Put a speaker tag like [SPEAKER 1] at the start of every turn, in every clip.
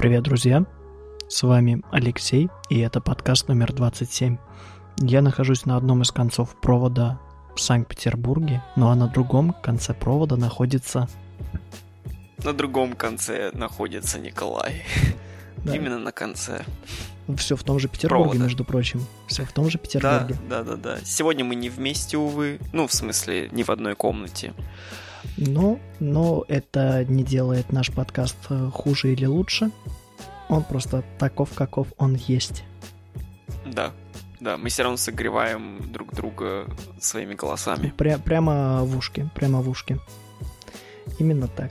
[SPEAKER 1] Привет, друзья! С вами Алексей, и это подкаст номер 27. Я нахожусь на одном из концов провода в Санкт-Петербурге, ну а на другом конце провода находится...
[SPEAKER 2] На другом конце находится Николай. Да. Именно на конце.
[SPEAKER 1] Все в том же Петербурге, провода. Между прочим. Все в том же Петербурге.
[SPEAKER 2] Да. Сегодня мы не вместе, увы. Ну, в смысле, не в одной комнате.
[SPEAKER 1] Но это не делает наш подкаст хуже или лучше. Он просто таков, каков он есть.
[SPEAKER 2] Да, мы все равно согреваем друг друга своими голосами.
[SPEAKER 1] Прямо в ушки. Именно так.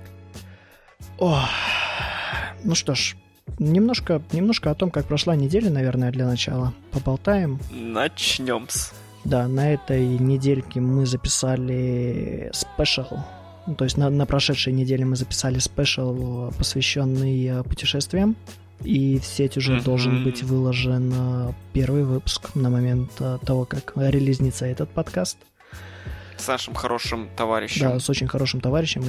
[SPEAKER 1] Ну что ж, немножко о том, как прошла неделя, наверное, для начала. Поболтаем.
[SPEAKER 2] Начнем-с.
[SPEAKER 1] Да, на этой недельке мы записали спешл. То есть на прошедшей неделе мы записали спешл, посвященный путешествиям. И в сеть уже должен быть выложен первый выпуск на момент того, как релизнится этот подкаст.
[SPEAKER 2] С нашим хорошим товарищем.
[SPEAKER 1] Да, с очень хорошим товарищем.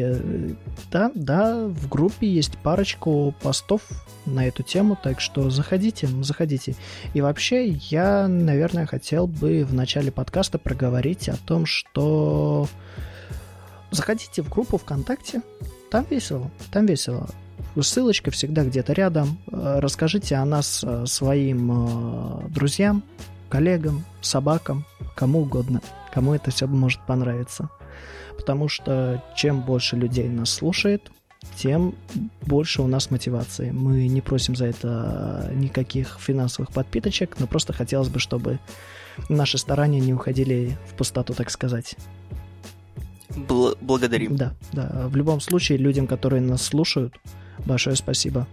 [SPEAKER 1] Да, в группе есть парочку постов на эту тему, так что заходите. И вообще, я, наверное, хотел бы в начале подкаста проговорить о том, что заходите в группу ВКонтакте, там весело. Ссылочка всегда где-то рядом. Расскажите о нас своим друзьям, коллегам, собакам, кому угодно. Кому это все может понравиться. Потому что чем больше людей нас слушает, тем больше у нас мотивации. Мы не просим за это никаких финансовых подпиточек, но просто хотелось бы, чтобы наши старания не уходили в пустоту, так сказать.
[SPEAKER 2] Благодарим.
[SPEAKER 1] Да. В любом случае, людям, которые нас слушают, большое спасибо.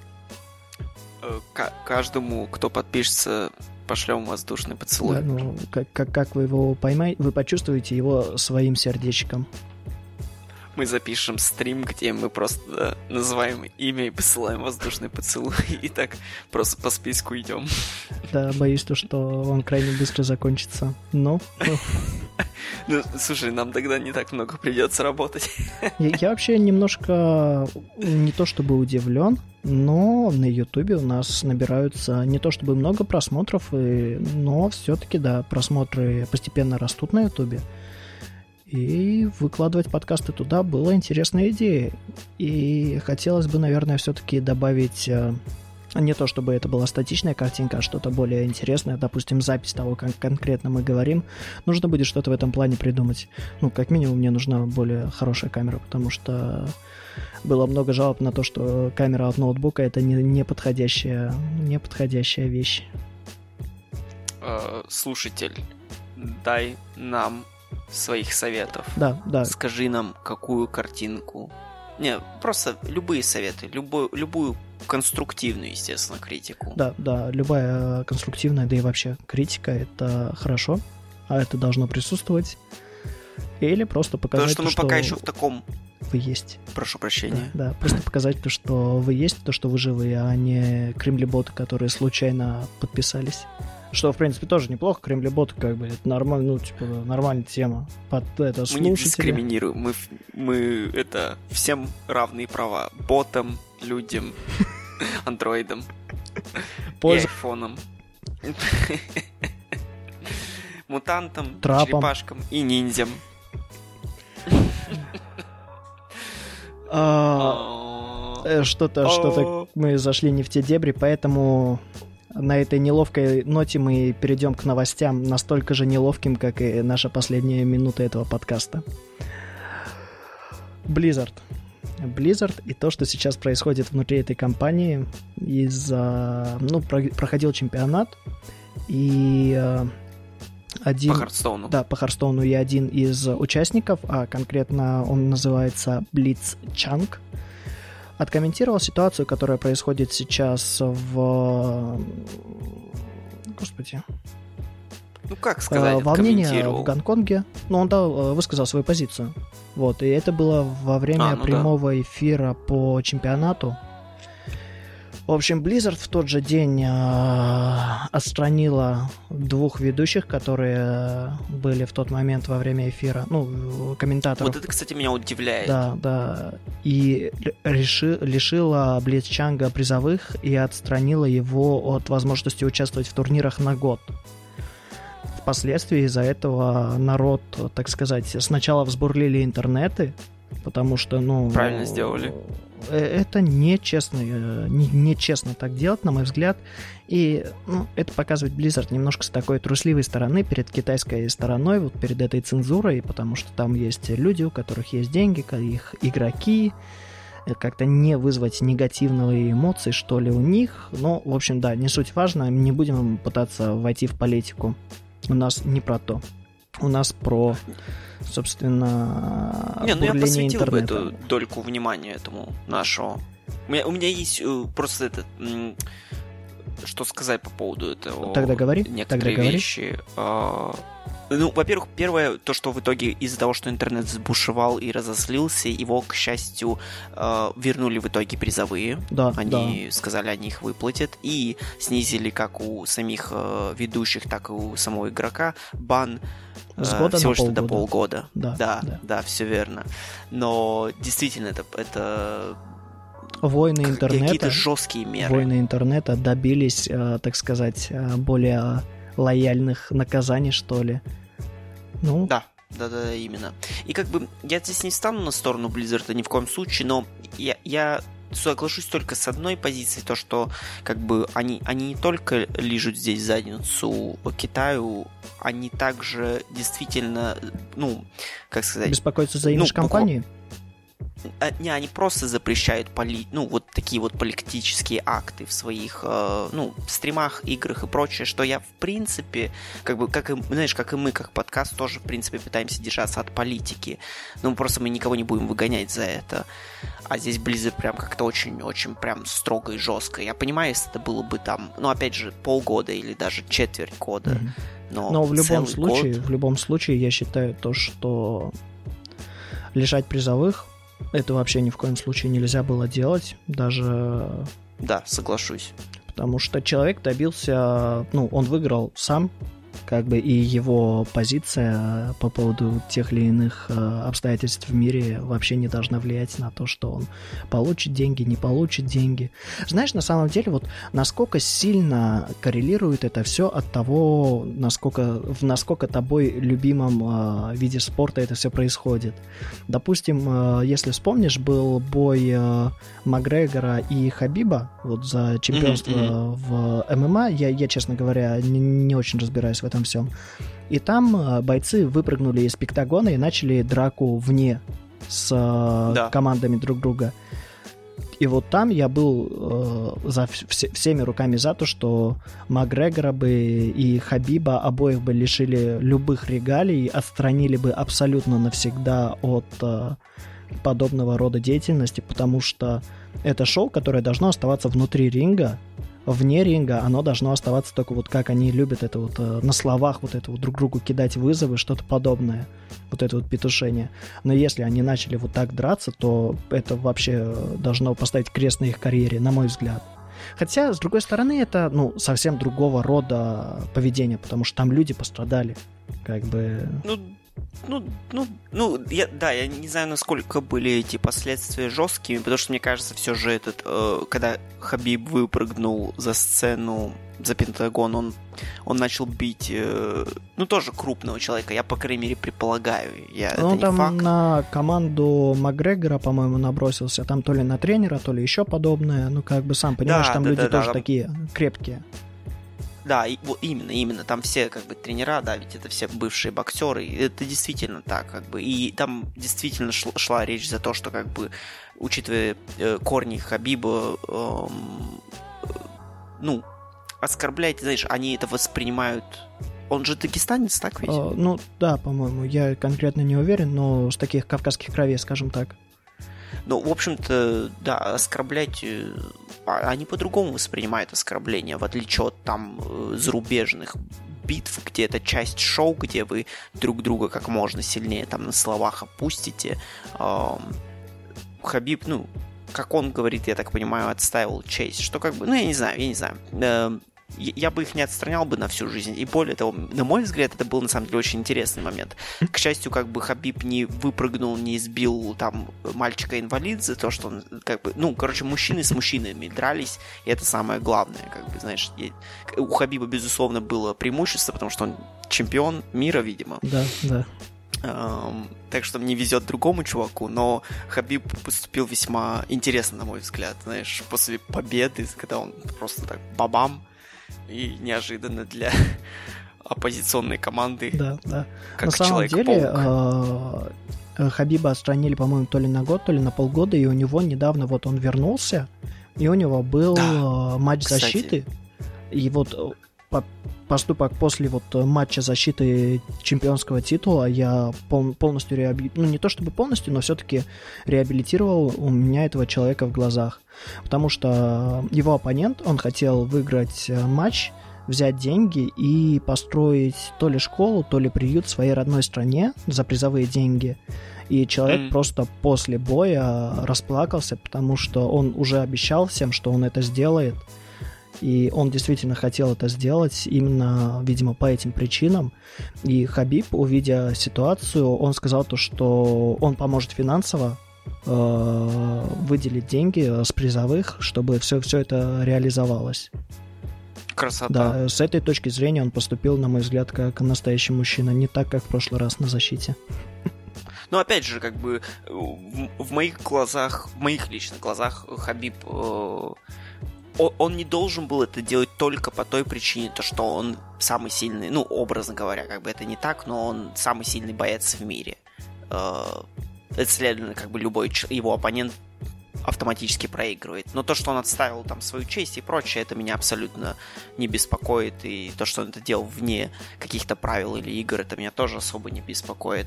[SPEAKER 2] Каждому, кто подпишется, пошлем воздушный поцелуй.
[SPEAKER 1] Да, как вы его поймаете, вы почувствуете его своим сердечком.
[SPEAKER 2] Мы запишем стрим, где мы просто называем имя и посылаем воздушный поцелуй, и так просто по списку идем. Да,
[SPEAKER 1] боюсь, что он крайне быстро закончится. Ну,
[SPEAKER 2] слушай, нам тогда не так много придется работать.
[SPEAKER 1] Я вообще немножко не то чтобы удивлен, но на Ютубе у нас набираются не то чтобы много просмотров, но все-таки, да, просмотры постепенно растут на Ютубе. И выкладывать подкасты туда была интересная идея. И хотелось бы, наверное, все-таки добавить не то, чтобы это была статичная картинка, а что-то более интересное. Допустим, запись того, как конкретно мы говорим. Нужно будет что-то в этом плане придумать. Ну, как минимум, мне нужна более хорошая камера, потому что было много жалоб на то, что камера от ноутбука — это не подходящая вещь.
[SPEAKER 2] Слушатель, дай нам своих советов.
[SPEAKER 1] Да.
[SPEAKER 2] Скажи нам, какую картинку. Не, просто любые советы, любую конструктивную, естественно, критику.
[SPEAKER 1] Да, любая конструктивная, да и вообще критика — это хорошо, а это должно присутствовать. Или просто показать,
[SPEAKER 2] потому что мы пока еще в таком...
[SPEAKER 1] Вы есть.
[SPEAKER 2] Прошу прощения.
[SPEAKER 1] Да, просто показать то, что вы есть, то, что вы живые, а не кремлеботы, которые случайно подписались. Что, в принципе, тоже неплохо. Кремлеботы, как бы, это нормально, нормальная тема. Под это слушатели.
[SPEAKER 2] Мы не дискриминируем. Мы это всем равные права. Ботам, людям, андроидам и айфонам. Мутантам,
[SPEAKER 1] трапам,
[SPEAKER 2] черепашкам и ниндзям.
[SPEAKER 1] Что-то мы зашли не в те дебри, поэтому на этой неловкой ноте мы перейдем к новостям, настолько же неловким, как и наша последняя минута этого подкаста. Blizzard и то, что сейчас происходит внутри этой компании, проходил чемпионат, и один...
[SPEAKER 2] По Хардстоуну.
[SPEAKER 1] Да, по Хардстоуну, и один из участников, а конкретно он называется Блицчанг, откомментировал ситуацию, которая происходит сейчас в... Господи.
[SPEAKER 2] Ну, как сказать,
[SPEAKER 1] волнение в Гонконге. Ну, он высказал свою позицию. Вот, и это было во время прямого эфира по чемпионату. В общем, Blizzard в тот же день отстранила 2 ведущих, которые были в тот момент во время эфира, ну, комментаторов.
[SPEAKER 2] Вот это, кстати, меня удивляет.
[SPEAKER 1] Да. И лишила Блицчанга призовых и отстранила его от возможности участвовать в турнирах на год. Впоследствии из-за этого народ, так сказать, сначала взбурлили интернеты, потому что, ну...
[SPEAKER 2] Правильно сделали.
[SPEAKER 1] Это нечестно, нечестно так делать, на мой взгляд. И это показывает Blizzard немножко с такой трусливой стороны перед китайской стороной, вот перед этой цензурой, потому что там есть люди, у которых есть деньги, их игроки, как-то не вызвать негативные эмоции, что ли, у них. Ну, в общем, да, не суть важно, не будем пытаться войти в политику. У нас не про то. У нас про... собственно,
[SPEAKER 2] я посвятил
[SPEAKER 1] интернета.
[SPEAKER 2] бы эту дольку внимания этому нашему. У меня есть просто что сказать по поводу этого.
[SPEAKER 1] Тогда говори.
[SPEAKER 2] Некоторые вещи. Ну, во-первых, первое, то, что в итоге из-за того, что интернет взбушевал и разозлился, его, к счастью, вернули в итоге призовые.
[SPEAKER 1] Да,
[SPEAKER 2] они сказали, они их выплатят. И снизили как у самих ведущих, так и у самого игрока бан всего лишь до полгода. Да, все верно. Но действительно, это
[SPEAKER 1] войны интернета,
[SPEAKER 2] какие-то жесткие меры.
[SPEAKER 1] Войны интернета добились, так сказать, более лояльных наказаний, что ли. Ну.
[SPEAKER 2] Да, именно. И как бы я здесь не встану на сторону Blizzard ни в коем случае, но я соглашусь только с одной позиции, то, что как бы они не только лижут здесь задницу Китаю, они также действительно, ну, как сказать...
[SPEAKER 1] беспокоятся за имидж компании?
[SPEAKER 2] Они просто запрещают вот такие вот политические акты в своих стримах, играх и прочее, что я в принципе, как и мы, как подкаст, тоже в принципе пытаемся держаться от политики. Но просто мы никого не будем выгонять за это. А здесь Blizzard прям как-то очень-очень прям строго и жестко. Я понимаю, если это было бы там, опять же, полгода или даже четверть года. Но
[SPEAKER 1] в любом случае, я считаю то, что лишать призовых это вообще ни в коем случае нельзя было делать, даже...
[SPEAKER 2] Да, соглашусь.
[SPEAKER 1] Потому что человек добился... он выиграл сам, как бы, и его позиция по поводу тех или иных обстоятельств в мире вообще не должна влиять на то, что он получит деньги, не получит деньги. Знаешь, на самом деле, вот насколько сильно коррелирует это все от того, насколько тобой любимом виде спорта это все происходит. Допустим, если вспомнишь, был бой Макгрегора и Хабиба вот за чемпионство в ММА. Я, честно говоря, не очень разбираюсь в этом всем. И там бойцы выпрыгнули из пиктагона и начали драку вне с командами друг друга. И вот там я был всеми руками за то, что Макгрегора бы и Хабиба обоих бы лишили любых регалий, отстранили бы абсолютно навсегда от подобного рода деятельности, потому что это шоу, которое должно оставаться внутри ринга. Вне ринга оно должно оставаться только вот как они любят это вот на словах вот это вот друг другу кидать вызовы, что-то подобное, вот это вот петушение. Но если они начали вот так драться, то это вообще должно поставить крест на их карьере, на мой взгляд. Хотя, с другой стороны, это, совсем другого рода поведение, потому что там люди пострадали, как бы...
[SPEAKER 2] Я не знаю, насколько были эти последствия жесткими, потому что, мне кажется, все же когда Хабиб выпрыгнул за сцену, за Пентагон, он начал бить, тоже крупного человека, я, по крайней мере, предполагаю. Это не
[SPEAKER 1] там
[SPEAKER 2] факт.
[SPEAKER 1] На команду Макгрегора, по-моему, набросился, там то ли на тренера, то ли еще подобное, сам понимаешь, там люди тоже такие крепкие.
[SPEAKER 2] Да, именно, там все как бы тренера, да, ведь это все бывшие боксеры, это действительно так, как бы, и там действительно шла речь за то, что как бы, учитывая корни Хабиба, оскорблять, знаешь, они это воспринимают. Он же дагестанец, так ведь?
[SPEAKER 1] Да, по-моему, я конкретно не уверен, но с таких кавказских кровей, скажем так.
[SPEAKER 2] В общем-то, да, оскорблять... Они по-другому воспринимают оскорбления, в отличие от там зарубежных битв, где это часть шоу, где вы друг друга как можно сильнее там на словах опустите. Хабиб, как он говорит, я так понимаю, отстаивал честь, что как бы, ну, я не знаю. Я бы их не отстранял бы на всю жизнь. И более того, на мой взгляд, это был на самом деле очень интересный момент. К счастью, как бы Хабиб не выпрыгнул, не избил там мальчика-инвалид за то, что он как бы... Ну, короче, мужчины с мужчинами дрались, и это самое главное, как бы, знаешь. У Хабиба, безусловно, было преимущество, потому что он чемпион мира, видимо.
[SPEAKER 1] Да, да.
[SPEAKER 2] Так что мне везет другому чуваку, но Хабиб поступил весьма интересно, на мой взгляд, знаешь, после победы, когда он просто так бабам, и неожиданно для оппозиционной команды.
[SPEAKER 1] Да, да.
[SPEAKER 2] Как
[SPEAKER 1] на самом деле, Хабиба отстранили, по-моему, то ли на год, то ли на полгода, и у него недавно вот он вернулся, и у него был матч защиты, и вот поступок после вот матча защиты чемпионского титула я полностью ну не то чтобы полностью, но все-таки реабилитировал у меня этого человека в глазах. Потому что его оппонент, он хотел выиграть матч, взять деньги и построить то ли школу, то ли приют в своей родной стране за призовые деньги. И человек просто после боя расплакался, потому что он уже обещал всем, что он это сделает. И он действительно хотел это сделать именно, видимо, по этим причинам. И Хабиб, увидя ситуацию, он сказал то, что он поможет финансово выделить деньги с призовых, чтобы все это реализовалось.
[SPEAKER 2] Красота.
[SPEAKER 1] Да, с этой точки зрения он поступил, на мой взгляд, как настоящий мужчина, не так, как в прошлый раз на защите.
[SPEAKER 2] Но опять же, как бы в моих глазах, в моих личных глазах Хабиб... Он не должен был это делать только по той причине, то, что он самый сильный, ну, образно говоря, как бы это не так, но он самый сильный боец в мире. Это, следовательно, как бы любой его оппонент автоматически проигрывает. Но то, что он отставил там свою честь и прочее, это меня абсолютно не беспокоит. И то, что он это делал вне каких-то правил или игр, это меня тоже особо не беспокоит.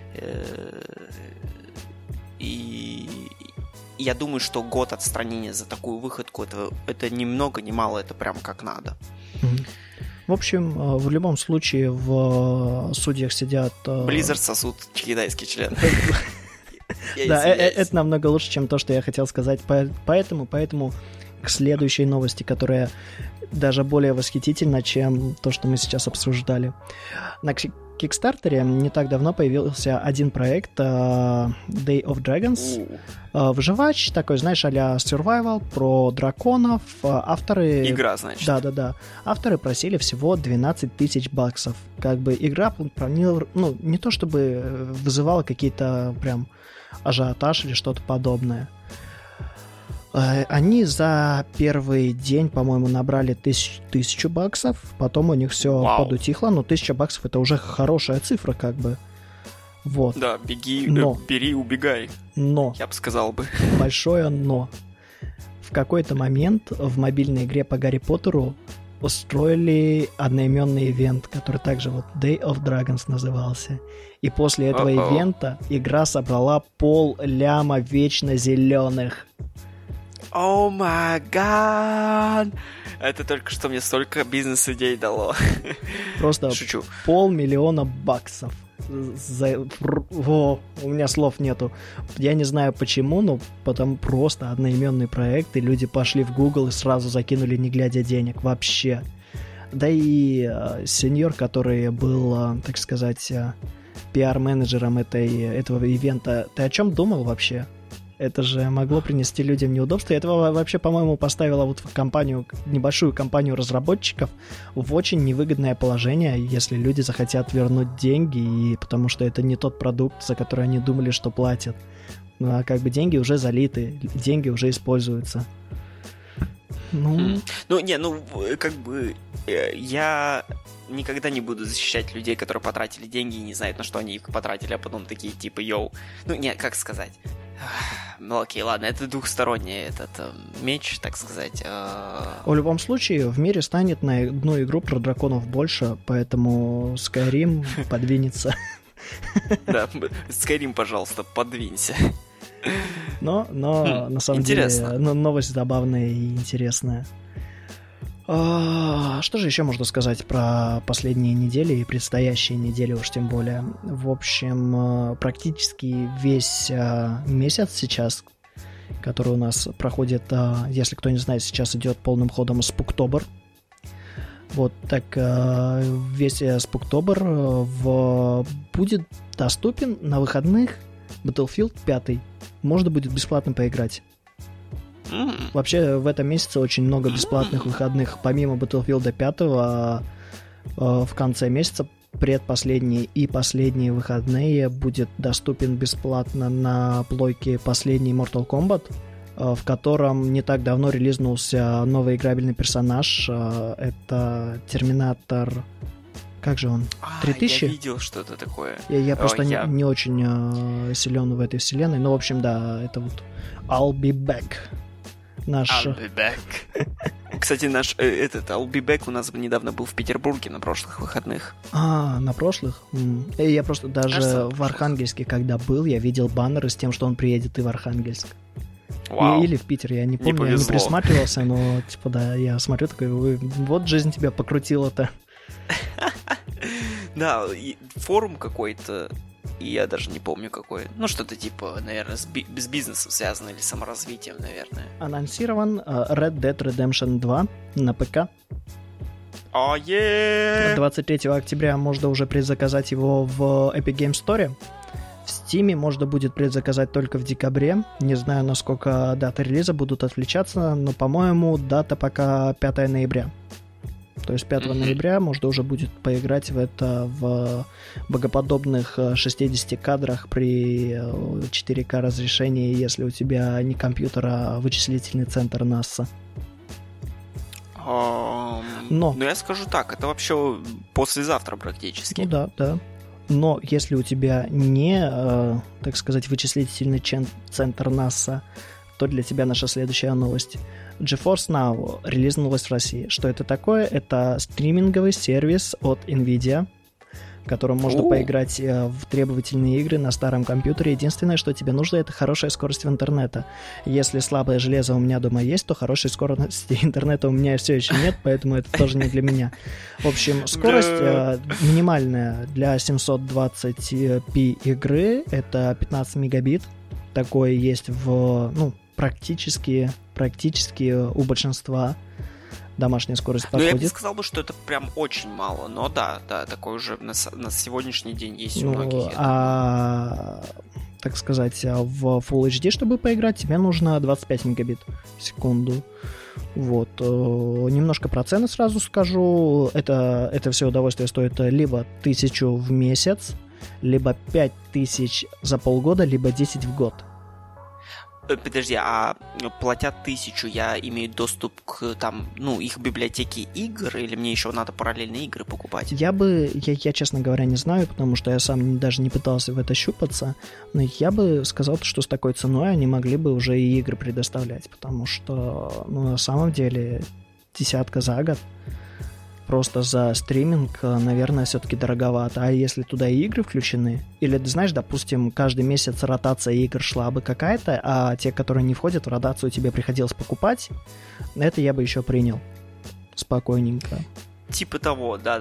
[SPEAKER 2] И... Я думаю, что год отстранения за такую выходку, это ни много, ни мало, это прям как надо.
[SPEAKER 1] В общем, в любом случае в судьях сидят...
[SPEAKER 2] Blizzard сосут китайский член.
[SPEAKER 1] Да, это намного лучше, чем то, что я хотел сказать. Поэтому к следующей новости, которая даже более восхитительна, чем то, что мы сейчас обсуждали. На Кикстартере не так давно появился один проект Day of Dragons. Выживач, такой, знаешь, а-ля Survival, про драконов. Авторы...
[SPEAKER 2] Игра, значит.
[SPEAKER 1] Да. Авторы просили всего $12,000. Как бы игра, ну, не то чтобы вызывала какие-то прям ажиотаж или что-то подобное. Они за первый день, по-моему, набрали $1000, потом у них все подутихло, но $1000 это уже хорошая цифра, как бы. Вот.
[SPEAKER 2] Да, бери, убегай.
[SPEAKER 1] Но.
[SPEAKER 2] Я бы сказал бы.
[SPEAKER 1] Большое но. В какой-то момент в мобильной игре по Гарри Поттеру устроили одноименный ивент, который также вот Day of Dragons назывался. И после этого ивента игра собрала 500 000 вечно зеленых.
[SPEAKER 2] О май гад! Это только что мне столько бизнес-идей дало.
[SPEAKER 1] Просто
[SPEAKER 2] шучу.
[SPEAKER 1] $500,000. У меня слов нету. Я не знаю почему, но потом просто одноименный проект, и люди пошли в Google и сразу закинули, не глядя, денег вообще. Да и сеньор, который был, так сказать, пиар-менеджером этого ивента, ты о чем думал вообще? Это же могло принести людям неудобства. И это вообще, по-моему, поставило вот небольшую компанию разработчиков в очень невыгодное положение, если люди захотят вернуть деньги, и потому что это не тот продукт, за который они думали, что платят. Ну, а как бы деньги уже залиты, деньги уже используются.
[SPEAKER 2] Как бы я никогда не буду защищать людей, которые потратили деньги и не знают, на что они их потратили, а потом такие типа, как сказать... Ну окей, ладно, это двухсторонний меч, так сказать.
[SPEAKER 1] В любом случае, в мире станет на одну игру про драконов больше, поэтому Skyrim подвинется.
[SPEAKER 2] Да, Skyrim, пожалуйста, подвинься.
[SPEAKER 1] Но на самом деле новость забавная и интересная. Что же еще можно сказать про последние недели и предстоящие недели уж тем более? В общем, практически весь месяц сейчас который у нас проходит, если кто не знает, сейчас идет полным ходом Spooktober. Вот так весь Spooktober будет доступен на выходных. Battlefield 5 можно будет бесплатно поиграть. Вообще в этом месяце очень много бесплатных выходных. Помимо Battlefield 5 в конце месяца предпоследние и последние выходные будет доступен бесплатно на плойке последний Mortal Kombat, в котором не так давно релизнулся новый играбельный персонаж. Это Терминатор... Как же он? 3000?
[SPEAKER 2] Я видел что-то такое.
[SPEAKER 1] Я просто не очень силен в этой вселенной. Но, в общем, да, это вот I'll be back.
[SPEAKER 2] I'll be back. Кстати, наш I'll be back у нас недавно был в Петербурге на прошлых выходных.
[SPEAKER 1] На прошлых? Я просто даже в Архангельске, когда был, я видел баннеры с тем, что он приедет и в Архангельск. Или в Питер, я не помню, я не присматривался, но, типа, да, я смотрю, такой, вот жизнь тебя покрутила-то.
[SPEAKER 2] Да, форум какой-то, я даже не помню какой. Ну, что-то типа, наверное, с бизнесом связано или саморазвитием, наверное.
[SPEAKER 1] Анонсирован Red Dead Redemption 2 на ПК. 23 октября можно уже предзаказать его в Epic Games Store. В Steam можно будет предзаказать только в декабре. Не знаю, насколько даты релиза будут отличаться, но, по-моему, дата пока 5 ноября. То есть 5 ноября можно уже будет поиграть в это в богоподобных 60 кадрах при 4К разрешении, если у тебя не компьютер, а вычислительный центр НАСА.
[SPEAKER 2] Но я скажу так, это вообще послезавтра практически.
[SPEAKER 1] Ну да. Но если у тебя не, так сказать, вычислительный центр НАСА, то для тебя наша следующая новость. GeForce Now релизнулась в России. Что это такое? Это стриминговый сервис от NVIDIA, в котором можно поиграть в требовательные игры на старом компьютере. Единственное, что тебе нужно, это хорошая скорость интернета. Если слабое железо у меня дома есть, то хорошей скорости интернета у меня все еще нет, поэтому это тоже не для меня. В общем, скорость минимальная для 720p игры, это 15 мегабит. Такое есть практически у большинства. Домашняя скорость подходит.
[SPEAKER 2] Я бы сказал, что это прям очень мало, но да, такой уже на сегодняшний день есть у многих.
[SPEAKER 1] Так сказать, в Full HD, чтобы поиграть, тебе нужно 25 мегабит в секунду. Вот. Немножко про цены сразу скажу. Это все удовольствие стоит либо 1000 в месяц, либо 5000 за полгода, либо 10 в год.
[SPEAKER 2] Подожди, а платя 1000, я имею доступ к их библиотеке игр, или мне еще надо параллельные игры покупать? Я,
[SPEAKER 1] честно говоря, не знаю, потому что я сам даже не пытался в это щупаться, но я бы сказал, что с такой ценой они могли бы уже и игры предоставлять, потому что, на самом деле, 10 за год просто за стриминг, наверное, все-таки дороговато. А если туда и игры включены, или, знаешь, допустим, каждый месяц ротация игр шла бы какая-то, а те, которые не входят в ротацию, тебе приходилось покупать, это я бы еще принял спокойненько.
[SPEAKER 2] Типа того, да.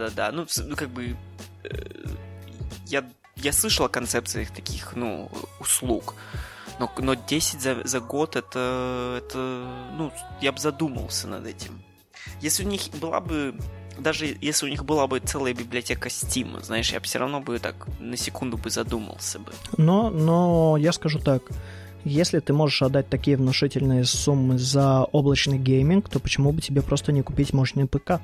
[SPEAKER 2] Я слышал о концепциях таких, услуг, но 10 за год, это я бы задумался над этим. Если у них была бы целая библиотека Steam, знаешь, я бы все равно бы так на секунду бы задумался бы.
[SPEAKER 1] Но я скажу так, если ты можешь отдать такие внушительные суммы за облачный гейминг, то почему бы тебе просто не купить мощный ПК?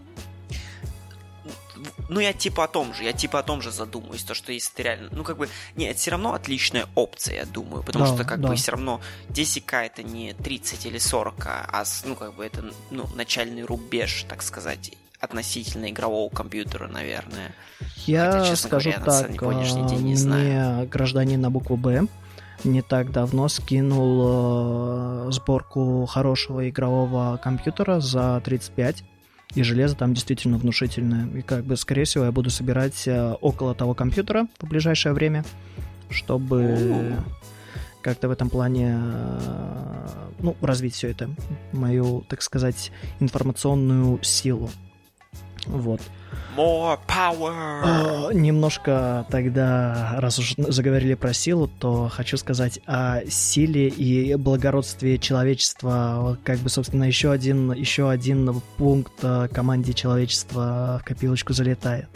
[SPEAKER 2] Я типа о том же задумаюсь, то, что если ты реально, это все равно отличная опция, я думаю, потому что бы все равно 10К это не 30 или 40, а это, начальный рубеж, так сказать, относительно игрового компьютера, наверное.
[SPEAKER 1] Я скажу так, мне гражданин на букву «Б» не так давно скинул сборку хорошего игрового компьютера за 35, и железо там действительно внушительное. И скорее всего, я буду собирать около того компьютера в ближайшее время, чтобы как-то в этом плане развить все это, мою, так сказать, информационную силу. Вот.
[SPEAKER 2] More power!
[SPEAKER 1] Немножко тогда, раз уж заговорили про силу, то хочу сказать о силе и благородстве человечества. Как бы, собственно, еще один пункт команде человечества в копилочку залетает.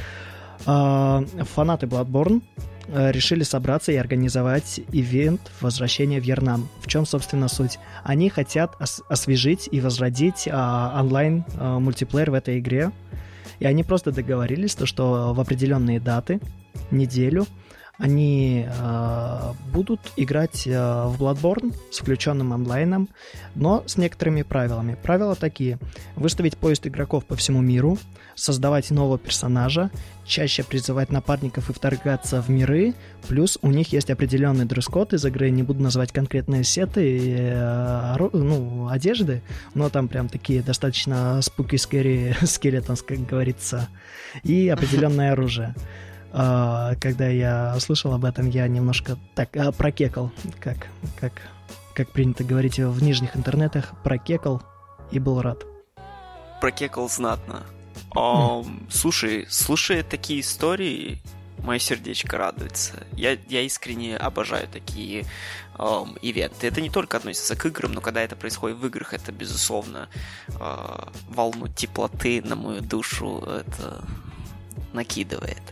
[SPEAKER 1] Фанаты Bloodborne решили собраться и организовать ивент возвращения в Вьетнам. В чем, собственно, суть? Они хотят освежить и возродить онлайн мультиплеер в этой игре. И они просто договорились, что в определенные даты, неделю, они будут играть в Bloodborne с включенным онлайном, но с некоторыми правилами. Правила такие: выставить поиск игроков по всему миру, создавать нового персонажа, чаще призывать напарников и вторгаться в миры, плюс у них есть определенный дресс-код из игры, не буду называть конкретные сеты, одежды, но там прям такие достаточно spooky, scary skeletons, как говорится, и определенное оружие. Когда я услышал об этом, я немножко так прокекал, как принято говорить в нижних интернетах, прокекал и был рад.
[SPEAKER 2] Прокекал знатно. Слушай такие истории, мое сердечко радуется. Я искренне обожаю такие ивенты. Это не только относится к играм, но когда это происходит в играх, это, безусловно, волну теплоты на мою душу это накидывает.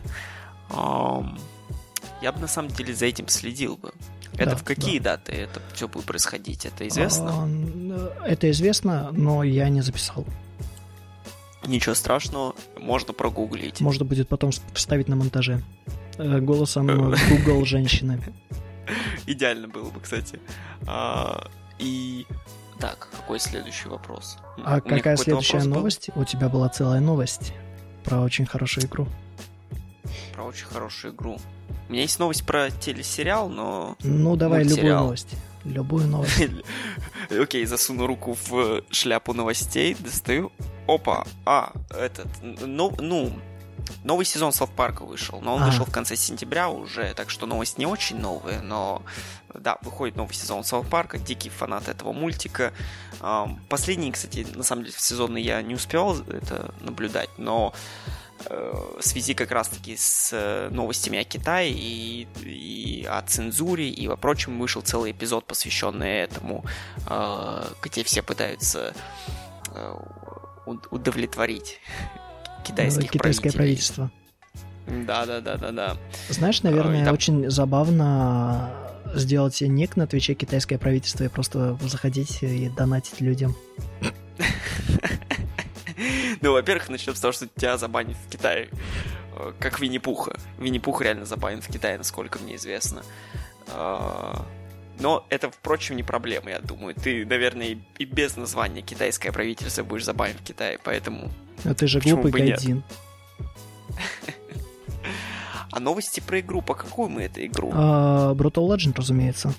[SPEAKER 2] Я бы на самом деле за этим следил бы. Это в какие даты это все будет происходить? Это известно?
[SPEAKER 1] Это известно, но я не записал.
[SPEAKER 2] Ничего страшного, можно прогуглить.
[SPEAKER 1] Можно будет потом вставить на монтаже голосом Google женщины.
[SPEAKER 2] Идеально было бы, кстати. И так, какой следующий вопрос?
[SPEAKER 1] А какая следующая новость? У тебя была целая новость про очень хорошую игру.
[SPEAKER 2] Про очень хорошую игру. У меня есть новость про телесериал, но...
[SPEAKER 1] Ну, давай любую новость. Любую новость.
[SPEAKER 2] Окей, засуну руку в шляпу новостей, достаю. Опа, новый сезон Саут Парка вышел, но он вышел в конце сентября уже, так что новость не очень новая, но да, выходит новый сезон Саут Парка, дикий фанат этого мультика. Последний, кстати, на самом деле, сезоны я не успевал это наблюдать, но в связи как раз-таки с новостями о Китае и о цензуре и о прочем вышел целый эпизод, посвященный этому, где все пытаются удовлетворить
[SPEAKER 1] китайское правительство.
[SPEAKER 2] Да.
[SPEAKER 1] Знаешь, наверное, очень забавно сделать себе ник на Твиче «Китайское правительство» и просто заходить и донатить людям.
[SPEAKER 2] Ну, во-первых, начнем с того, что тебя забанят в Китае. Как Винни-Пуха. Винни-Пух реально забанен в Китае, насколько мне известно. Но это, впрочем, не проблема, я думаю. Ты, наверное, и без названия «Китайское правительство» будешь забанен в Китае, поэтому...
[SPEAKER 1] А ты же глупый гайдин.
[SPEAKER 2] А новости про игру, по какую мы эту игру?
[SPEAKER 1] Brutal Legend, разумеется.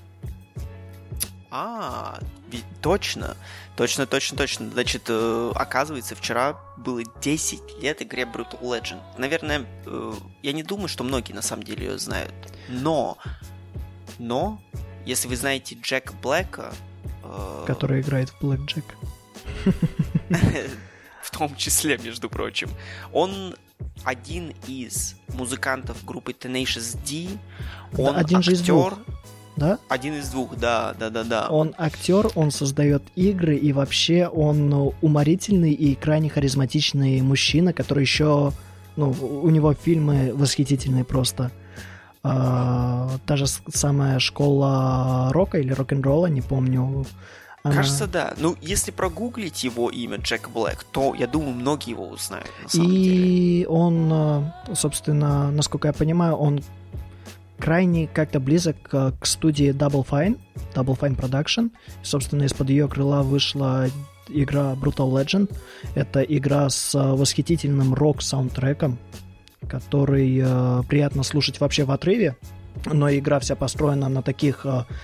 [SPEAKER 2] Ведь точно. Значит, оказывается, вчера было 10 лет игре Brutal Legend. Наверное, я не думаю, что многие на самом деле ее знают. Но, если вы знаете Джека Блэка...
[SPEAKER 1] Который играет в Black Jack.
[SPEAKER 2] В том числе, между прочим. Он один из музыкантов группы Tenacious D. Он
[SPEAKER 1] один же из двух. Да?
[SPEAKER 2] Один из двух, да.
[SPEAKER 1] Он актер, он создает игры, и вообще он уморительный и крайне харизматичный мужчина, который еще... у него фильмы восхитительные просто. Та же самая школа рока или рок-н-ролла, не помню.
[SPEAKER 2] Кажется, да. Если прогуглить его имя Джек Блэк, то, я думаю, многие его узнают, на самом деле.
[SPEAKER 1] И он, собственно, насколько я понимаю, он крайне как-то близок к студии Double Fine Production. Собственно, из-под ее крыла вышла игра Brutal Legend. Это игра с восхитительным рок-саундтреком, который приятно слушать вообще в отрыве, но игра вся построена на таких...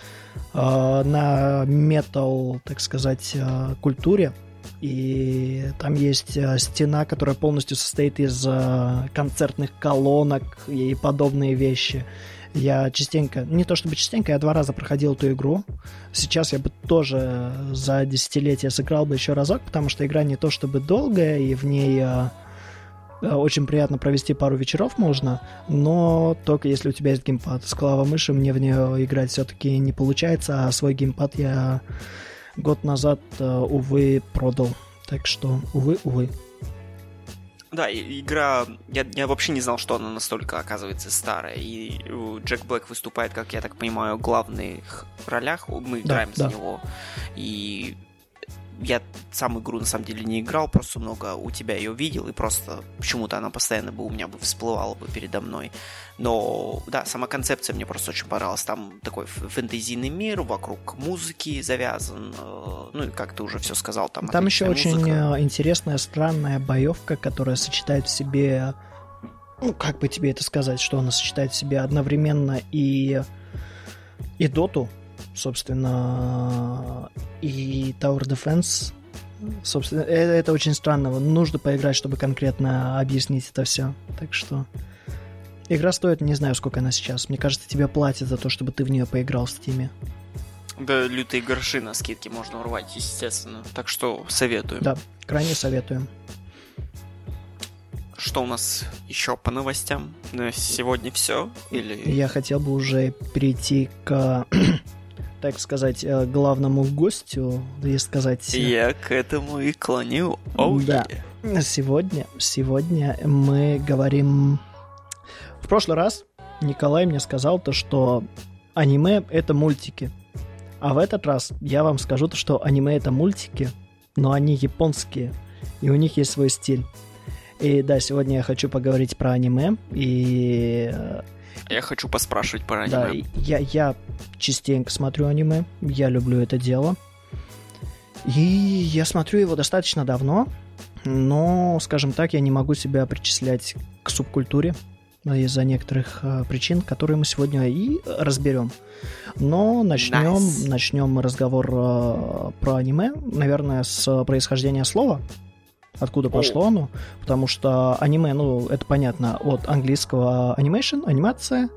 [SPEAKER 1] на метал, так сказать, культуре. И там есть стена, которая полностью состоит из концертных колонок и подобные вещи. Я частенько, не то чтобы частенько, я 2 раза проходил эту игру. Сейчас я бы тоже за десятилетие сыграл бы еще разок, потому что игра не то чтобы долгая, и в ней Очень приятно провести пару вечеров можно, но только если у тебя есть геймпад. С клавомыши мне в нее играть все-таки не получается, а свой геймпад я год назад, увы, продал. Так что, увы.
[SPEAKER 2] Да, игра... Я вообще не знал, что она настолько, оказывается, старая. И Джек Блэк выступает, как я так понимаю, в главных ролях. Мы играем за него. И я сам игру, на самом деле, не играл, просто много у тебя ее видел, и просто почему-то она постоянно бы у меня бы всплывала бы передо мной. Но, да, сама концепция мне просто очень понравилась. Там такой фэнтезийный мир, вокруг музыки завязан. Ну, и как ты уже все сказал, там
[SPEAKER 1] еще
[SPEAKER 2] музыка.
[SPEAKER 1] Очень интересная, странная боевка, которая сочетает в себе... Ну, как бы тебе это сказать, что она сочетает в себе одновременно и доту, собственно, и Tower Defense. Собственно, это очень странно. Нужно поиграть, чтобы конкретно объяснить это все. Так что игра стоит, не знаю, сколько она сейчас. Мне кажется, тебе платят за то, чтобы ты в нее поиграл в Steam.
[SPEAKER 2] Да, лютые горши на скидке можно урвать, естественно. Так что советуем.
[SPEAKER 1] Да, крайне советуем.
[SPEAKER 2] Что у нас еще по новостям? На сегодня все? Или...
[SPEAKER 1] Я хотел бы уже перейти к... так сказать, главному гостю, и сказать...
[SPEAKER 2] Я к этому и клоню.
[SPEAKER 1] Да. Сегодня мы говорим... В прошлый раз Николай мне сказал то, что аниме — это мультики. А в этот раз я вам скажу то, что аниме — это мультики, но они японские, и у них есть свой стиль. И да, сегодня я хочу поговорить про аниме, и...
[SPEAKER 2] Я хочу поспрашивать про аниме.
[SPEAKER 1] Да, я частенько смотрю аниме, я люблю это дело. И я смотрю его достаточно давно, но, скажем так, я не могу себя причислять к субкультуре из-за некоторых причин, которые мы сегодня и разберем. Но начнем мы разговор про аниме, наверное, с происхождения слова. Откуда пошло оно? Потому что аниме, ну, это понятно, от английского animation, анимация,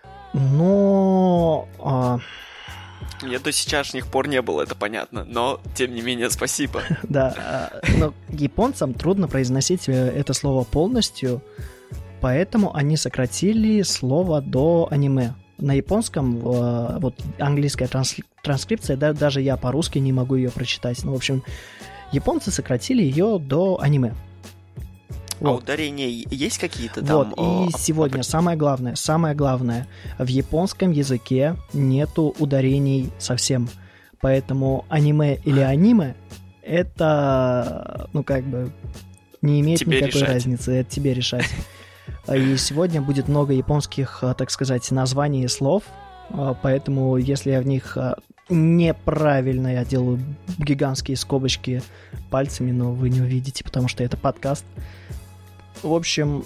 [SPEAKER 1] но...
[SPEAKER 2] Мне до сейчасшних пор не было это понятно, но, тем не менее, спасибо.
[SPEAKER 1] Да, но японцам трудно произносить это слово полностью, поэтому они сократили слово до аниме. На японском, вот английская транскрипция, даже я по-русски не могу ее прочитать. Ну, в общем... Японцы сократили ее до аниме.
[SPEAKER 2] Вот. А ударения есть какие-то там?
[SPEAKER 1] Вот, и сегодня самое главное, в японском языке нету ударений совсем. Поэтому аниме или аниме, это, ну, как бы, не имеет
[SPEAKER 2] тебе
[SPEAKER 1] никакой
[SPEAKER 2] решать.
[SPEAKER 1] разницы, это тебе решать. И сегодня будет много японских, так сказать, названий и слов, поэтому если я в них... неправильно я делаю гигантские скобочки пальцами, но вы не увидите, потому что это подкаст. В общем...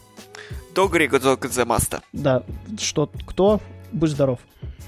[SPEAKER 1] Да, кто? Будь здоров.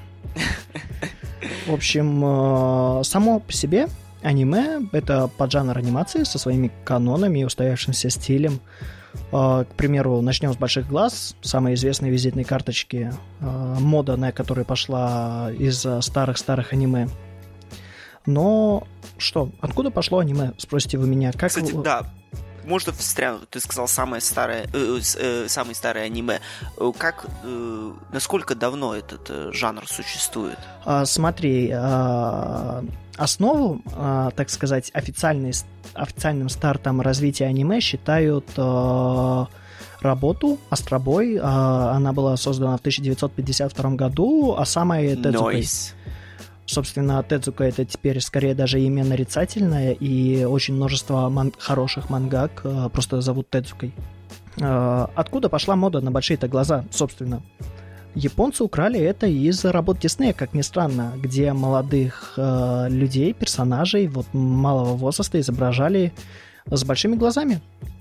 [SPEAKER 1] В общем, само по себе аниме — это поджанр анимации со своими канонами и устоявшимся стилем. К примеру, начнем с «Больших глаз», самой известной визитной карточки, мода на которой пошла из старых-старых аниме. Но что, откуда пошло аниме, спросите вы меня? Как...
[SPEAKER 2] Кстати, да, можно встрянуть. Ты сказал самое старое аниме. Насколько давно этот жанр существует?
[SPEAKER 1] Смотри, основу, так сказать, официальным стартом развития аниме считают работу «Астробой». Она была создана в 1952 году, а самая Тедзукой. Собственно, Тедзука — это теперь скорее даже имя нарицательное, и очень множество хороших мангак просто зовут Тедзукой. Откуда пошла мода на большие-то глаза, собственно? Японцы украли это из работ Диснея, как ни странно, где молодых людей, персонажей вот малого возраста изображали с большими глазами.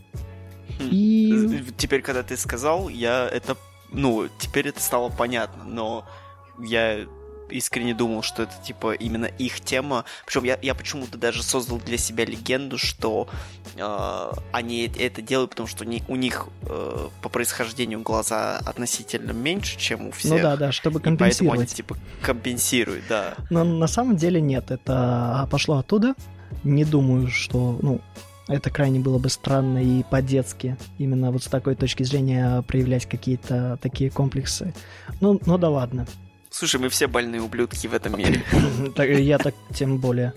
[SPEAKER 2] И... Теперь, когда ты сказал, теперь это стало понятно, но я искренне думал, что это, типа, именно их тема. Причем я почему-то даже создал для себя легенду, что они это делают, потому что у них по происхождению глаза относительно меньше, чем у всех.
[SPEAKER 1] Ну да, чтобы компенсировать.
[SPEAKER 2] И поэтому они, типа, компенсируют, да.
[SPEAKER 1] Но на самом деле нет, это пошло оттуда. Не думаю, что... Это крайне было бы странно и по-детски, именно вот с такой точки зрения проявлять какие-то такие комплексы. Ну да ладно.
[SPEAKER 2] Слушай, мы все больные ублюдки в этом мире.
[SPEAKER 1] Я так тем более.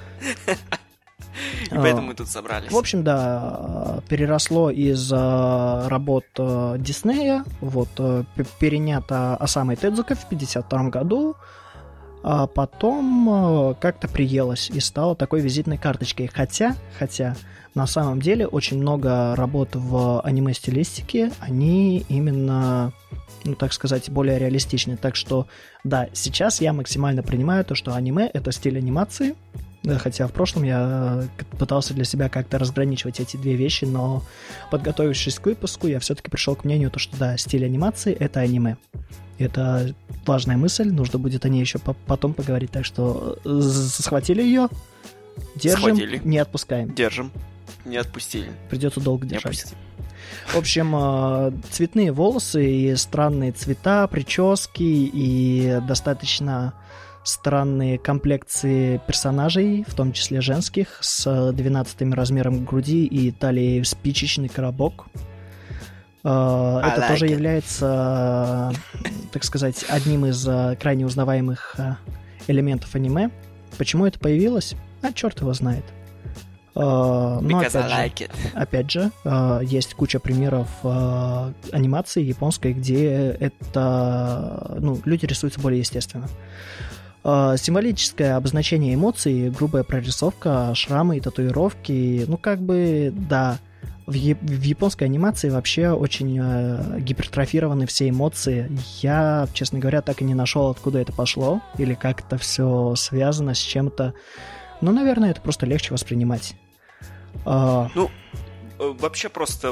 [SPEAKER 2] И поэтому мы тут собрались.
[SPEAKER 1] В общем, да, переросло из работ Диснея, вот, перенято Осамой Тедзука в 1952 году, а потом как-то приелось и стало такой визитной карточкой. Хотя, на самом деле, очень много работ в аниме-стилистике, они именно, ну, так сказать, более реалистичны. Так что, да, сейчас я максимально принимаю то, что аниме — это стиль анимации, хотя в прошлом я пытался для себя как-то разграничивать эти две вещи, но, подготовившись к выпуску, я все-таки пришел к мнению, то, что, да, стиль анимации — это аниме. Это важная мысль, нужно будет о ней еще потом поговорить, так что схватили ее, держим, не отпускаем.
[SPEAKER 2] Держим, не отпустили.
[SPEAKER 1] Придется долго держать. В общем, цветные волосы и странные цвета, прически и достаточно странные комплекции персонажей, в том числе женских, с 12 размером груди и талией в спичечный коробок. Это тоже является, так сказать, одним из крайне узнаваемых элементов аниме. Почему это появилось? черт его знает. Но опять же, есть куча примеров анимации японской, где это, люди рисуются более естественно. Символическое обозначение эмоций, грубая прорисовка, шрамы и татуировки, да. В японской анимации вообще очень гипертрофированы все эмоции. Я, честно говоря, так и не нашел, откуда это пошло, или как это все связано с чем-то. Наверное, это просто легче воспринимать.
[SPEAKER 2] Вообще просто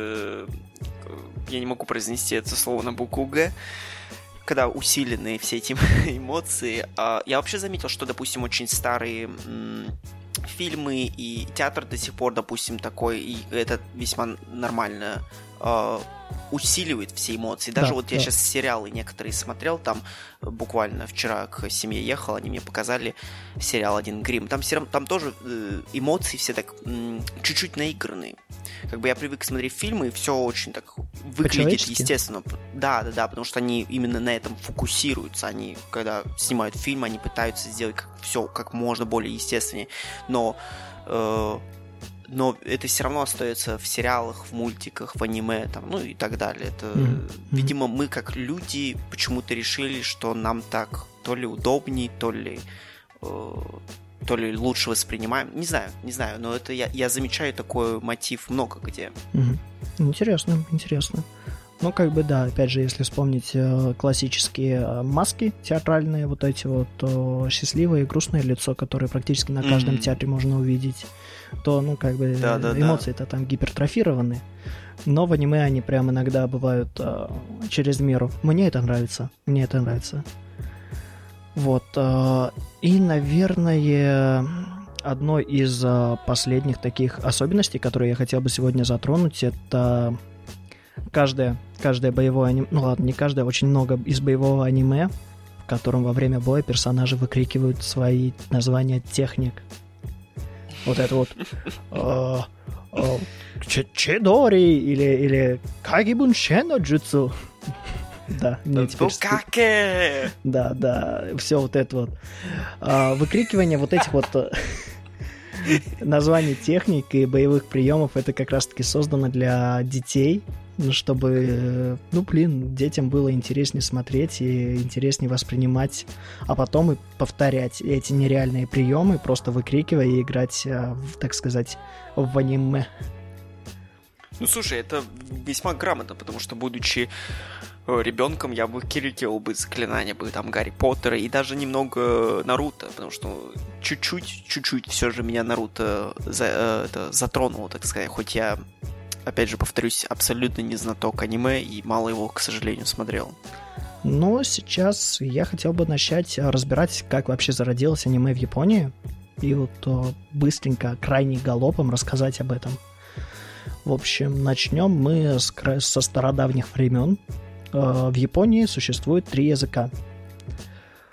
[SPEAKER 2] я не могу произнести это слово на букву «Г», когда усилены все эти эмоции. Я вообще заметил, что, допустим, очень старые фильмы и театр до сих пор, допустим, такой, и это весьма нормально усиливает все эмоции. Даже я сейчас сериалы некоторые смотрел, там буквально вчера к семье ехал, они мне показали сериал «Один Грим». Там тоже эмоции все так чуть-чуть наигранные. Я привык смотреть фильмы, и все очень так выглядит естественно. Да, потому что они именно на этом фокусируются. Они, когда снимают фильм, они пытаются сделать все как можно более естественнее. Но это все равно остается в сериалах, в мультиках, в аниме, и так далее. Это, видимо, мы как люди почему-то решили, что нам так то ли удобней, то ли лучше воспринимаем. Не знаю, но это я замечаю такой мотив много где.
[SPEAKER 1] Интересно. Да, опять же, если вспомнить классические маски театральные, вот эти то счастливое и грустное лицо, которое практически на каждом театре можно увидеть, то, эмоции-то там гипертрофированы, но в аниме они прям иногда бывают через меру. Мне это нравится. Вот. И, наверное, одной из последних таких особенностей, которые я хотел бы сегодня затронуть, это каждое боевое аниме, не каждое, очень много из боевого аниме, в котором во время боя персонажи выкрикивают свои названия техник. Вот это Чидори или Кагибун Шено Джутсу. Да, мне теперь... Да, все вот это выкрикивание вот этих названий техник и боевых приемов, это как раз-таки создано для детей, чтобы, детям было интереснее смотреть и интереснее воспринимать, а потом и повторять эти нереальные приемы, просто выкрикивая и играть, так сказать, в аниме.
[SPEAKER 2] Слушай, это весьма грамотно, потому что, будучи ребенком, я бы выкрикивал бы заклинания Гарри Поттера и даже немного Наруто, потому что чуть-чуть все же меня Наруто затронуло, так сказать, хоть я, опять же, повторюсь, абсолютно не знаток аниме и мало его, к сожалению, смотрел.
[SPEAKER 1] Но сейчас я хотел бы начать разбирать, как вообще зародилось аниме в Японии, и быстренько, крайне галопом рассказать об этом. В общем, начнем мы со стародавних времен. В Японии существует 3 языка.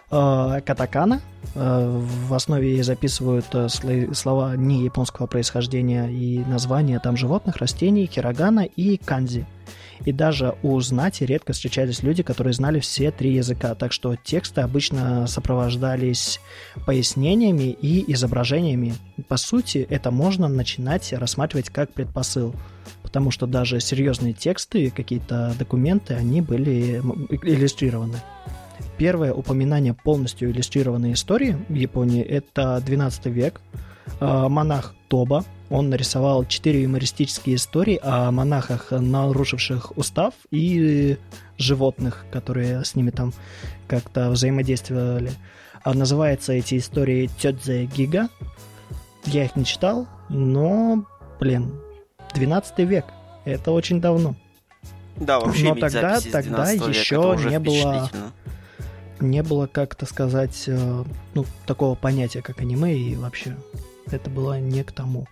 [SPEAKER 1] Катакана. В основе ей записывают слова не японского происхождения и названия там животных, растений, хирогана и канзи. И даже у знати редко встречались люди, которые знали все 3 языка, так что тексты обычно сопровождались пояснениями и изображениями. По сути, это можно начинать рассматривать как предпосыл, потому что даже серьезные тексты, какие-то документы, они были иллюстрированы. Первое упоминание полностью иллюстрированной истории в Японии — это 12 век. Монах Тоба, он нарисовал 4 юмористические истории о монахах, нарушивших устав, и животных, которые с ними там как-то взаимодействовали. Называются эти истории Тёдзе Гига. Я их не читал, но, 12 век. Это очень давно.
[SPEAKER 2] Да, вообще
[SPEAKER 1] но
[SPEAKER 2] иметь
[SPEAKER 1] тогда
[SPEAKER 2] записи с 12 века,
[SPEAKER 1] еще
[SPEAKER 2] это уже
[SPEAKER 1] не было, как-то сказать, такого понятия, как аниме, и вообще это было не к тому.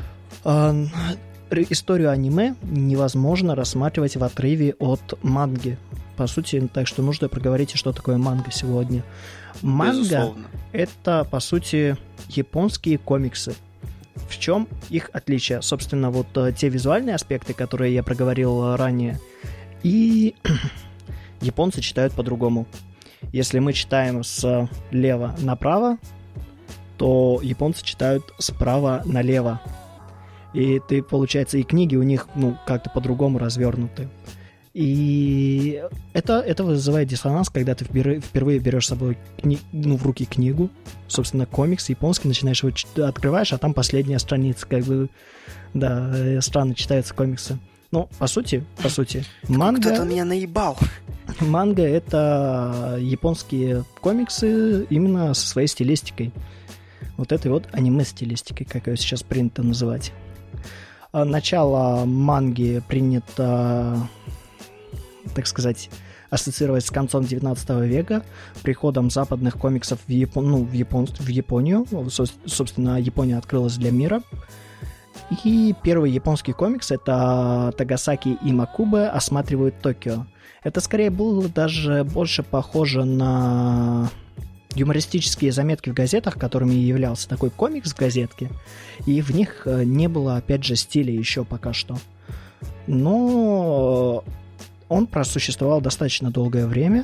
[SPEAKER 1] Историю аниме невозможно рассматривать в отрыве от манги. По сути, так что нужно проговорить, что такое манга сегодня. Манга — это, по сути, японские комиксы. В чем их отличие? Собственно, вот те визуальные аспекты, которые я проговорил ранее, и японцы читают по-другому. Если мы читаем слева направо, то японцы читают справа налево. И ты, получается, и книги у них, как-то по-другому развернуты. И это вызывает диссонанс, когда ты впервые берешь с собой в руки книгу, собственно, комикс японский, начинаешь его открываешь, а там последняя страница, странно читаются комиксы. Но, по сути, манга...
[SPEAKER 2] Кто-то меня наебал.
[SPEAKER 1] Манга — это японские комиксы именно со своей стилистикой. Вот этой вот аниме-стилистикой, как ее сейчас принято называть. Начало манги принято, так сказать, ассоциировать с концом 19 века, приходом западных комиксов в Японию. Собственно, Япония открылась для мира. И первый японский комикс — это Тагасаки и Макубе осматривают Токио. Это скорее было даже больше похоже на юмористические заметки в газетах, которыми являлся такой комикс в газетке, и в них не было, опять же, стиля еще пока что. Но он просуществовал достаточно долгое время,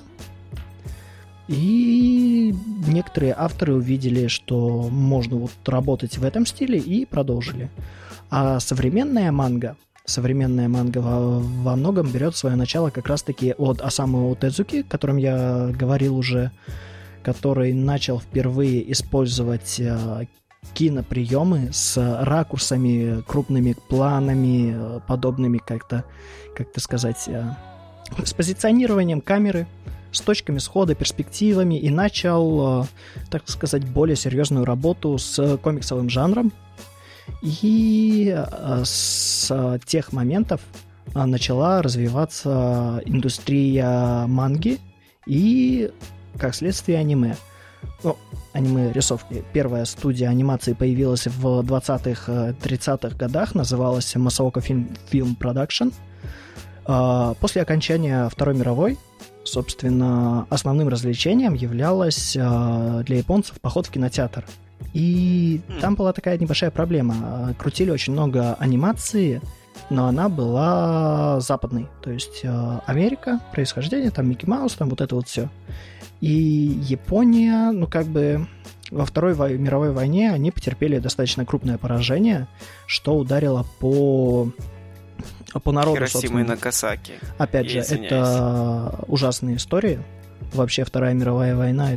[SPEAKER 1] и некоторые авторы увидели, что можно работать в этом стиле, и продолжили. А современная манга во многом берет свое начало как раз-таки от Осамы Тедзуки, о котором я говорил уже, который начал впервые использовать киноприемы с ракурсами, крупными планами, подобными как-то сказать, с позиционированием камеры, с точками схода, перспективами, и начал, так сказать, более серьезную работу с комиксовым жанром. И с тех моментов начала развиваться индустрия манги и, как следствие, аниме. Аниме-рисовки. Первая студия анимации появилась в 20-30-х годах, называлась Masaoka Film Production. После окончания Второй мировой, собственно, основным развлечением являлось для японцев поход в кинотеатр. И там была такая небольшая проблема. Крутили очень много анимации, но она была западной. То есть Америка, происхождение, там Микки Маус, там вот это вот все. И Япония, во Второй мировой войне они потерпели достаточно крупное поражение, что ударило по народу,
[SPEAKER 2] Хиросима
[SPEAKER 1] собственно.
[SPEAKER 2] и Нагасаки.
[SPEAKER 1] Опять же, это ужасные истории. Вообще, Вторая мировая война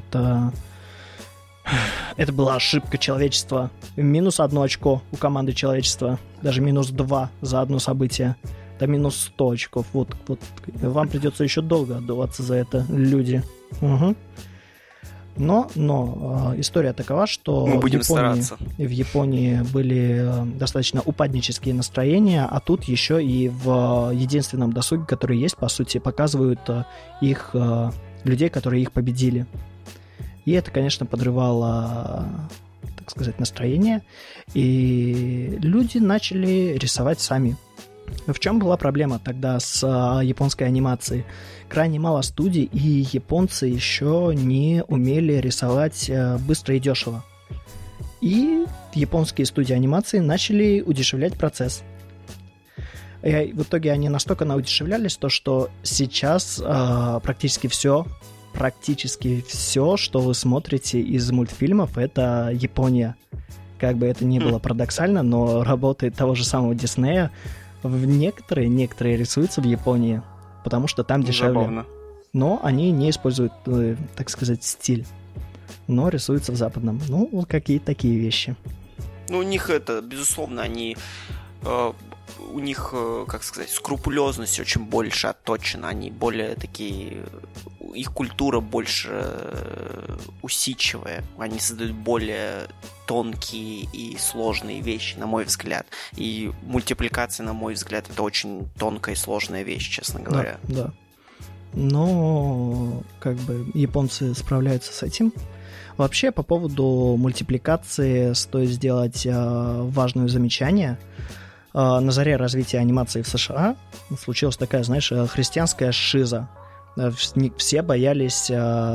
[SPEAKER 1] это была ошибка человечества. -1 очко у команды человечества. Даже -2 за одно событие. Это -100 очков. Вот. Вам придется еще долго отдуваться за это, люди. Угу. Но история такова, что
[SPEAKER 2] мы будем стараться.
[SPEAKER 1] В Японии были достаточно упаднические настроения, а тут еще и в единственном досуге, который есть, по сути, показывают их людей, которые их победили. И это, конечно, подрывало, так сказать, настроение. И люди начали рисовать сами. В чем была проблема тогда с японской анимацией? Крайне мало студий, и японцы еще не умели рисовать быстро и дешево. И японские студии анимации начали удешевлять процесс. И в итоге они настолько наудешевлялись, что сейчас практически все, что вы смотрите из мультфильмов, это Япония. Как бы это ни было парадоксально, но работы того же самого Диснея некоторые рисуются в Японии, потому что там дешевле.
[SPEAKER 2] Забавно.
[SPEAKER 1] Но они не используют, так сказать, стиль, но рисуются в западном. Ну, вот какие-то такие вещи.
[SPEAKER 2] Ну, у них это, безусловно, они... у них, как сказать, скрупулезность очень больше отточена, они более такие... Их культура больше усидчивая, они создают более тонкие и сложные вещи, на мой взгляд. И мультипликация, на мой взгляд, это очень тонкая и сложная вещь, честно говоря.
[SPEAKER 1] Да. Но, как бы, японцы справляются с этим. Вообще, по поводу мультипликации стоит сделать важное замечание. На заре развития анимации в США случилась такая, знаешь, христианская шиза. Все боялись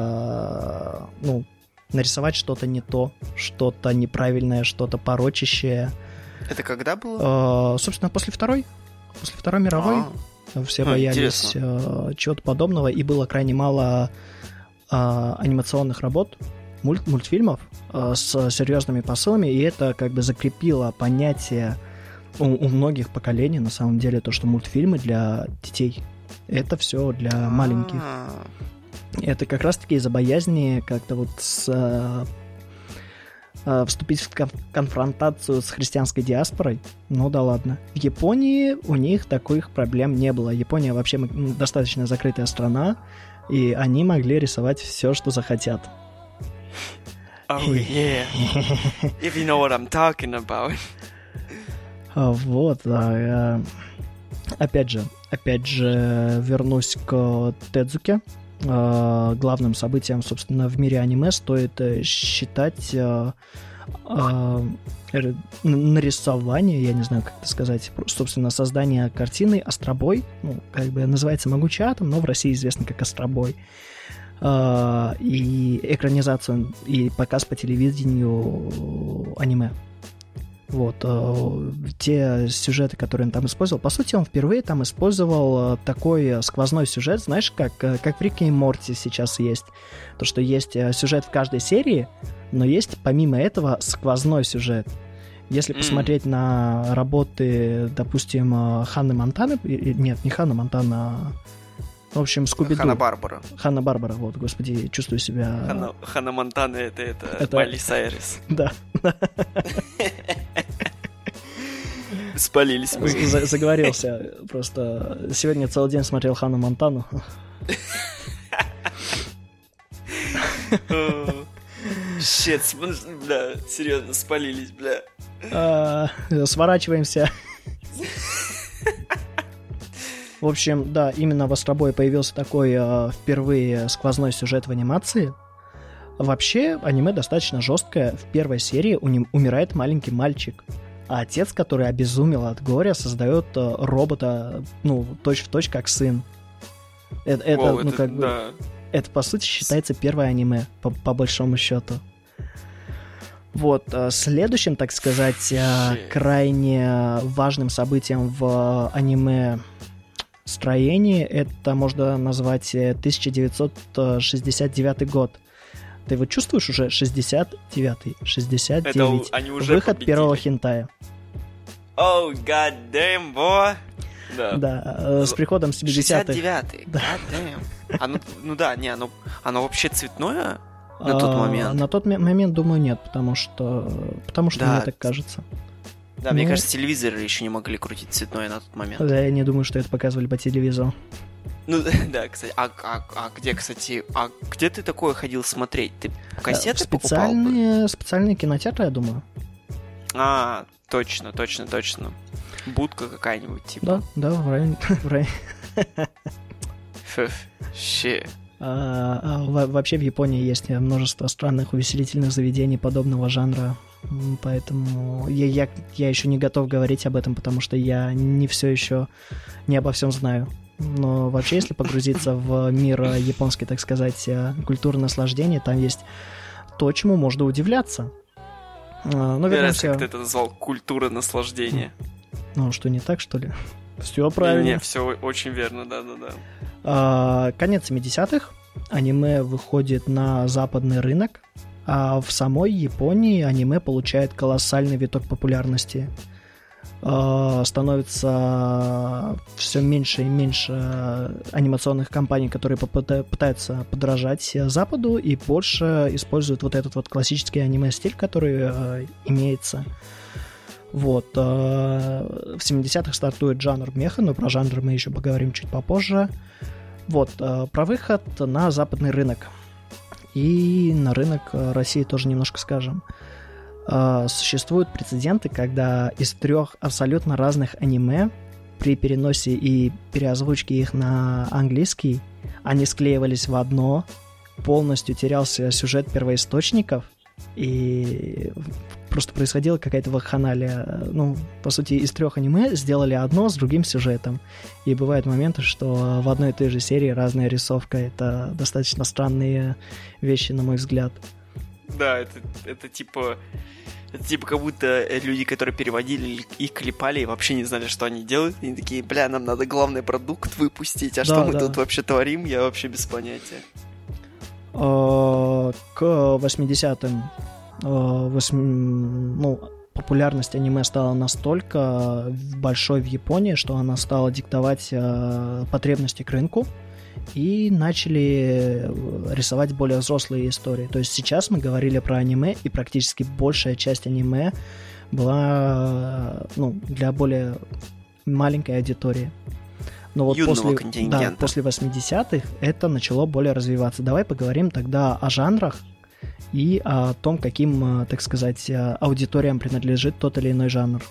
[SPEAKER 1] нарисовать что-то не то, что-то неправильное, что-то порочащее.
[SPEAKER 2] Это когда было?
[SPEAKER 1] Собственно, после Второй мировой все боялись чего-то подобного, и было крайне мало анимационных работ, мультфильмов с серьезными посылами, и это как бы закрепило понятие у многих поколений, на самом деле, то, что мультфильмы для детей — это все для маленьких. Это как раз-таки из-за боязни как-то вот вступить в конфронтацию с христианской диаспорой. Ну да ладно. В Японии у них таких проблем не было. Япония вообще достаточно закрытая страна, и они могли рисовать все, что захотят.
[SPEAKER 2] Oh, yeah. If you know what I'm talking about.
[SPEAKER 1] Вот. Опять же, вернусь к Тедзуке. Главным событием, собственно, в мире аниме стоит считать нарисование, я не знаю, как это сказать, собственно, создание картины «Астробой». Ну, как бы называется «Могучий атом», но в России известно как «Астробой». И экранизацию, и показ по телевидению аниме. Вот. Те сюжеты, которые он там использовал, по сути, он впервые там использовал такой сквозной сюжет, знаешь, как в Рике и Морти сейчас есть. То, что есть сюжет в каждой серии, но есть, помимо этого, сквозной сюжет. Если посмотреть на работы, допустим, Ханны Монтаны... Нет, не Ханна Монтана, в общем, Скуби-Ду.
[SPEAKER 2] Ханна-Барбара.
[SPEAKER 1] Ханна-Барбара, вот, господи, чувствую себя...
[SPEAKER 2] Ханна Монтана — это Майли Сайрис.
[SPEAKER 1] Да.
[SPEAKER 2] Спалились мы.
[SPEAKER 1] Заговорился. Просто сегодня целый день смотрел Ханну Монтану.
[SPEAKER 2] Щет, бля, серьезно, спалились, бля.
[SPEAKER 1] Сворачиваемся. В общем, да, именно в «Астробое» появился такой впервые сквозной сюжет в анимации. Вообще, аниме достаточно жесткое. В первой серии умирает маленький мальчик, а отец, который обезумел от горя, создает робота, ну, точь-в-точь, как сын. Это, по сути, считается первое аниме, по большому счету. Вот, следующим, так сказать, крайне важным событием в аниме строении, это можно назвать 1969 год. Ты вот чувствуешь уже 69-й? 69.
[SPEAKER 2] Это они уже
[SPEAKER 1] выход
[SPEAKER 2] победили.
[SPEAKER 1] Первого хентая.
[SPEAKER 2] Oh, god damn, boy!
[SPEAKER 1] Да, с приходом 70-х.
[SPEAKER 2] 69-й, god damn. Оно вообще цветное на тот момент?
[SPEAKER 1] На тот момент, думаю, нет, потому что мне так кажется.
[SPEAKER 2] Да, мне кажется, телевизоры еще не могли крутить цветное на тот момент.
[SPEAKER 1] Да, я не думаю, что это показывали по телевизору.
[SPEAKER 2] Ну, да, кстати. Где ты такое ходил смотреть? Ты кассеты покупал?
[SPEAKER 1] Специальные кинотеатры, я думаю.
[SPEAKER 2] Точно. Будка какая-нибудь, типа.
[SPEAKER 1] Да, в районе. Вообще в Японии есть множество странных увеселительных заведений подобного жанра. Поэтому я еще не готов говорить об этом, потому что я не все еще не обо всем знаю. Но вообще, если погрузиться в мир японской, так сказать, культуры наслаждения, там есть то, чему можно удивляться. Но вернемся...
[SPEAKER 2] Как ты это назвал? Культура наслаждения.
[SPEAKER 1] Ну, что, не так, что ли? Все правильно.
[SPEAKER 2] Не, все очень верно, да.
[SPEAKER 1] Конец 70-х. Аниме выходит на западный рынок, а в самой Японии аниме получает колоссальный виток популярности. Становится все меньше и меньше анимационных компаний, которые пытаются подражать Западу, и больше используют вот этот вот классический аниме-стиль, который имеется. Вот. В 70-х стартует жанр меха, но про жанр мы еще поговорим чуть попозже. Вот. Про выход на западный рынок. И на рынок России тоже немножко скажем. Существуют прецеденты, когда из 3 абсолютно разных аниме при переносе и переозвучке их на английский они склеивались в одно, полностью терялся сюжет первоисточников, и просто происходила какая-то вакханалия. Ну, по сути, из 3 аниме сделали одно с другим сюжетом. И бывают моменты, что в одной и той же серии разная рисовка. Это достаточно странные вещи, на мой взгляд.
[SPEAKER 2] Да, это типа как будто люди, которые переводили и клепали, и вообще не знали, что они делают. Они такие, бля, нам надо главный продукт выпустить, а что мы тут вообще творим, я вообще без понятия.
[SPEAKER 1] К 80-м популярность аниме стала настолько большой в Японии, что она стала диктовать потребности к рынку, и начали рисовать более взрослые истории. То есть сейчас мы говорили про аниме, и практически большая часть аниме была для более маленькой аудитории. Но вот после 80-х это начало более развиваться. Давай поговорим тогда о жанрах и о том, каким, так сказать, аудиториям принадлежит тот или иной жанр.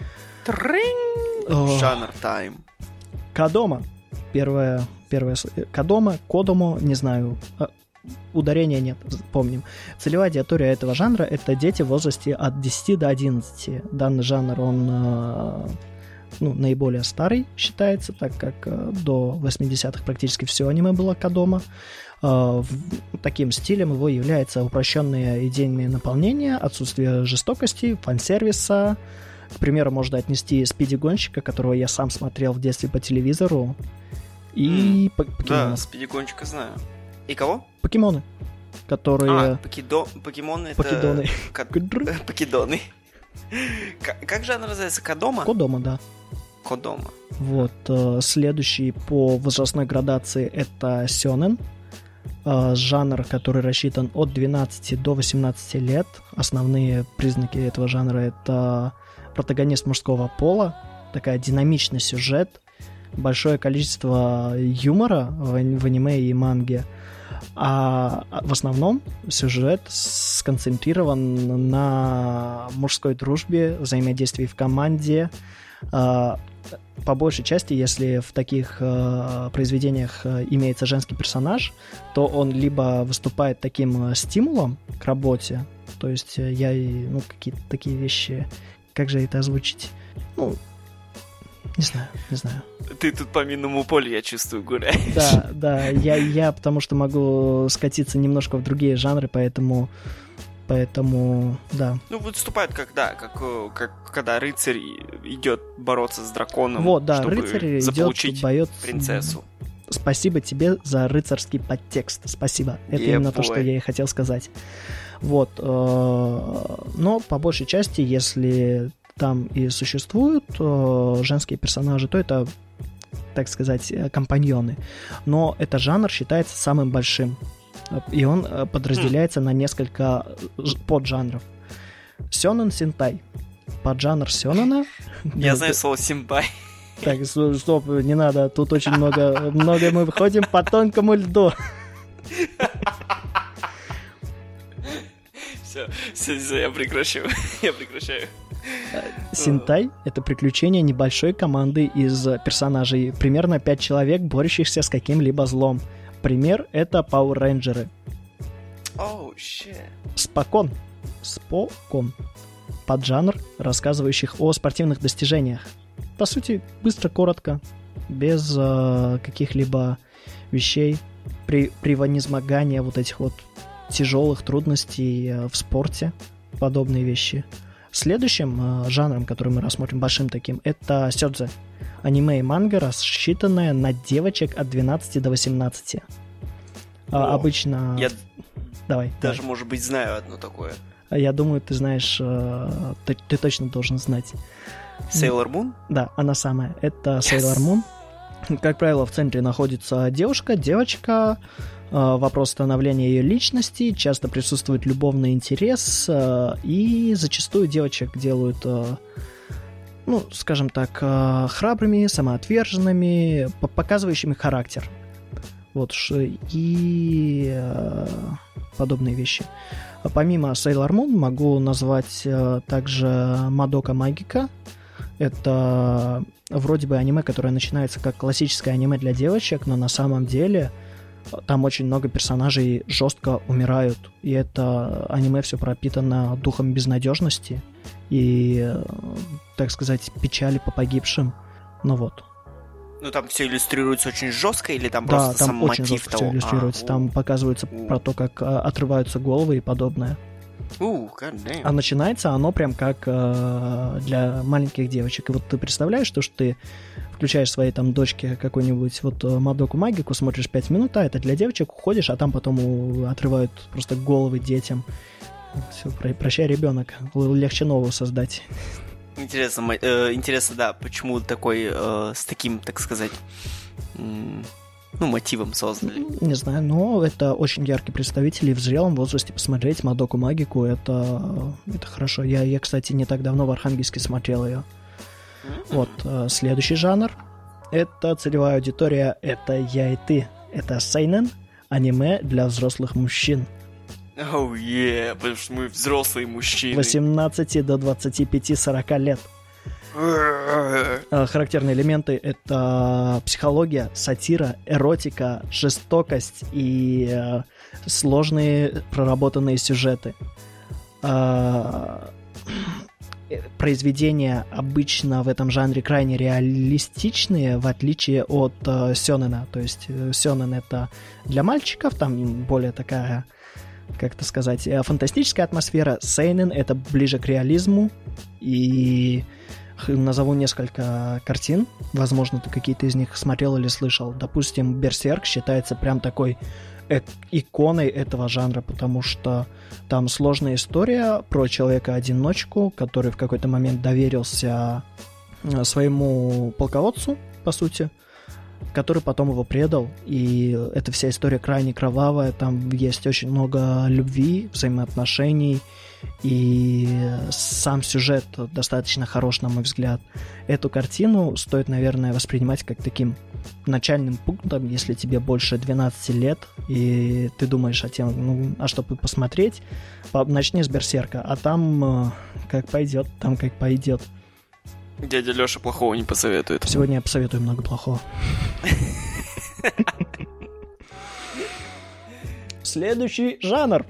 [SPEAKER 2] Жанр тайм.
[SPEAKER 1] Кодома. Первое Кодома, Кодомо, не знаю, ударения нет, помним. Целевая аудитория этого жанра — это дети в возрасте от 10 до 11. Данный жанр, он наиболее старый считается, так как до 80-х практически все аниме было Кодома. Таким стилем его является упрощенное идейное наполнение, отсутствие жестокости, фан-сервиса. К примеру, можно отнести Спиди-гонщика, которого я сам смотрел в детстве по телевизору. И покемоны.
[SPEAKER 2] Да, Спиди-гонщика знаю. И кого?
[SPEAKER 1] Покемоны, которые...
[SPEAKER 2] покемоны это...
[SPEAKER 1] Покедоны.
[SPEAKER 2] Покедоны. Как жанр называется? Кодома?
[SPEAKER 1] Кодома, да.
[SPEAKER 2] Кодома.
[SPEAKER 1] Вот. Следующий по возрастной градации это сёнэн. Жанр, который рассчитан от 12 до 18 лет. Основные признаки этого жанра — это протагонист мужского пола, такая динамичный сюжет, большое количество юмора в аниме и манге, а в основном сюжет сконцентрирован на мужской дружбе, взаимодействии в команде. По большей части, если в таких произведениях имеется женский персонаж, то он либо выступает таким стимулом к работе, то есть какие-то такие вещи, как же это озвучить? Не знаю.
[SPEAKER 2] Ты тут по минному полю, я чувствую, гуляешь.
[SPEAKER 1] Да, я потому что могу скатиться немножко в другие жанры, поэтому да.
[SPEAKER 2] Выступает как когда рыцарь идет бороться с драконом,
[SPEAKER 1] вот, да,
[SPEAKER 2] чтобы
[SPEAKER 1] рыцарь
[SPEAKER 2] заполучить принцессу.
[SPEAKER 1] Спасибо тебе за рыцарский подтекст. Спасибо. Это именно то, что я и хотел сказать. Вот. Но по большей части, если там и существуют женские персонажи, то это, так сказать, компаньоны. Но этот жанр считается самым большим. И он подразделяется на несколько поджанров. Сёнэн синтай. Поджанр сёнэна.
[SPEAKER 2] Я знаю слово симпай.
[SPEAKER 1] Так, стоп, не надо. Тут очень много мы выходим по тонкому льду.
[SPEAKER 2] Все, я прекращаю.
[SPEAKER 1] Синтай — это приключение небольшой команды из персонажей, примерно 5 человек, борющихся с каким-либо злом. Пример — это Power Rangers.
[SPEAKER 2] Oh, shit.
[SPEAKER 1] Спокон Спокон. Поджанр, рассказывающих о спортивных достижениях. По сути, быстро, коротко, без каких-либо вещей, превозмогания вот этих вот тяжелых трудностей в спорте, подобные вещи. Следующим жанром, который мы рассмотрим, большим таким, это сёдзе. Аниме и манга, рассчитанное на девочек от 12 до 18. Обычно...
[SPEAKER 2] Я
[SPEAKER 1] давай.
[SPEAKER 2] Может быть, знаю одно такое.
[SPEAKER 1] Я думаю, ты знаешь, ты точно должен знать.
[SPEAKER 2] Sailor Moon?
[SPEAKER 1] Да, она самая. Это Sailor Moon. Как правило, в центре находится девочка, вопрос становления ее личности, часто присутствует любовный интерес, и зачастую девочек делают, скажем так, храбрыми, самоотверженными, показывающими характер. Вот, и подобные вещи. Помимо Sailor Moon могу назвать также Мадока Магика. Это вроде бы аниме, которое начинается как классическое аниме для девочек, но на самом деле там очень много персонажей жестко умирают. И это аниме все пропитано духом безнадежности и, так сказать, печали по погибшим. Ну вот.
[SPEAKER 2] Ну, там все иллюстрируется очень жестко, или там просто
[SPEAKER 1] там
[SPEAKER 2] сам
[SPEAKER 1] очень
[SPEAKER 2] мотив
[SPEAKER 1] жестко все иллюстрируется. Там показывается про то, как отрываются головы и подобное. А начинается оно прям как для маленьких девочек. И вот ты представляешь, что ты включаешь своей там дочке какую-нибудь вот Мадоку Магику, смотришь 5 минут, это для девочек, уходишь, а там потом отрывают просто головы детям. Все, прощай, ребенок. Легче нового создать.
[SPEAKER 2] Интересно, да, почему такой, с таким, так сказать, мотивом создали.
[SPEAKER 1] Не знаю, но это очень яркий представитель, и в зрелом возрасте посмотреть Мадоку Магику, это хорошо. Я, кстати, не так давно в Архангельске смотрел ее. Вот, следующий жанр. Это целевая аудитория, это я и ты. Это сейнэн, аниме для взрослых мужчин.
[SPEAKER 2] Потому что мы взрослые мужчины.
[SPEAKER 1] 18 до 25-40 лет. Характерные элементы — это психология, сатира, эротика, жестокость и сложные проработанные сюжеты. Произведения обычно в этом жанре крайне реалистичные, в отличие от сёнэна. То есть сёнэн — это для мальчиков, там более такая, как это сказать, фантастическая атмосфера. Сейнэн — это ближе к реализму. И назову несколько картин. Возможно, ты какие-то из них смотрел или слышал. Допустим, «Берсерк» считается прям такой иконой этого жанра, потому что там сложная история про человека-одиночку, который в какой-то момент доверился своему полководцу, по сути, который потом его предал, и эта вся история крайне кровавая, там есть очень много любви, взаимоотношений, и сам сюжет достаточно хорош, на мой взгляд. Эту картину стоит, наверное, воспринимать как таким начальным пунктом, если тебе больше 12 лет, и ты думаешь о тем, чтобы посмотреть, начни с «Берсерка», а там как пойдет,
[SPEAKER 2] Дядя Лёша плохого не посоветует.
[SPEAKER 1] Сегодня я посоветую много плохого. Следующий жанр.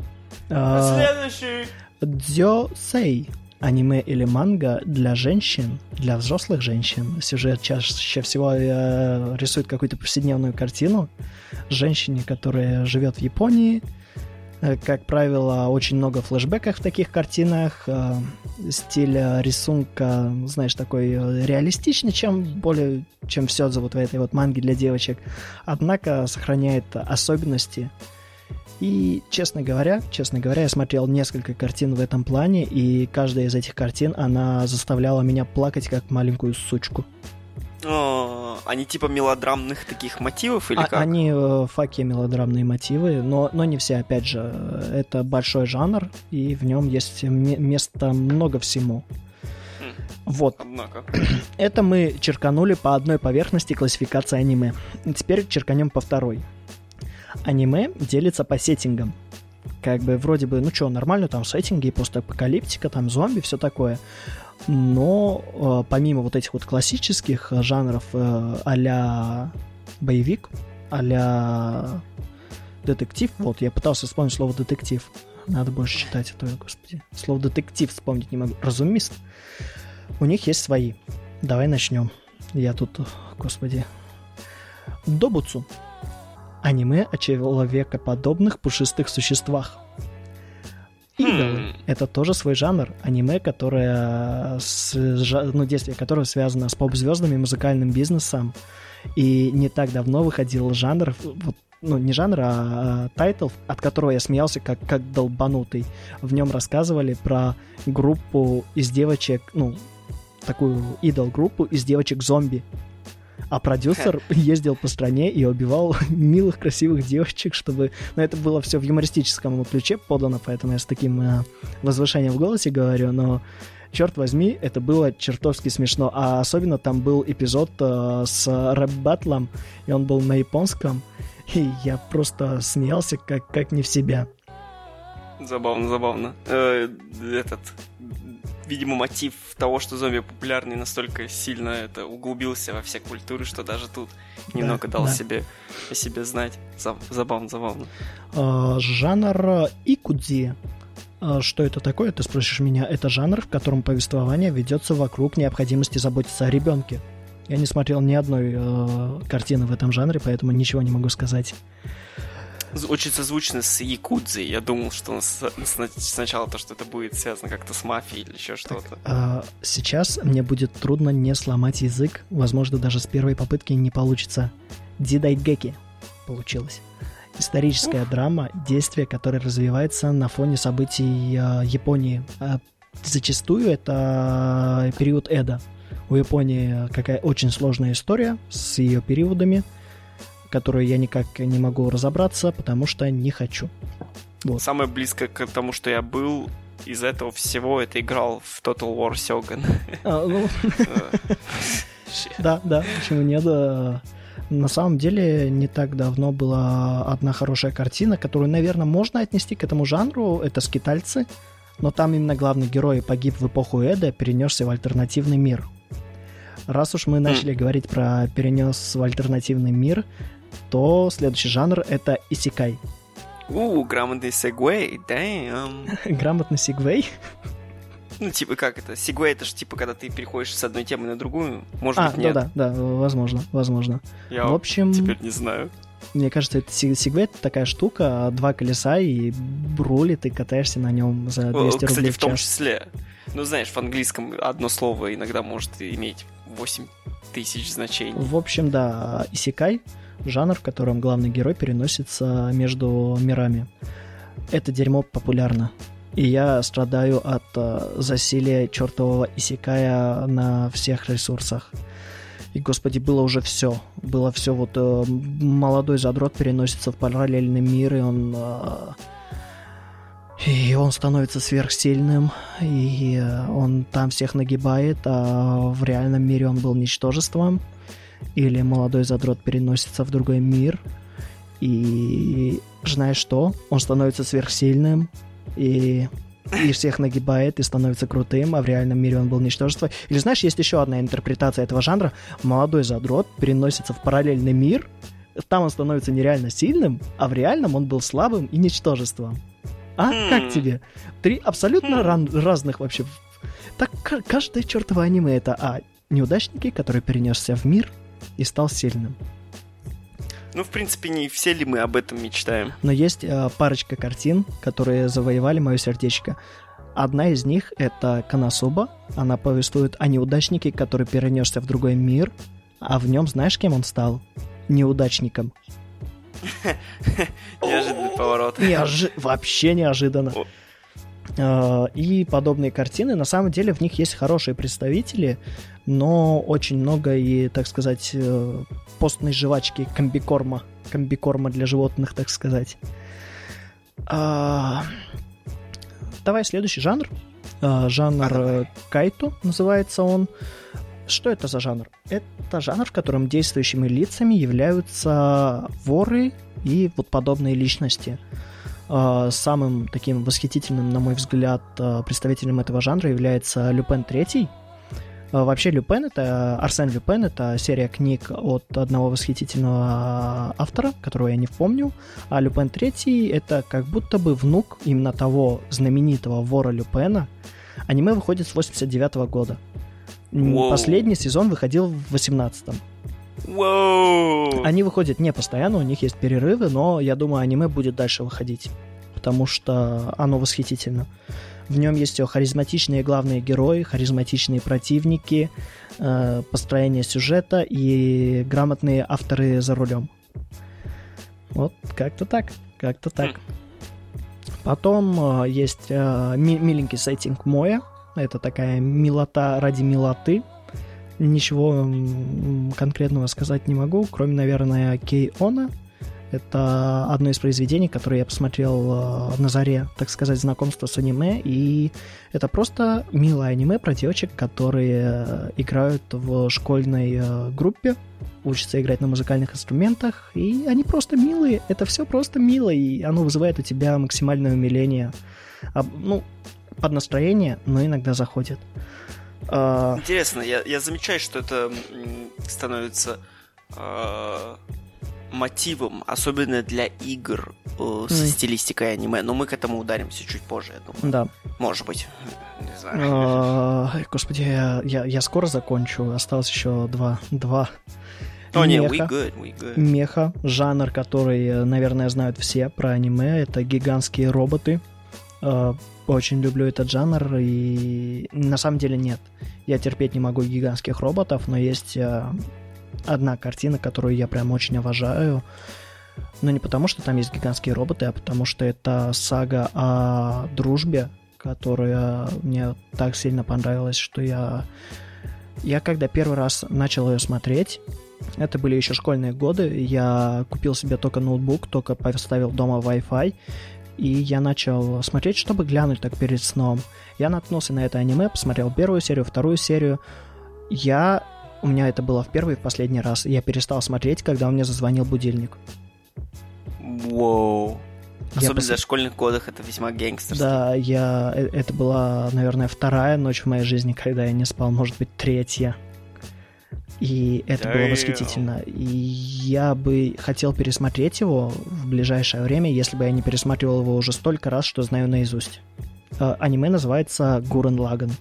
[SPEAKER 1] Дзёсэй. Аниме или манга для женщин, для взрослых женщин. Сюжет чаще всего рисует какую-то повседневную картину. Женщине, которая живет в Японии. Как правило, очень много флешбеков в таких картинах. Стиль рисунка, знаешь, такой реалистичный, чем все вот в этой вот манге для девочек. Однако сохраняет особенности. И, честно говоря, я смотрел несколько картин в этом плане, и каждая из этих картин, она заставляла меня плакать, как маленькую сучку.
[SPEAKER 2] Они типа мелодрамных таких мотивов или как?
[SPEAKER 1] Они факи мелодрамные мотивы, но не все, опять же. Это большой жанр, и в нем есть место много всему. Вот.
[SPEAKER 2] Однако.
[SPEAKER 1] Это мы черканули по одной поверхности классификации аниме. Теперь черканем по второй. Аниме делится по сеттингам. Как бы вроде бы, нормально, там сеттинги, постапокалиптика, там зомби, все такое. Но помимо вот этих вот классических жанров а-ля боевик, а-ля детектив, вот я пытался вспомнить слово детектив, Надо больше читать, а то, господи, слово детектив вспомнить не могу. Разумист. У них есть свои. Давай начнем. Я тут, господи. Добуцу. Аниме о человекоподобных пушистых существах. Идолы. Это тоже свой жанр. Аниме, которое действие которого связано с поп-звездами и музыкальным бизнесом. И не так давно выходил жанр, не жанр, а тайтл, от которого я смеялся как долбанутый. В нем рассказывали про группу из девочек, такую идол-группу из девочек-зомби. А продюсер ездил по стране и убивал милых, красивых девочек, чтобы... это было все в юмористическом ключе подано, поэтому я с таким возвышением в голосе говорю, но, черт возьми, это было чертовски смешно. А особенно там был эпизод с рэп-баттлом, и он был на японском, и я просто смеялся как не в себя.
[SPEAKER 2] Забавно. Видимо, мотив того, что зомби популярный, настолько сильно это углубился во все культуры, что даже тут немного дал о себе знать. Забавно.
[SPEAKER 1] Жанр икудзи. Что это такое, ты спросишь меня? Это жанр, в котором повествование ведется вокруг необходимости заботиться о ребенке. Я не смотрел ни одной картины в этом жанре, поэтому ничего не могу сказать.
[SPEAKER 2] Очень созвучно с якудзой. Я думал, что сначала то, что это будет связано как-то с мафией или еще что-то.
[SPEAKER 1] Сейчас мне будет трудно не сломать язык. Возможно, даже с первой попытки не получится. Дзидайгэки получилось. Историческая драма, действие, которое развивается на фоне событий Японии. Зачастую это период Эдо. У Японии какая очень сложная история с ее периодами, которую я никак не могу разобраться, потому что не хочу. Вот.
[SPEAKER 2] Самое близкое к тому, что я был из этого всего, это играл в Total War Shogun.
[SPEAKER 1] Да, почему нет? На самом деле, не так давно была одна хорошая картина, которую, наверное, можно отнести к этому жанру. Это «Скитальцы», но там именно главный герой погиб в эпоху Эдо, перенесся в альтернативный мир. Раз уж мы начали говорить про перенес в альтернативный мир, то следующий жанр — это исекай.
[SPEAKER 2] Грамотный сегвей, damn.
[SPEAKER 1] Грамотный сегвей?
[SPEAKER 2] Как это? Сегвей — это же когда ты переходишь с одной темы на другую. Может быть, нет?
[SPEAKER 1] Да, возможно.
[SPEAKER 2] Я
[SPEAKER 1] в общем,
[SPEAKER 2] теперь не знаю.
[SPEAKER 1] Мне кажется, это сегвей — это такая штука, 2 колеса и рули, ты катаешься на нем за 200 рублей в час.
[SPEAKER 2] Кстати, в том числе. Знаешь, в английском одно слово иногда может иметь 8 тысяч значений.
[SPEAKER 1] В общем, да, исекай — жанр, в котором главный герой переносится между мирами. Это дерьмо популярно. И я страдаю от засилия чертового исекая на всех ресурсах. И, господи, было уже все. Было все. Молодой задрот переносится в параллельный мир, и он становится сверхсильным, и он там всех нагибает, а в реальном мире он был ничтожеством. Или молодой задрот переносится в другой мир, и знаешь что? Он становится сверхсильным, и всех нагибает, и становится крутым, а в реальном мире он был ничтожество. Или знаешь, есть еще одна интерпретация этого жанра. Молодой задрот переносится в параллельный мир, там он становится нереально сильным, а в реальном он был слабым и ничтожеством. Как тебе? 3 абсолютно разных вообще. Так каждое чертово аниме — это неудачники, который перенесся в мир и стал сильным.
[SPEAKER 2] В принципе, не все ли мы об этом мечтаем?
[SPEAKER 1] Но есть парочка картин, которые завоевали мое сердечко. Одна из них — это Коносуба. Она повествует о неудачнике, который перенесся в другой мир, а в нем знаешь, кем он стал? Неудачником.
[SPEAKER 2] Неожиданный поворот.
[SPEAKER 1] Вообще неожиданно. И подобные картины, на самом деле, в них есть хорошие представители, но очень много и, так сказать, постной жвачки, комбикорма для животных, так сказать. Давай следующий жанр. Жанр кайту называется он. Что это за жанр? Это жанр, в котором действующими лицами являются воры и подобные личности. Самым таким восхитительным, на мой взгляд, представителем этого жанра является Люпен III. Вообще Люпен это Арсен Люпен, это серия книг от одного восхитительного автора, которого я не помню, а Люпен III это как будто бы внук именно того знаменитого вора Люпена. Аниме выходит с 89 года. Последний сезон выходил в 18-м. Они выходят не постоянно, у них есть перерывы, но я думаю, аниме будет дальше выходить, потому что оно восхитительно. В нем есть харизматичные главные герои, харизматичные противники, построение сюжета и грамотные авторы за рулем. Вот как-то так. Потом есть миленький сеттинг Моя. Это такая милота ради милоты. Ничего конкретного сказать не могу, кроме, наверное, Кей-Она. Это одно из произведений, которое я посмотрел на заре, так сказать, знакомства с аниме, и это просто милое аниме про девочек, которые играют в школьной группе, учатся играть на музыкальных инструментах, и они просто милые, это все просто мило, и оно вызывает у тебя максимальное умиление, под настроение, но иногда заходит.
[SPEAKER 2] Интересно, я замечаю, что это становится мотивом, особенно для игр со стилистикой аниме, но мы к этому ударимся чуть позже, я думаю.
[SPEAKER 1] Да.
[SPEAKER 2] Может быть. Не знаю.
[SPEAKER 1] Господи, я скоро закончу, осталось еще два.
[SPEAKER 2] We good.
[SPEAKER 1] Меха, жанр, который, наверное, знают все про аниме, это гигантские роботы. Очень люблю этот жанр, и на самом деле нет. Я терпеть не могу гигантских роботов, но есть одна картина, которую я прям очень обожаю. Но не потому, что там есть гигантские роботы, а потому что это сага о дружбе, которая мне так сильно понравилась, что я когда первый раз начал ее смотреть, это были еще школьные годы, я купил себе только ноутбук, только поставил дома Wi-Fi, и я начал смотреть, чтобы глянуть так перед сном. Я наткнулся на это аниме, посмотрел первую серию, вторую серию. У меня это было в первый и в последний раз. Я перестал смотреть, когда у меня зазвонил будильник.
[SPEAKER 2] Воу. Особенно за школьных годах это весьма гангстерски.
[SPEAKER 1] Да, это была, наверное, вторая ночь в моей жизни, когда я не спал, может быть, третья. И это было восхитительно. И я бы хотел пересмотреть его в ближайшее время, если бы я не пересматривал его уже столько раз, что знаю наизусть. Аниме называется Гуррен Лаганн.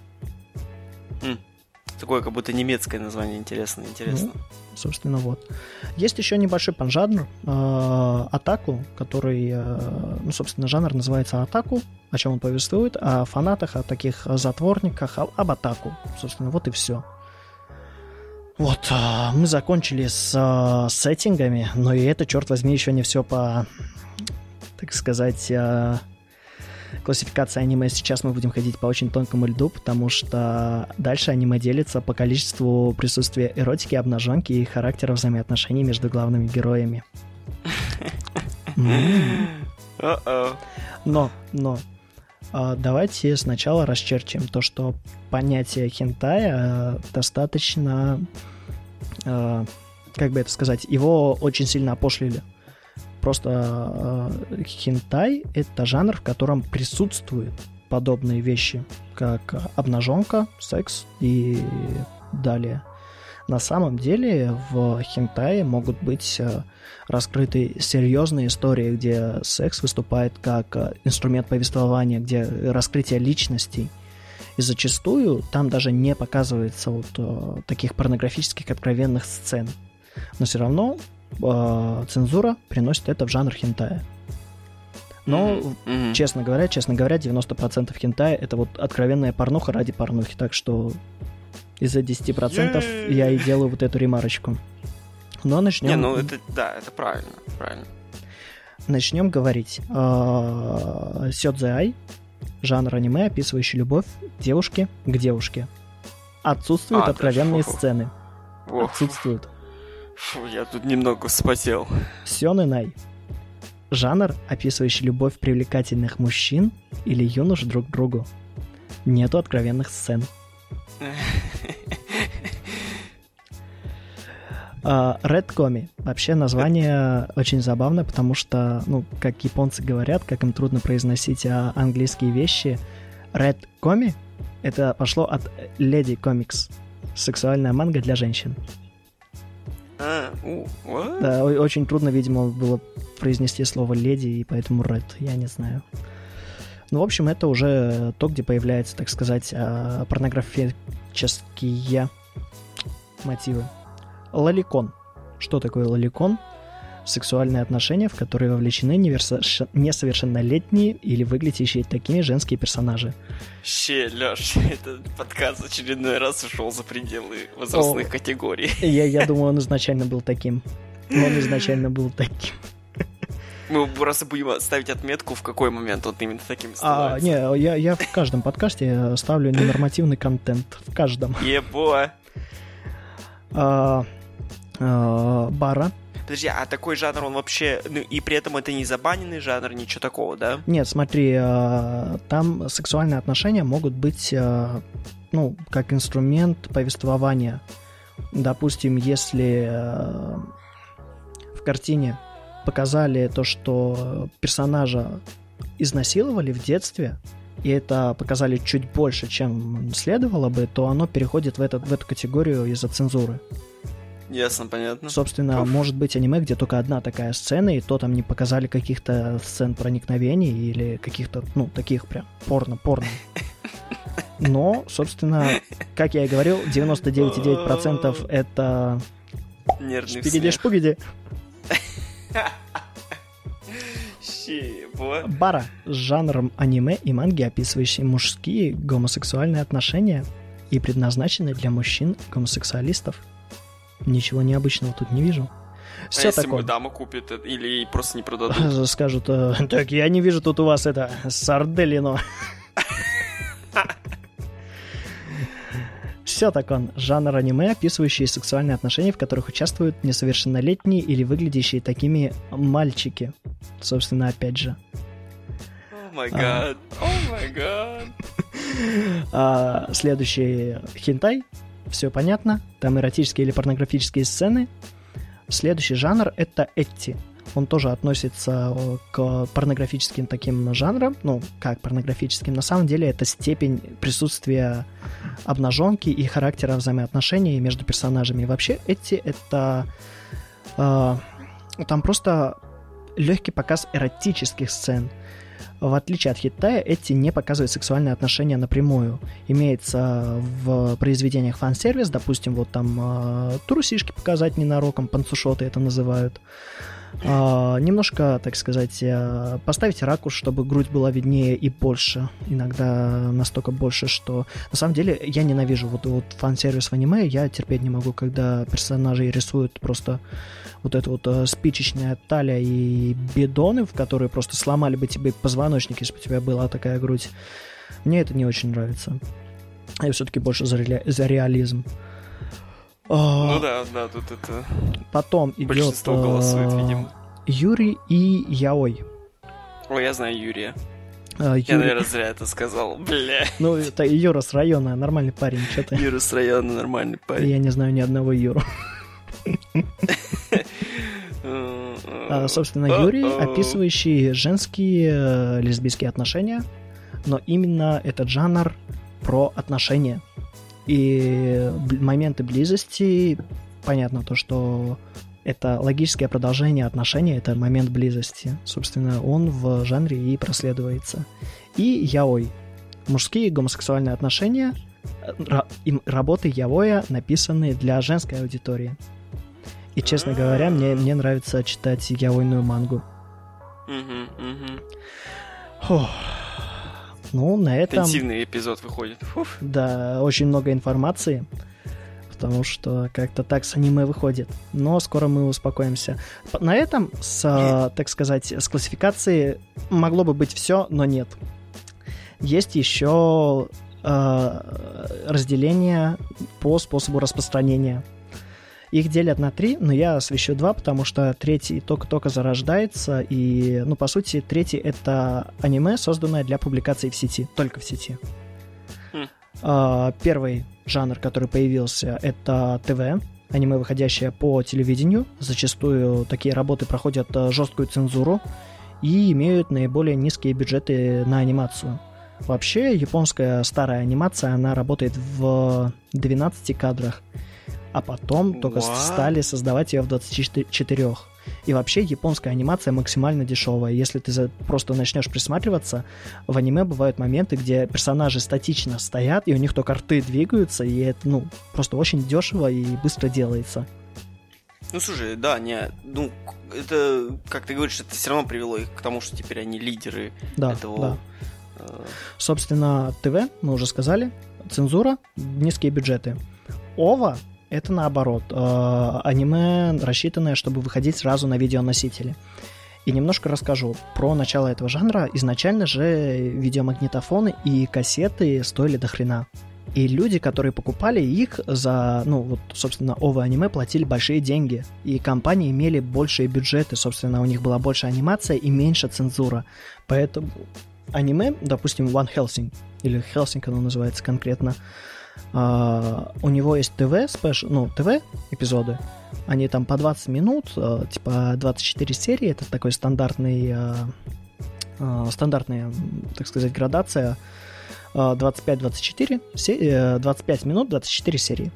[SPEAKER 2] Такое как будто немецкое название, интересно.
[SPEAKER 1] Собственно, вот. Есть еще небольшой поджанр атаку, который, собственно, жанр называется атаку, о чем он повествует, о фанатах, о таких затворниках, об атаку. Собственно, вот и все. Вот, мы закончили с сеттингами, но и это, черт возьми, еще не все по, так сказать, классификации аниме. Сейчас мы будем ходить по очень тонкому льду, потому что дальше аниме делится по количеству присутствия эротики, обнаженки и характера взаимоотношений между главными героями. Но давайте сначала расчерчим то, что понятие хентая достаточно, как бы это сказать, его очень сильно опошлили. Просто хентай — это жанр, в котором присутствуют подобные вещи, как обнаженка, секс и далее. На самом деле в хентае могут быть раскрыты серьезные истории, где секс выступает как инструмент повествования, где раскрытие личностей. И зачастую там даже не показывается вот таких порнографических откровенных сцен. Но все равно цензура приносит это в жанр хентая. Но, честно говоря, 90% хентая — это вот откровенная порнуха ради порнухи. Так что из-за 10% я и делаю вот эту ремарочку. Но начнем...
[SPEAKER 2] это правильно.
[SPEAKER 1] Начнем говорить. Сёдзай — жанр аниме, описывающий любовь девушки к девушке. Отсутствуют откровенные сцены. Отсутствуют.
[SPEAKER 2] Я тут немного вспотел.
[SPEAKER 1] Сёнэнай — жанр, описывающий любовь привлекательных мужчин или юнош друг к другу. Нету откровенных сцен. Редкоми. Вообще название очень забавно, потому что, как японцы говорят, как им трудно произносить английские вещи, Редкоми — это пошло от Lady Comics. Сексуальная манга для женщин. Да, очень трудно, видимо, было произнести слово «леди», и поэтому «ред», я не знаю. Ну, в общем, это уже то, где появляются, так сказать, порнографические мотивы. Лоликон. Что такое лоликон? Сексуальные отношения, в которые вовлечены несовершеннолетние или выглядящие такими женские персонажи.
[SPEAKER 2] Лёш, этот подкаст в очередной раз ушел за пределы возрастных категорий.
[SPEAKER 1] Я думаю, он изначально был таким.
[SPEAKER 2] Мы просто будем ставить отметку, в какой момент он именно таким становится.
[SPEAKER 1] Я в каждом подкасте ставлю ненормативный контент. В каждом.
[SPEAKER 2] Ебо.
[SPEAKER 1] Бара.
[SPEAKER 2] Подожди, а такой жанр, он вообще... Ну, и при этом это не забаненный жанр, ничего такого, да?
[SPEAKER 1] Нет, смотри, там сексуальные отношения могут быть, как инструмент повествования. Допустим, если в картине показали то, что персонажа изнасиловали в детстве, и это показали чуть больше, чем следовало бы, то оно переходит в эту категорию из-за цензуры.
[SPEAKER 2] Ясно, понятно.
[SPEAKER 1] Собственно, может быть аниме, где только одна такая сцена, и то там не показали каких-то сцен проникновений или каких-то, таких прям порно. Но, собственно, как я и говорил, 99,9% это...
[SPEAKER 2] Нервный
[SPEAKER 1] шпигиди-шпугиди. Бара — с жанром аниме и манги, описывающие мужские гомосексуальные отношения и предназначенные для мужчин-гомосексуалистов. Ничего необычного тут не вижу. Все
[SPEAKER 2] если
[SPEAKER 1] такое.
[SPEAKER 2] дама купит или просто не продадут?
[SPEAKER 1] Скажут, так я не вижу тут у вас это сарделино. Все так он. Жанр аниме, описывающий сексуальные отношения, в которых участвуют несовершеннолетние или выглядящие такими мальчики. Собственно, опять же.
[SPEAKER 2] О май гад.
[SPEAKER 1] Следующий хентай. Все понятно. Там эротические или порнографические сцены. Следующий жанр — это этти. Он тоже относится к порнографическим таким жанрам. Ну, как порнографическим? На самом деле это степень присутствия обнаженки и характера взаимоотношений между персонажами. И вообще этти — это... там просто легкий показ эротических сцен. В отличие от хентая, эти не показывают сексуальные отношения напрямую. Имеется в произведениях фан-сервис, допустим, вот там трусишки показать ненароком, панцушоты это называют. Немножко, так сказать, поставить ракурс, чтобы грудь была виднее и больше. Иногда настолько больше, что... На самом деле, я ненавижу вот фан-сервис в аниме. Я терпеть не могу, когда персонажи рисуют просто вот эта вот спичечная талия и бидоны, в которые просто сломали бы тебе позвоночник, если бы у тебя была такая грудь. Мне это не очень нравится. Я все-таки больше за реализм.
[SPEAKER 2] Ну да, тут это...
[SPEAKER 1] Потом идет
[SPEAKER 2] большинство голосует, видимо.
[SPEAKER 1] Юри и Яой.
[SPEAKER 2] Ой, я знаю Юрия. Я, наверное, зря это сказал. Бля.
[SPEAKER 1] Ну, это Юра с района, нормальный парень, что ты.
[SPEAKER 2] Юра с района, нормальный парень.
[SPEAKER 1] Я не знаю ни одного Юру. Собственно, Юрий, описывающий женские лесбийские отношения, но именно этот жанр про отношения. И моменты близости, понятно то, что это логическое продолжение отношений, это момент близости. Собственно, он в жанре и проследуется. И яой. Мужские гомосексуальные отношения, работы яоя написаны для женской аудитории. И, честно говоря, мне нравится читать яойную мангу. Ну, на этом...
[SPEAKER 2] Интенсивный эпизод выходит. Фуф.
[SPEAKER 1] Да, очень много информации, потому что как-то так с аниме выходит. Но скоро мы успокоимся. На этом, так сказать, с классификацией могло бы быть все, но нет. Есть еще разделение по способу распространения. Их делят на 3, но я освещу 2, потому что третий только-только зарождается, и, по сути, третий — это аниме, созданное для публикации в сети, только в сети. Первый жанр, который появился, это ТВ, аниме, выходящее по телевидению. Зачастую такие работы проходят жесткую цензуру и имеют наиболее низкие бюджеты на анимацию. Вообще, японская старая анимация, она работает в 12 кадрах, а потом только стали создавать ее в 24. И вообще, японская анимация максимально дешевая. Если ты просто начнешь присматриваться, в аниме бывают моменты, где персонажи статично стоят, и у них только рты двигаются, и это, ну, просто очень дешево и быстро делается.
[SPEAKER 2] Ну, слушай, да, это, как ты говоришь, это все равно привело их к тому, что теперь они лидеры этого...
[SPEAKER 1] Да. Собственно, ТВ, мы уже сказали, цензура, низкие бюджеты. ОВА — это наоборот, аниме, рассчитанное, чтобы выходить сразу на видеоносители. И немножко расскажу про начало этого жанра. Изначально же видеомагнитофоны и кассеты стоили до хрена. И люди, которые покупали их за, ну, вот, собственно, ОВА-аниме, платили большие деньги. И компании имели большие бюджеты, собственно, у них была больше анимация и меньше цензура. Поэтому аниме, допустим, One Helsing, или Helsing оно называется конкретно, у него есть ТВ-эпизоды, они там по 20 минут, типа 24 серии, это такой стандартная, так сказать, градация, 25-24, 25 минут, 24 серии.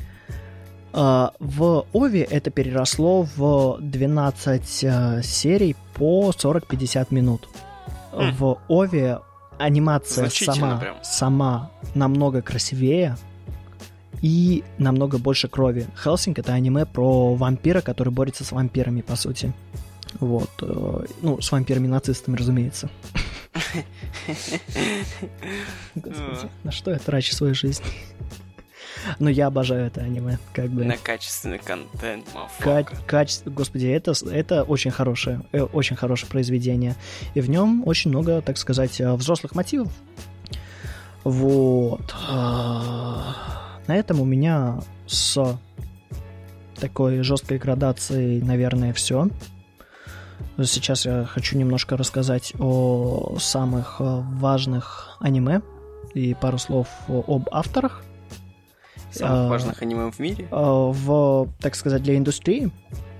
[SPEAKER 1] В ОВе это переросло в 12 серий по 40-50 минут. В ОВе анимация сама намного красивее и намного больше крови. Хелсинг — это аниме про вампира, который борется с вампирами, по сути. Вот. Ну, с вампирами-нацистами, разумеется. Господи, на что я трачу свою жизнь? Но я обожаю это аниме, как бы.
[SPEAKER 2] На качественный контент,
[SPEAKER 1] Господи, это очень хорошее произведение. И в нем очень много, так сказать, взрослых мотивов. Вот. На этом у меня с такой жесткой градацией, наверное, все. Сейчас я хочу немножко рассказать о самых важных аниме и пару слов об авторах.
[SPEAKER 2] Самых важных аниме в мире?
[SPEAKER 1] Так сказать, для индустрии.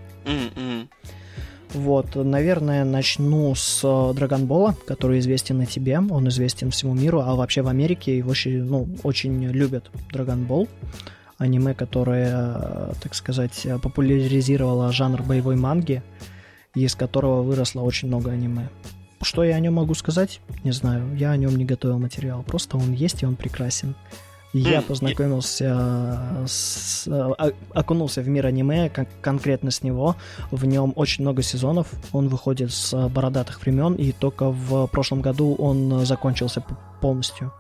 [SPEAKER 1] Вот, наверное, начну с Драгонбола, который известен и тебе, он известен всему миру, а вообще в Америке его очень любят Драгонбол. Аниме, которое, так сказать, популяризировало жанр боевой манги, из которого выросло очень много аниме. Что я о нем могу сказать? Не знаю, я о нем не готовил материал, просто он есть и он прекрасен. Я познакомился окунулся в мир аниме, конкретно с него. В нем очень много сезонов. Он выходит с бородатых времен, и только в прошлом году он закончился полностью.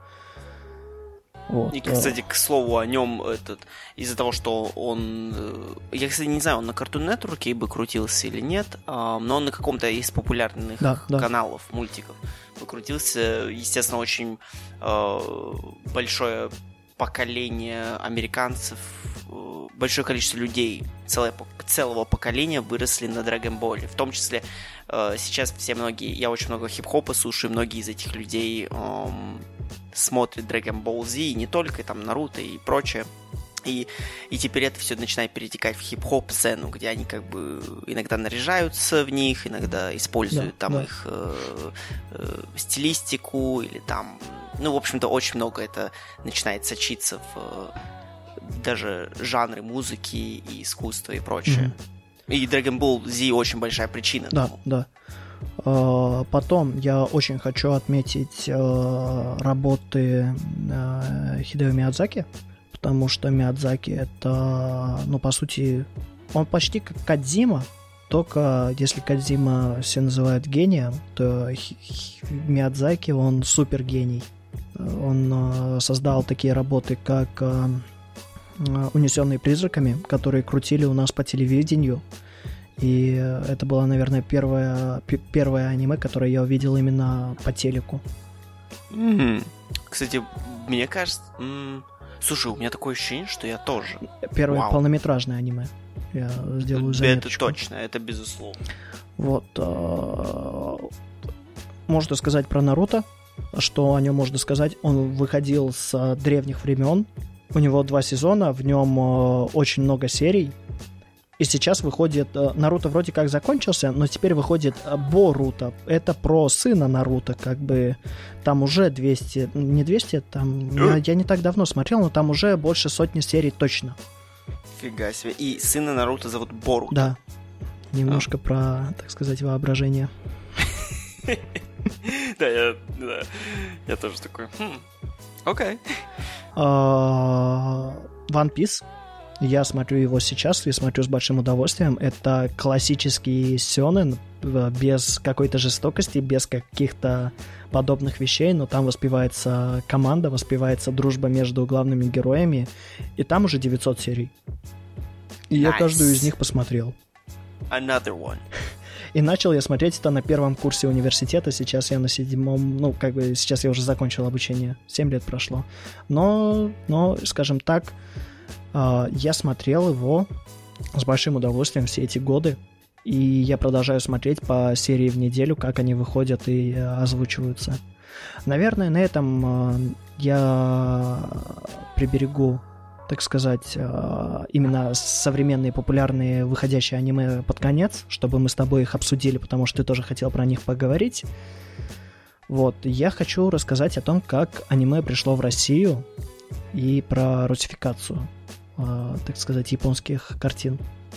[SPEAKER 2] Вот. И, кстати, к слову о нем, из-за того, что он... Я, кстати, не знаю, он на Cartoon Network бы крутился или нет, но он на каком-то из популярных каналов, мультиков крутился. Естественно, очень большое поколение американцев, большое количество людей, целого поколения выросли на Драгонболе. В том числе сейчас я очень много хип-хопа слушаю, многие из этих людей смотрят Dragon Ball Z, и не только, там, Наруто и прочее. И теперь это все начинает перетекать в хип-хоп сцену, где они как бы иногда наряжаются в них, иногда используют их стилистику, или там, ну, в общем-то, очень много это начинает сочиться в даже жанры музыки и искусства и прочее. И Dragon Ball Z очень большая причина.
[SPEAKER 1] Да. Потом я очень хочу отметить работы Хидео Миядзаки, потому что Миядзаки это, ну, по сути, он почти как Кодзима, только если Кодзима все называют гением, то Миядзаки, он супер гений. Он создал такие работы, как «Унесенные призраками», которые крутили у нас по телевидению. И это было, наверное, первое аниме, которое я увидел именно по телеку.
[SPEAKER 2] Кстати, мне кажется... Слушай, у меня такое ощущение, что я тоже.
[SPEAKER 1] Первое полнометражное аниме. Я сделаю заметочку.
[SPEAKER 2] Это точно, это безусловно.
[SPEAKER 1] Вот. Можно сказать про Наруто. Что о нем можно сказать? Он выходил с древних времен. У него 2 сезона, в нем очень много серий. И сейчас выходит... Наруто вроде как закончился, но теперь выходит Боруто. Это про сына Наруто, как бы... Там уже 200... Не 200, там... Я не так давно смотрел, но там уже больше сотни серий точно.
[SPEAKER 2] Фига себе. И сына Наруто зовут Боруто.
[SPEAKER 1] Да. Немножко про, так сказать, воображение.
[SPEAKER 2] Да, я тоже такой... Окей.
[SPEAKER 1] One Piece. Я смотрю его сейчас и смотрю с большим удовольствием. Это классический сёнэн, без какой-то жестокости, без каких-то подобных вещей, но там воспевается команда, воспевается дружба между главными героями, и там уже 900 серий. И я каждую из них посмотрел.
[SPEAKER 2] Another one.
[SPEAKER 1] И начал я смотреть это на первом курсе университета, сейчас я на 7-м, сейчас я уже закончил обучение, 7 лет прошло. Но скажем так, я смотрел его с большим удовольствием все эти годы, и я продолжаю смотреть по серии в неделю, как они выходят и озвучиваются. Наверное, на этом я приберегу, так сказать, именно современные популярные выходящие аниме под конец, чтобы мы с тобой их обсудили, потому что ты тоже хотел про них поговорить. Вот, я хочу рассказать о том, как аниме пришло в Россию и про русификацию, так сказать, японских картин.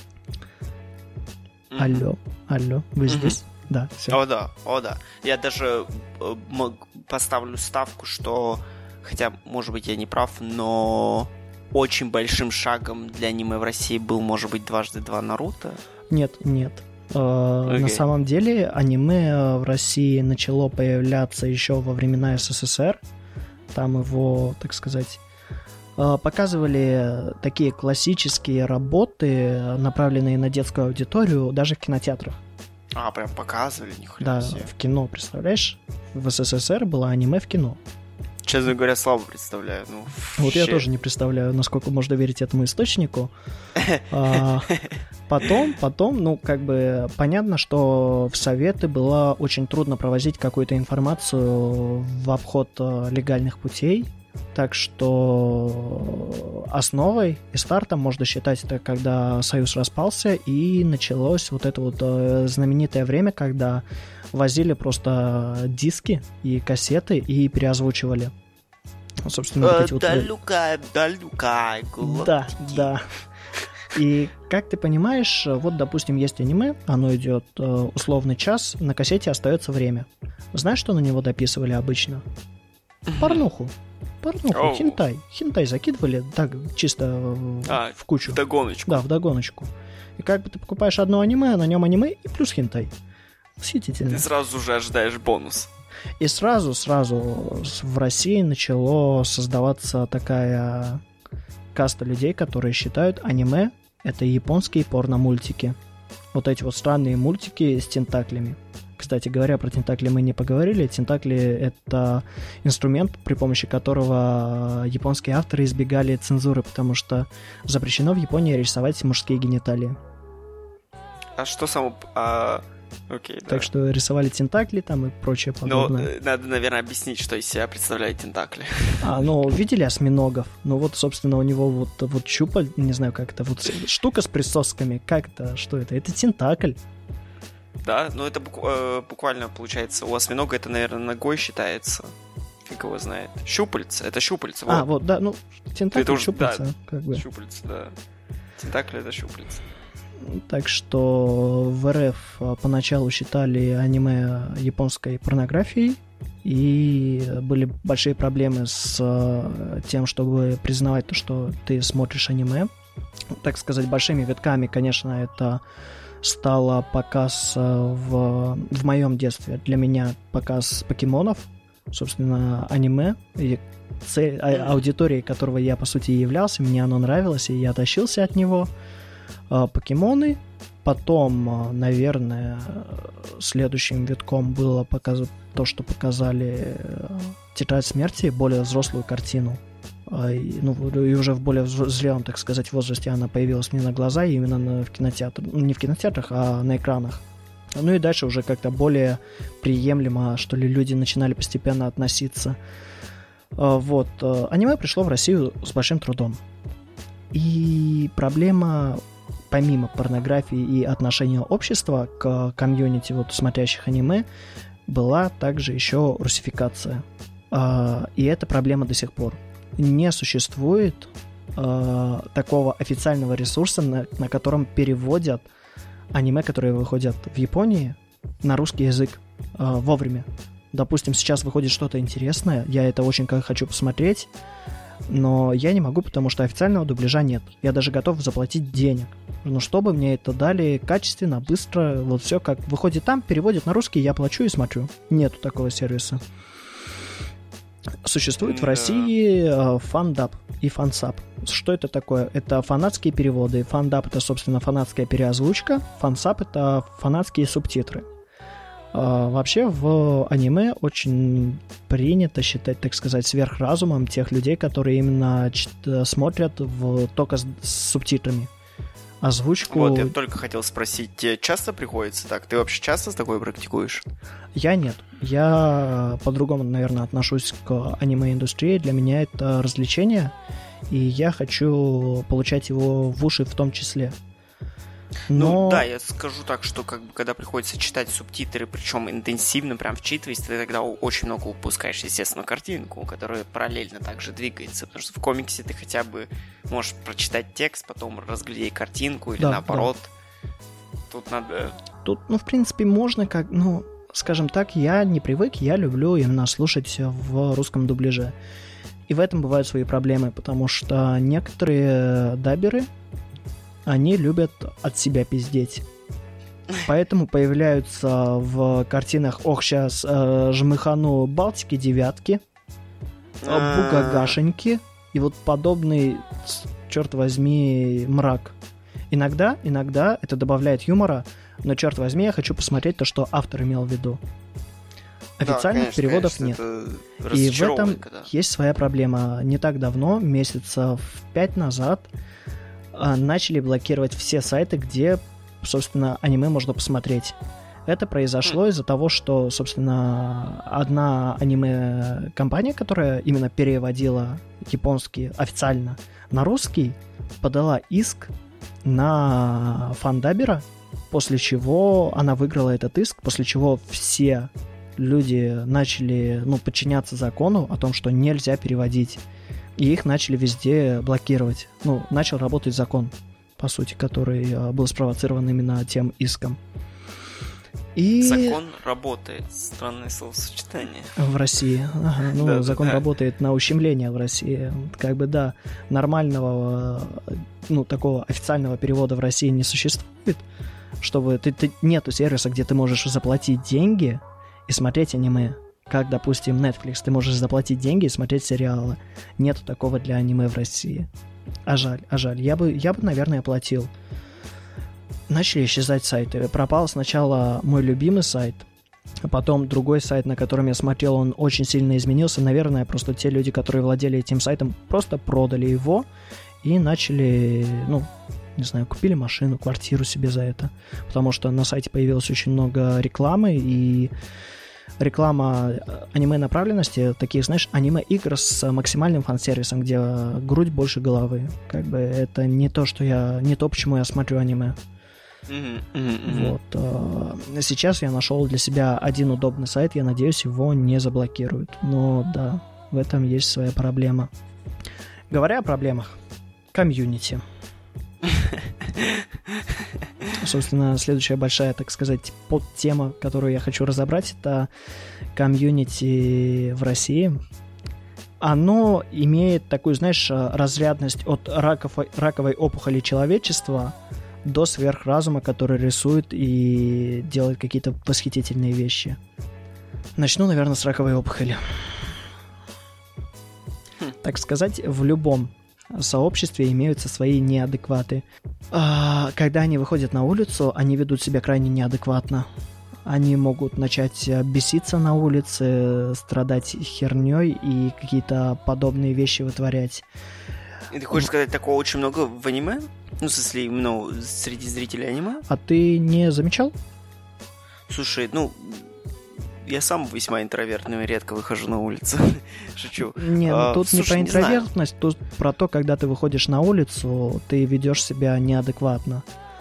[SPEAKER 1] Алло, вы здесь? Да, все.
[SPEAKER 2] О да. Я даже поставлю ставку, что, хотя, может быть, я не прав, но очень большим шагом для аниме в России был, может быть, дважды два Наруто?
[SPEAKER 1] Нет. На самом деле аниме в России начало появляться еще во времена СССР. Там его, так сказать, показывали такие классические работы, направленные на детскую аудиторию, даже в кинотеатрах.
[SPEAKER 2] Прям показывали? Нихуя себе.
[SPEAKER 1] Да, в кино, представляешь? В СССР было аниме в кино.
[SPEAKER 2] Честно говоря, слабо представляю.
[SPEAKER 1] Вот я тоже не представляю, насколько можно верить этому источнику. Потом, понятно, что в Советы было очень трудно провозить какую-то информацию в обход легальных путей. Так что основой и стартом можно считать это, когда Союз распался, и началось вот это вот знаменитое время, когда возили просто диски и кассеты и переозвучивали. Собственно, вот эти вот... Да. И, как ты понимаешь, вот, допустим, есть аниме, оно идет условный час, на кассете остается время. Знаешь, что на него дописывали обычно? Порнуху, хентай. Хентай закидывали так чисто в кучу.
[SPEAKER 2] Вдогоночку.
[SPEAKER 1] Да, вдогоночку. И как бы ты покупаешь одно аниме, на нем аниме и плюс хентай. Восхитительно.
[SPEAKER 2] Ты сразу же ожидаешь бонус.
[SPEAKER 1] И сразу в России начало создаваться такая каста людей, которые считают аниме — это японские порно-мультики. Вот эти вот странные мультики с тентаклями. Кстати говоря, про тентакли мы не поговорили. Тентакли — это инструмент, при помощи которого японские авторы избегали цензуры, потому что запрещено в Японии рисовать мужские гениталии.
[SPEAKER 2] А что само... Окей, да.
[SPEAKER 1] Так что рисовали тентакли там и прочее подобное.
[SPEAKER 2] Но надо, наверное, объяснить, что из себя представляют тентакли.
[SPEAKER 1] Видели осьминогов? Собственно, у него вот щупаль, не знаю, как это, вот штука с присосками, как это, что это? Это тентакль.
[SPEAKER 2] Да, это буквально получается, у осьминога это, наверное, ногой считается. Фиг его знает. Щупальца, это щупальца.
[SPEAKER 1] Тентакль, щупальца.
[SPEAKER 2] Да,
[SPEAKER 1] как бы.
[SPEAKER 2] Щупальца, да. Тентакли — это щупальца.
[SPEAKER 1] Так что в РФ поначалу считали аниме японской порнографией, и были большие проблемы с тем, чтобы признавать то, что ты смотришь аниме. Так сказать, большими витками, конечно, это стало показ в моем детстве. Для меня показ покемонов, собственно, аниме, и цель, аудиторией которого я, по сути, являлся, мне оно нравилось, и я тащился от него. Покемоны. Потом, наверное, следующим витком было то, что показали «Тетрадь смерти», более взрослую картину. И уже в более зрелом, так сказать, возрасте она появилась мне на глаза, именно в кинотеатрах. Не в кинотеатрах, а на экранах. И дальше уже как-то более приемлемо, что ли, люди начинали постепенно относиться. Аниме пришло в Россию с большим трудом. И проблема помимо порнографии и отношения общества к комьюнити вот смотрящих аниме, была также еще русификация. И эта проблема до сих пор. Не существует такого официального ресурса, на котором переводят аниме, которые выходят в Японии, на русский язык вовремя. Допустим, сейчас выходит что-то интересное, я это очень хочу посмотреть, но я не могу, потому что официального дубляжа нет. Я даже готов заплатить денег. Но чтобы мне это дали качественно, быстро, вот все как выходит там, переводят на русский, я плачу и смотрю. Нету такого сервиса. Существует в России фандаб и фансаб. Что это такое? Это фанатские переводы. Фандаб — это, собственно, фанатская переозвучка. Фансаб — это фанатские субтитры. Вообще в аниме очень принято считать, так сказать, сверхразумом тех людей, которые именно смотрят только с субтитрами. Озвучку...
[SPEAKER 2] Вот, я только хотел спросить, тебе часто приходится так? Ты вообще часто с такой практикуешь?
[SPEAKER 1] Я нет. Я по-другому, наверное, отношусь к аниме-индустрии. Для меня это развлечение, и я хочу получать его в уши в том числе. Но...
[SPEAKER 2] Ну да, я скажу так, что как бы когда приходится читать субтитры, причем интенсивно, прям вчитываясь, ты тогда очень много упускаешь, естественно, картинку, которая параллельно также двигается, потому что в комиксе ты хотя бы можешь прочитать текст, потом разглядеть картинку или наоборот. Да. Тут надо...
[SPEAKER 1] Тут, в принципе, можно скажем так, я не привык, я люблю именно слушать в русском дубляже. И в этом бывают свои проблемы, потому что некоторые даберы, они любят от себя пиздеть. Поэтому появляются в картинах сейчас жмыхану Балтики девятки, бугагашеньки и вот подобный, черт возьми, мрак. Иногда это добавляет юмора, но, черт возьми, я хочу посмотреть то, что автор имел в виду. Официальных переводов нет. И в этом есть своя проблема. Не так давно, месяцев 5 назад, начали блокировать все сайты, где, собственно, аниме можно посмотреть. Это произошло из-за того, что, собственно, одна аниме-компания, которая именно переводила японский официально на русский, подала иск на фандабера, после чего она выиграла этот иск, после чего все люди начали подчиняться закону о том, что нельзя переводить. И их начали везде блокировать. Начал работать закон, по сути, который был спровоцирован именно тем иском. И...
[SPEAKER 2] Закон работает. Странное словосочетание.
[SPEAKER 1] В России. Ага, закон работает на ущемление в России. Да, нормального, такого официального перевода в России не существует. Чтобы нету сервиса, где ты можешь заплатить деньги и смотреть аниме. Как, допустим, Netflix, ты можешь заплатить деньги и смотреть сериалы. Нету такого для аниме в России. А жаль. Я бы, наверное, оплатил. Начали исчезать сайты. Пропал сначала мой любимый сайт, а потом другой сайт, на котором я смотрел, он очень сильно изменился. Наверное, просто те люди, которые владели этим сайтом, просто продали его и начали, купили машину, квартиру себе за это. Потому что на сайте появилось очень много рекламы, и реклама аниме-направленности, таких, аниме-игр с максимальным фан-сервисом, где грудь больше головы. Это не то, почему я смотрю аниме. Вот. Сейчас я нашел для себя один удобный сайт, я надеюсь, его не заблокируют. Но да, в этом есть своя проблема. Говоря о проблемах, комьюнити. Собственно, следующая большая, так сказать, подтема, которую я хочу разобрать, это комьюнити в России. Оно имеет такую, разрядность от раковой опухоли человечества до сверхразума, который рисует и делает какие-то восхитительные вещи. Начну, наверное, с раковой опухоли. Так сказать, в любом сообществе имеются свои неадекваты. Когда они выходят на улицу, они ведут себя крайне неадекватно. Они могут начать беситься на улице, страдать херней и какие-то подобные вещи вытворять.
[SPEAKER 2] И ты хочешь сказать, такого очень много в аниме? В смысле, именно среди зрителей аниме?
[SPEAKER 1] А ты не замечал?
[SPEAKER 2] Слушай, я сам весьма интровертный, редко выхожу на улицу. Шучу.
[SPEAKER 1] Тут не про интровертность, тут про то, когда ты выходишь на улицу, ты ведешь себя неадекватно.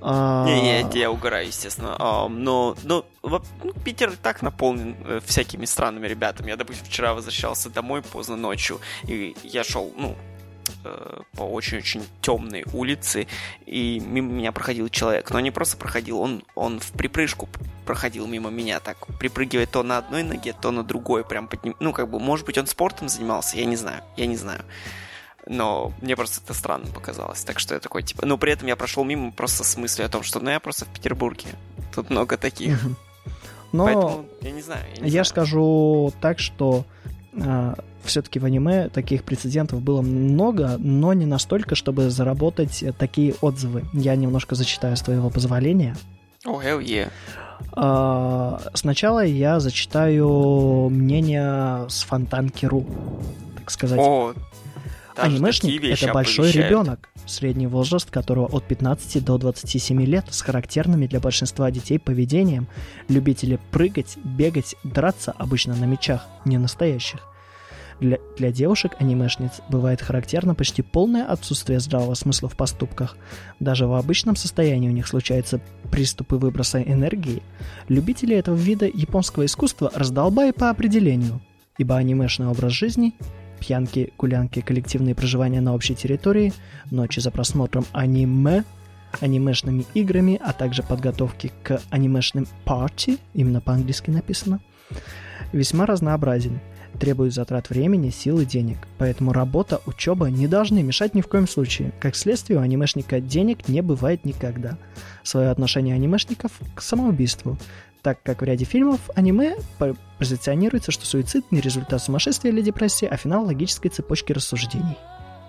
[SPEAKER 2] Я угораю, естественно. Но Питер так наполнен всякими странными ребятами. Я, допустим, вчера возвращался домой поздно ночью, и я шел, по очень-очень темной улице, и мимо меня проходил человек. Но не просто проходил, он в припрыжку проходил мимо меня, так, припрыгивая то на одной ноге, то на другой, прям под ним. Может быть, он спортом занимался, я не знаю. Но мне просто это странно показалось. Так что я такой, но при этом я прошел мимо просто с мыслью о том, что, я просто в Петербурге. Тут много таких.
[SPEAKER 1] Но
[SPEAKER 2] поэтому я не знаю.
[SPEAKER 1] Я скажу так, что все-таки в аниме таких прецедентов было много, но не настолько, чтобы заработать такие отзывы. Я немножко зачитаю, с твоего позволения.
[SPEAKER 2] Hell yeah.
[SPEAKER 1] Сначала я зачитаю мнение с Фонтанки.ру, так сказать. Анимешник — это большой ребенок, средний возраст которого от 15 до 27 лет, с характерными для большинства детей поведением, любители прыгать, бегать, драться, обычно на мечах, не настоящих. Для девушек-анимешниц бывает характерно почти полное отсутствие здравого смысла в поступках. Даже в обычном состоянии у них случаются приступы выброса энергии. Любители этого вида японского искусства раздолбай по определению, ибо анимешный образ жизни — пьянки, гулянки, коллективные проживания на общей территории, ночи за просмотром аниме, анимешными играми, а также подготовки к анимешным парти, именно по-английски написано, весьма разнообразен, требует затрат времени, сил и денег. Поэтому работа, учеба не должны мешать ни в коем случае. Как следствие, у анимешника денег не бывает никогда. Свое отношение анимешников к самоубийству, так как в ряде фильмов аниме позиционируется, что суицид не результат сумасшествия или депрессии, а финал логической цепочки рассуждений.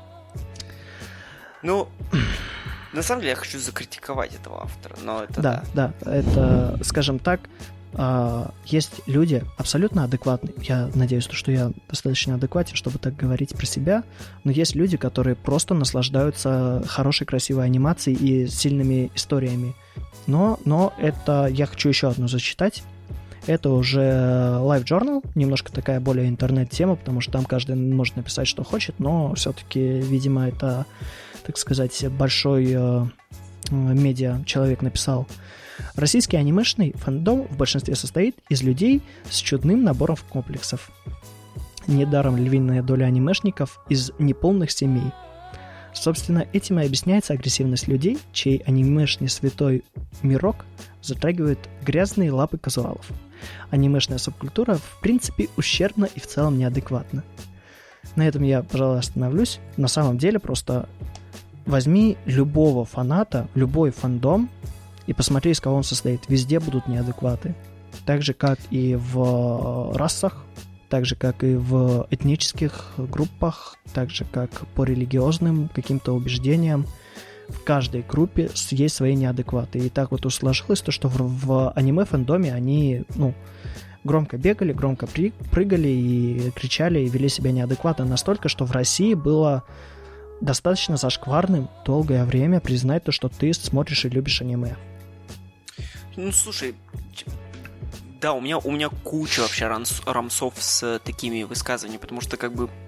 [SPEAKER 2] На самом деле я хочу закритиковать этого автора, но это...
[SPEAKER 1] Да, это, скажем так, есть люди абсолютно адекватные. Я надеюсь, что я достаточно адекватен, чтобы так говорить про себя, но есть люди, которые просто наслаждаются хорошей, красивой анимацией и сильными историями. Но это... Я хочу еще одну зачитать. Это уже Live Journal, немножко такая более интернет-тема, потому что там каждый может написать, что хочет, но все-таки, видимо, это, так сказать, большой медиа человек написал. Российский анимешный фандом в большинстве состоит из людей с чудным набором комплексов. Недаром львиная доля анимешников из неполных семей. Собственно, этим и объясняется агрессивность людей, чей анимешный святой мирок затрагивает грязные лапы казуалов. Анимешная субкультура в принципе ущербна и в целом неадекватна. На этом я, пожалуй, остановлюсь. На самом деле просто возьми любого фаната, любой фандом и посмотри, из кого он состоит. Везде будут неадекваты. Так же, как и в расах, так же, как и в этнических группах, так же, как по религиозным каким-то убеждениям. В каждой группе есть свои неадекваты. И так вот сложилось то, что в аниме-фэндоме они, громко бегали, громко прыгали и кричали, и вели себя неадекватно настолько, что в России было достаточно зашкварным долгое время признать то, что ты смотришь и любишь аниме.
[SPEAKER 2] Слушай, да, у меня куча вообще рамсов с такими высказываниями, потому что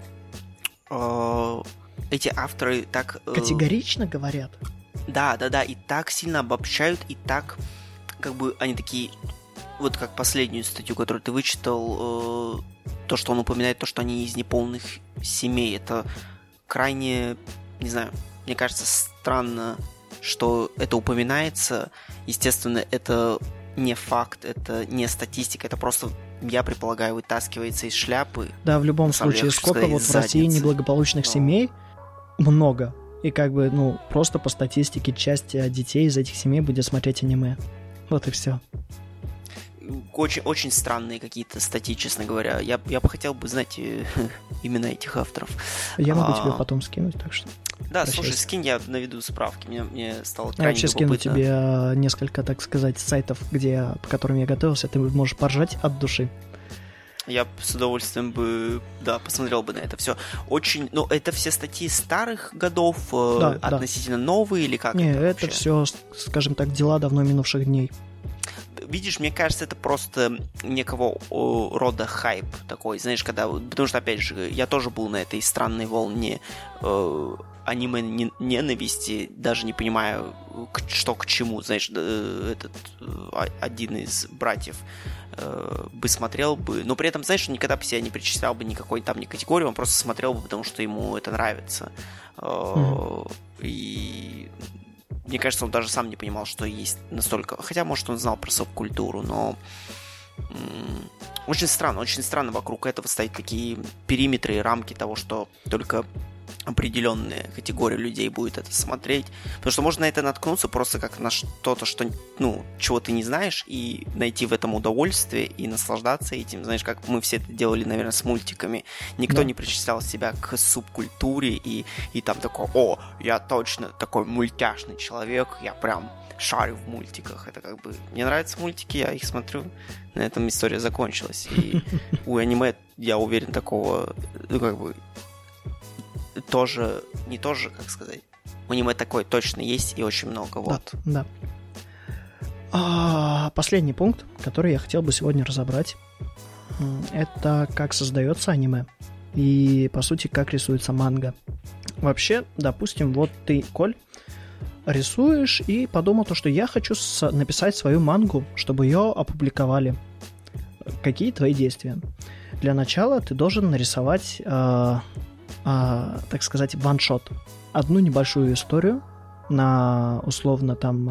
[SPEAKER 2] эти авторы так...
[SPEAKER 1] Категорично говорят.
[SPEAKER 2] Да, и так сильно обобщают, и так они такие... Вот как последнюю статью, которую ты вычитал, то, что он упоминает, то, что они из неполных семей, это крайне, не знаю, мне кажется, странно, что это упоминается. Естественно, это не факт, это не статистика, это просто, я предполагаю, вытаскивается из шляпы.
[SPEAKER 1] Да, в любом случае, сколько вот в России неблагополучных семей много. И просто по статистике часть детей из этих семей будет смотреть аниме. Вот и все.
[SPEAKER 2] Очень, очень странные какие-то статьи, честно говоря. Я бы хотел бы знать именно этих авторов.
[SPEAKER 1] Я могу тебе потом скинуть, так что...
[SPEAKER 2] Да, слушай, скинь, я наведу справки. Мне стало крайне любопытно.
[SPEAKER 1] Я вообще скину тебе несколько, так сказать, сайтов, по которым я готовился. Ты можешь поржать от души.
[SPEAKER 2] Я с удовольствием бы, посмотрел бы на это все. Очень, это все статьи старых годов, относительно новые или как?
[SPEAKER 1] Не, это все, скажем так, дела давно минувших дней.
[SPEAKER 2] Видишь, мне кажется, это просто некого рода хайп такой, знаешь, потому что, опять же, я тоже был на этой странной волне аниме-ненависти, даже не понимаю, что к чему. Знаешь, один из братьев бы смотрел бы, но при этом, знаешь, он никогда бы себя не причислял бы никакой там ни категории, он просто смотрел бы, потому что ему это нравится. И мне кажется, он даже сам не понимал, что есть настолько... Хотя, может, он знал про субкультуру, но... Очень странно вокруг этого стоят такие периметры и рамки того, что только определенная категория людей будет это смотреть. Потому что можно на это наткнуться просто как на что-то, что, чего ты не знаешь, и найти в этом удовольствие, и наслаждаться этим. Знаешь, как мы все это делали, наверное, с мультиками. Никто не причислял себя к субкультуре, и там такой, я точно такой мультяшный человек, я прям шарю в мультиках. Это как бы... Мне нравятся мультики, я их смотрю. На этом история закончилась. И у аниме, я уверен, такого... тоже... Не тоже, как сказать. У аниме такое точно есть и очень много. Вот.
[SPEAKER 1] Да. Последний пункт, который я хотел бы сегодня разобрать, это как создается аниме. И, по сути, как рисуется манга. Вообще, допустим, вот ты, Коль, рисуешь и подумал, что я хочу написать свою мангу, чтобы ее опубликовали. Какие твои действия? Для начала ты должен нарисовать, так сказать, ваншот. Одну небольшую историю на, условно, там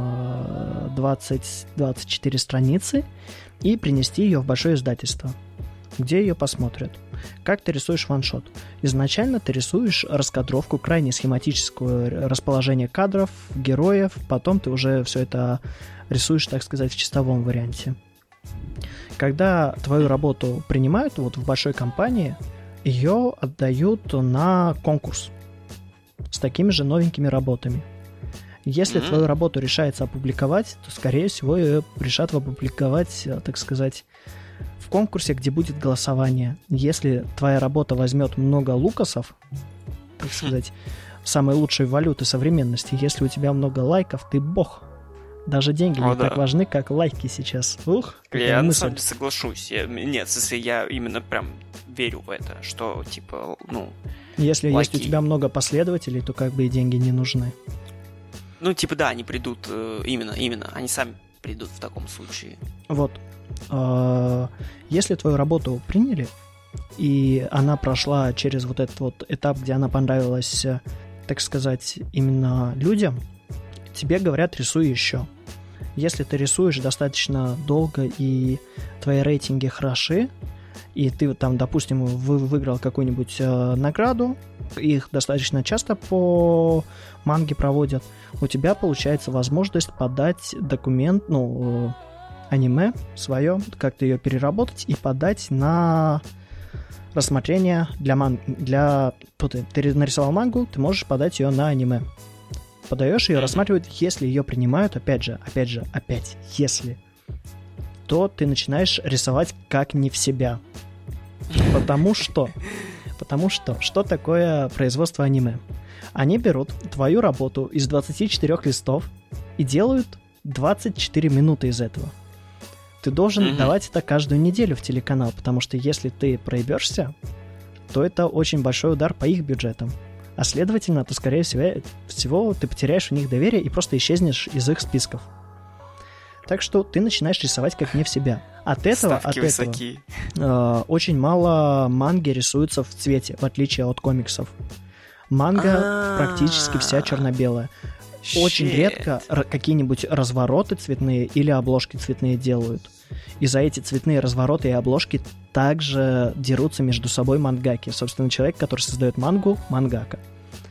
[SPEAKER 1] 20-24 страницы и принести ее в большое издательство, где ее посмотрят. Как ты рисуешь ваншот? Изначально ты рисуешь раскадровку, крайне схематическое расположение кадров, героев, потом ты уже все это рисуешь, так сказать, в чистовом варианте. Когда твою работу принимают вот в большой компании, ее отдают на конкурс с такими же новенькими работами. Если твою работу решается опубликовать, то, скорее всего, ее решат опубликовать, так сказать, в конкурсе, где будет голосование. Если твоя работа возьмет много лукасов, так сказать, самой лучшей валюты современности, если у тебя много лайков, ты бог. Даже деньги не так важны, как лайки сейчас.
[SPEAKER 2] Я на самом деле соглашусь. Нет, если я именно прям верю в это, что, типа,
[SPEAKER 1] Если
[SPEAKER 2] лайки...
[SPEAKER 1] есть у тебя много последователей, то как бы и деньги не нужны.
[SPEAKER 2] Да, они придут, именно, они сами придут в таком случае.
[SPEAKER 1] Вот. Если твою работу приняли, и она прошла через вот этот вот этап, где она понравилась, так сказать, именно людям, тебе говорят, рисуй еще. Если ты рисуешь достаточно долго, и твои рейтинги хороши, и ты там, допустим, выиграл какую-нибудь награду, их достаточно часто по манге проводят, у тебя получается возможность подать документ, аниме свое, как-то ее переработать и подать на рассмотрение ты нарисовал мангу, ты можешь подать ее на аниме. Подаешь ее, рассматривают, если ее принимают, опять если, то ты начинаешь рисовать как не в себя. Потому что что такое производство аниме? Они берут твою работу из 24 листов и делают 24 минуты из этого. Ты должен давать это каждую неделю в телеканал, потому что если ты проебешься, то это очень большой удар по их бюджетам. А следовательно, то, скорее всего, ты потеряешь у них доверие и просто исчезнешь из их списков. Так что ты начинаешь рисовать как не в себя. От этого очень мало манги рисуются в цвете, в отличие от комиксов. Манга практически вся черно-белая. Очень редко какие-нибудь развороты цветные или обложки цветные делают. И за эти цветные развороты и обложки также дерутся между собой мангаки. Собственно, человек, который создает мангу, мангака.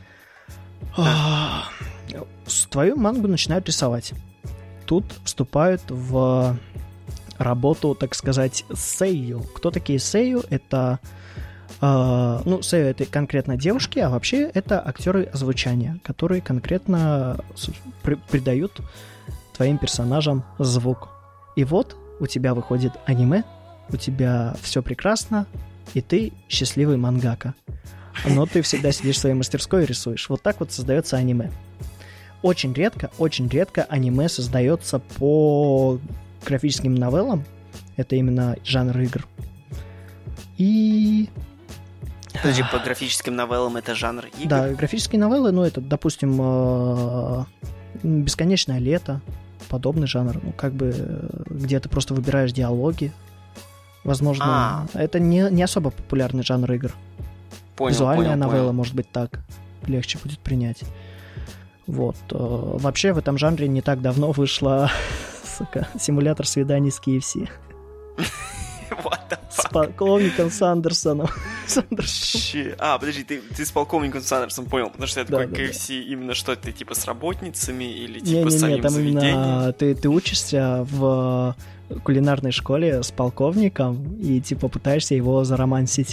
[SPEAKER 1] Твою мангу начинают рисовать. Тут вступают в работу, так сказать, сэйю. Кто такие сэйю? Это... сэйю — это конкретно девушки, а вообще это актеры озвучания, которые конкретно придают твоим персонажам звук. И вот у тебя выходит аниме, у тебя все прекрасно, и ты счастливый мангака. Но ты всегда сидишь в своей мастерской и рисуешь. Вот так вот создается аниме. Очень редко аниме создается по графическим новеллам. Это именно жанр игр. И
[SPEAKER 2] Подожди, по графическим новеллам это жанр игр?
[SPEAKER 1] Да, графические новеллы, ну, это, допустим, «Бесконечное лето», подобный жанр, ну, как бы, где ты просто выбираешь диалоги. Возможно, это не особо популярный жанр игр. Визуальная новелла, может быть, так легче будет принять. Вот. Вообще, в этом жанре не так давно вышла, симулятор свиданий с KFC. С полковником Сандерсоном.
[SPEAKER 2] Подожди, ты с полковником Сандерсом понял, потому что я такой KFC именно что, ты типа с работницами или типа с самим заведением?
[SPEAKER 1] Ты учишься в кулинарной школе с полковником и типа пытаешься его заромансить.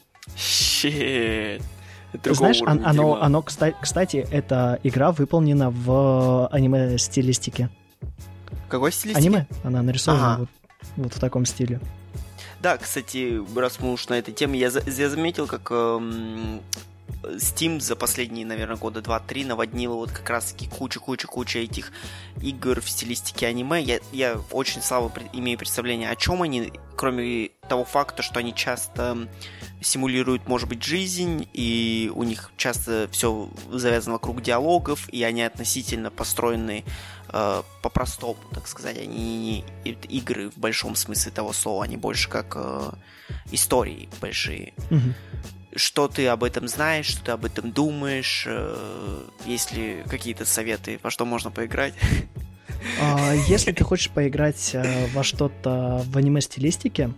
[SPEAKER 1] Знаешь, оно, кстати, эта игра выполнена в аниме-стилистике.
[SPEAKER 2] Какой стилистике?
[SPEAKER 1] Аниме, она нарисована вот в таком стиле.
[SPEAKER 2] Да, кстати, раз мы уж на этой теме, я заметил, как Steam за последние, наверное, года 2-3 наводнила вот как раз-таки куча этих игр в стилистике аниме. Я очень слабо имею представление, о чем они, кроме того факта, что они часто симулируют, может быть, жизнь, и у них часто все завязано вокруг диалогов, и они относительно построены по-простому, так сказать. Они не игры в большом смысле того слова, они больше как истории большие.
[SPEAKER 1] Угу.
[SPEAKER 2] Что ты об этом знаешь, что ты об этом думаешь? Есть ли какие-то советы, во что можно поиграть?
[SPEAKER 1] Если ты хочешь поиграть во что-то в аниме-стилистике,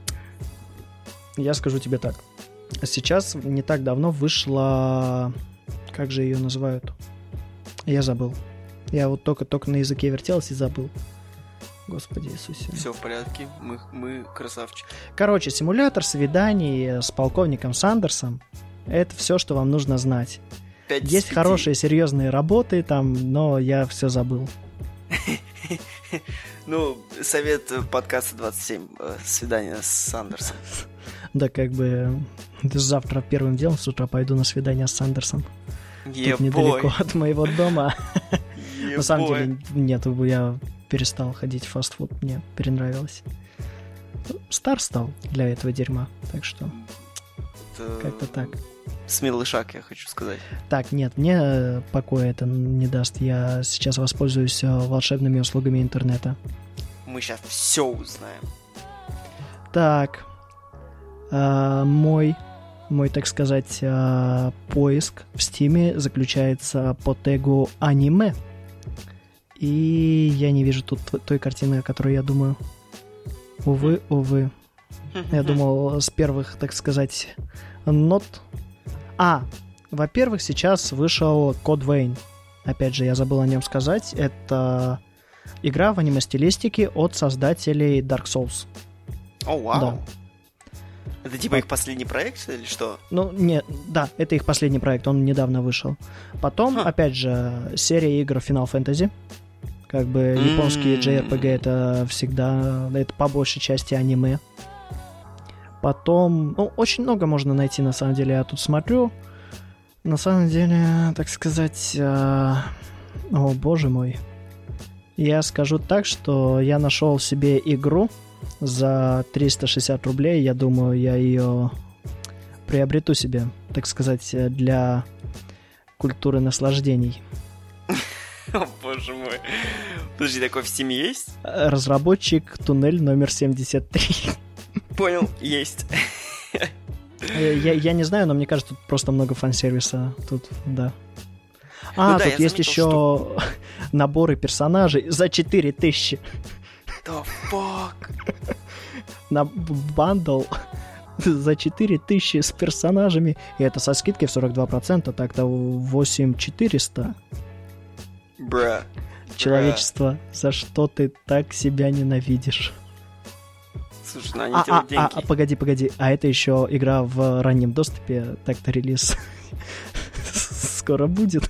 [SPEAKER 1] я скажу тебе так. Сейчас не так давно вышла... Как же ее называют? Я забыл. Я вот только на языке вертелся и забыл. Господи Иисусе.
[SPEAKER 2] Все в порядке, мы красавчики.
[SPEAKER 1] Короче, симулятор свиданий с полковником Сандерсом — это все, что вам нужно знать. Есть хорошие, серьезные работы там, но я все забыл.
[SPEAKER 2] Ну, совет подкаста 27. Свидание с Сандерсом.
[SPEAKER 1] Да, как бы завтра первым делом с утра пойду на свидание с Сандерсом. Тут недалеко от моего дома. На самом деле, нет, я перестал ходить в фастфуд, мне перенравилось. Стар стал для этого дерьма, так что как-то так.
[SPEAKER 2] Смелый шаг, я хочу сказать.
[SPEAKER 1] Так, нет, мне покоя это не даст. Я сейчас воспользуюсь волшебными услугами интернета.
[SPEAKER 2] Мы сейчас все узнаем.
[SPEAKER 1] Так, мой, так сказать, поиск в Стиме заключается по тегу аниме. И я не вижу тут той картины, о которой я думаю. Увы. Я думал, с первых, так сказать, нот. Во-первых, сейчас вышел Код Вейн. Опять же, я забыл о нем сказать. Это игра в аниме-стилистике от создателей Dark Souls.
[SPEAKER 2] О, вау.
[SPEAKER 1] Да.
[SPEAKER 2] Это типа их последний проект или что?
[SPEAKER 1] Ну, нет, да, это их последний проект, он недавно вышел. Потом, опять же, серия игр Final Fantasy. Как бы японские JRPG это всегда, это по большей части аниме. Потом, очень много можно найти, на самом деле, я тут смотрю. На самом деле, так сказать, о боже мой. Я скажу так, что я нашел себе игру за 360 рублей. Я думаю, я ее приобрету себе, так сказать, для культуры наслаждений.
[SPEAKER 2] О, боже мой. Подожди, такой в Steam есть?
[SPEAKER 1] Разработчик Туннель номер 73.
[SPEAKER 2] Понял, есть.
[SPEAKER 1] Я не знаю, но мне кажется, тут просто много фан-сервиса. Тут, да. Тут есть еще наборы персонажей за 4000.
[SPEAKER 2] The fuck?
[SPEAKER 1] На бандл за 4000 с персонажами. И это со скидкой в 42%, так-то 8400.
[SPEAKER 2] Бра.
[SPEAKER 1] Человечество, за что ты так себя ненавидишь?
[SPEAKER 2] Слушай, они делают деньги.
[SPEAKER 1] Погоди. А это еще игра в раннем доступе. Так-то релиз скоро будет.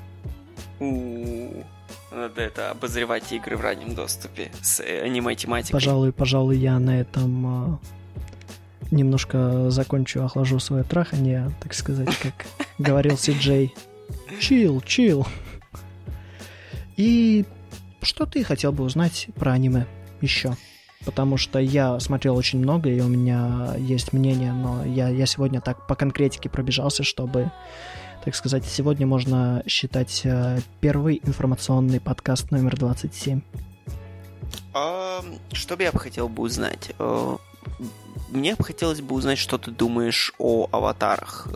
[SPEAKER 2] Надо это обозревать игры в раннем доступе с аниме-тематикой.
[SPEAKER 1] Пожалуй, я на этом немножко закончу, охлажу свое траханье, так сказать, как говорил Си-Джей. Чил. И что ты хотел бы узнать про аниме еще? потому что я смотрел очень много, и у меня есть мнение, но я сегодня так по конкретике пробежался, чтобы, так сказать, сегодня можно считать первый информационный подкаст номер 27.
[SPEAKER 2] Что бы я бы хотел бы узнать? Мне бы хотелось бы узнать, что ты думаешь о аватарах.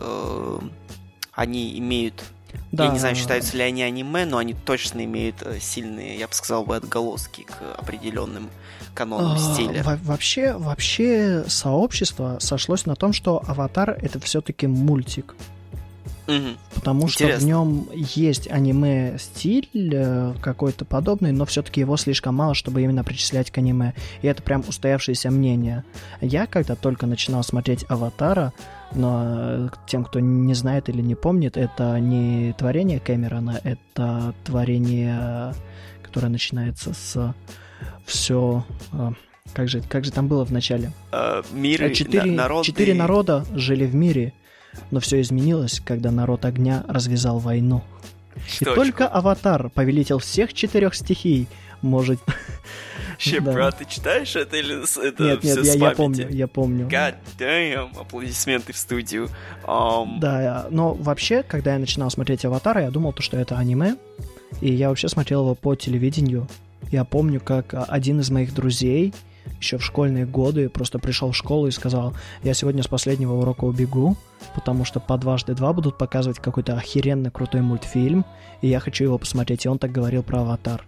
[SPEAKER 2] Они имеют... Да. Я не знаю, считаются ли они аниме, но они точно имеют сильные, я бы сказал, отголоски к определенным канонам стиля.
[SPEAKER 1] Вообще сообщество сошлось на том, что «Аватар» — это все-таки мультик. Потому Интересно. Что в нем есть аниме-стиль какой-то подобный, но все-таки его слишком мало, чтобы именно причислять к аниме. И это прям устоявшееся мнение. Я, когда только начинал смотреть «Аватара», но тем, кто не знает или не помнит, это не творение Кэмерона, это творение, которое начинается с все... Как же там было в начале?
[SPEAKER 2] Миры,
[SPEAKER 1] четыре народа жили в мире, но все изменилось, когда народ огня развязал войну. И только Аватар, повелитель всех 4 стихий, может...
[SPEAKER 2] Брат, ты читаешь это или это
[SPEAKER 1] нет,
[SPEAKER 2] все
[SPEAKER 1] с
[SPEAKER 2] памяти?
[SPEAKER 1] Я помню.
[SPEAKER 2] God damn, аплодисменты в студию.
[SPEAKER 1] Да, но вообще, когда я начинал смотреть «Аватара», я думал, что это аниме, и я вообще смотрел его по телевидению. Я помню, как один из моих друзей еще в школьные годы просто пришел в школу и сказал: я сегодня с последнего урока убегу, потому что по 2x2 будут показывать какой-то охеренно крутой мультфильм, и я хочу его посмотреть. И он так говорил про «Аватар».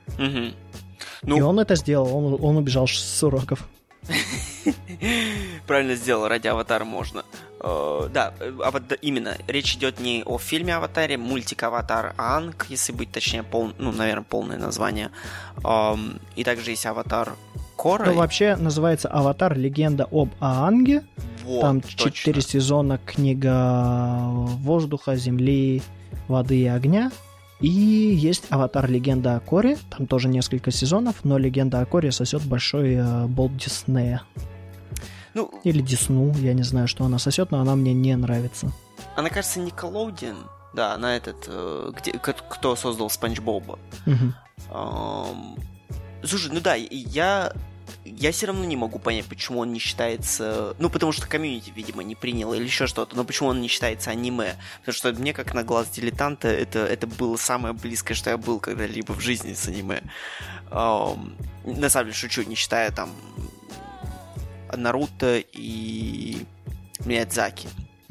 [SPEAKER 1] И он это сделал, он убежал с уроков.
[SPEAKER 2] Правильно сделал, ради «Аватара» можно. Да, именно, речь идет не о фильме «Аватаре», мультик «Аватар Аанг», если быть точнее, наверное, полное название. И также есть «Аватар Корра».
[SPEAKER 1] Ну, вообще называется «Аватар. Легенда об Аанге».
[SPEAKER 2] Вот,
[SPEAKER 1] там 4 сезона, книга воздуха, земли, воды и огня. И есть «Аватар. Легенда о Корре». Там тоже несколько сезонов, но «Легенда о Корре» сосет большой болт Диснея. Или Дисну, я не знаю, что она сосет, но она мне не нравится.
[SPEAKER 2] Она, кажется, Nickelodeon. Да, она кто создал Спанч Боба. Слушай, да, я все равно не могу понять, почему он не считается... потому что комьюнити, видимо, не приняло или еще что-то, но почему он не считается аниме. Потому что мне, как на глаз дилетанта, это было самое близкое, что я был когда-либо в жизни с аниме. На самом деле, шучу, не считая там Наруто и Миядзаки.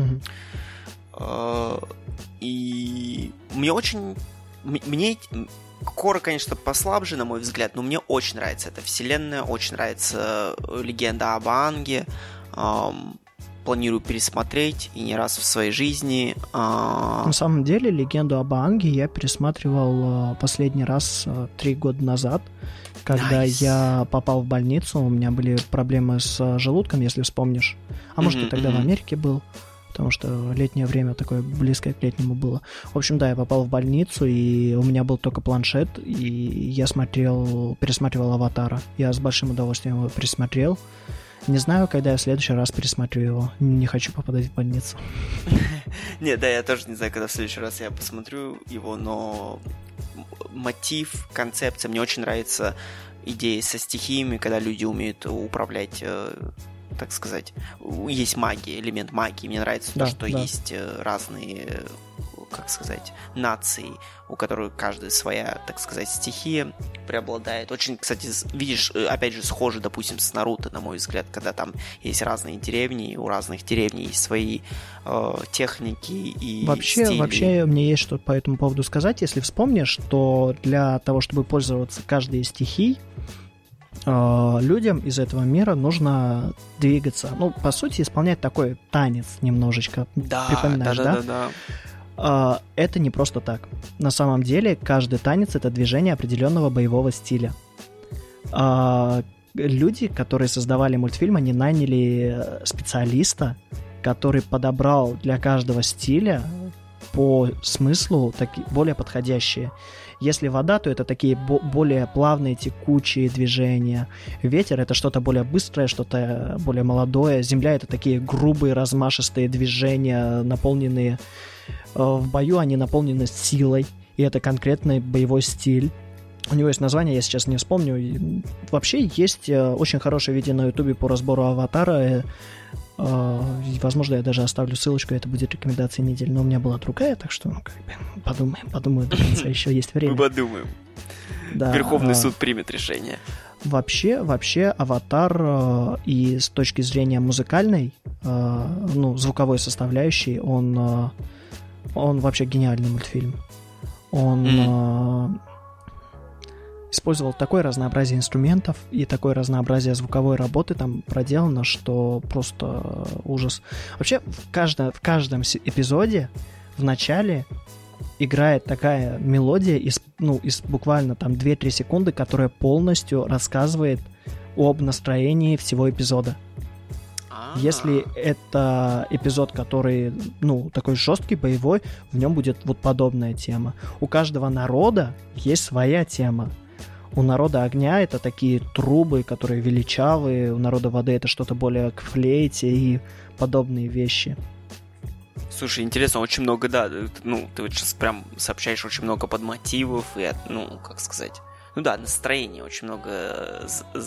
[SPEAKER 2] И мне Корра, конечно, послабже, на мой взгляд, но мне очень нравится эта вселенная, очень нравится «Легенда об Аанге». Планирую пересмотреть и не раз в своей жизни.
[SPEAKER 1] На самом деле, «Легенду об Аанге» я пересматривал последний раз 3 года назад, когда я попал в больницу. У меня были проблемы с желудком, если вспомнишь. А может, ты тогда в Америке был, потому что летнее время такое близкое к летнему было. В общем, да, я попал в больницу, и у меня был только планшет, и я пересматривал «Аватара». Я с большим удовольствием его пересмотрел. Не знаю, когда я в следующий раз пересмотрю его. Не хочу попадать в больницу.
[SPEAKER 2] Не, да, я тоже не знаю, когда в следующий раз я посмотрю его, но мотив, концепция, мне очень нравится идея со стихиями, когда люди умеют управлять, так сказать, есть магия, элемент магии. Мне нравится то, что есть разные, как сказать, нации, у которых каждая своя, так сказать, стихия преобладает. Очень, кстати, видишь, опять же, схоже, допустим, с Наруто, на мой взгляд, когда там есть разные деревни, и у разных деревней есть свои техники и стили.
[SPEAKER 1] Вообще, мне есть что по этому поводу сказать. Если вспомнишь, что для того, чтобы пользоваться каждой из стихий, людям из этого мира нужно двигаться. По сути, исполнять такой танец немножечко. Припоминаешь, да? Это не просто так. На самом деле, каждый танец — это движение определенного боевого стиля. Люди, которые создавали мультфильм, они наняли специалиста, который подобрал для каждого стиля по смыслу более подходящие. Если вода, то это такие более плавные, текучие движения. Ветер — это что-то более быстрое, что-то более молодое. Земля — это такие грубые, размашистые движения, наполненные... В бою они наполнены силой, и это конкретный боевой стиль. У него есть название, я сейчас не вспомню. И вообще есть очень хорошее видео на Ютубе по разбору «Аватара». Возможно, я даже оставлю ссылочку, это будет рекомендация недели, но у меня была другая, так что подумаю до конца, еще есть время.
[SPEAKER 2] Мы подумаем. Да, Верховный суд примет решение.
[SPEAKER 1] Вообще «Аватар» и с точки зрения музыкальной, звуковой составляющей, он вообще гениальный мультфильм. Он использовал такое разнообразие инструментов и такое разнообразие звуковой работы там проделано, что просто ужас. Вообще в каждом эпизоде в начале играет такая мелодия из буквально там 2-3 секунды, которая полностью рассказывает об настроении всего эпизода. Если это эпизод, который, такой жесткий, боевой, в нем будет вот подобная тема. У каждого народа есть своя тема. У народа огня это такие трубы, которые величавые, у народа воды это что-то более к флейте и подобные вещи.
[SPEAKER 2] Слушай, интересно, очень много, да, ты вот сейчас прям сообщаешь очень много подмотивов и, как сказать, настроение, очень много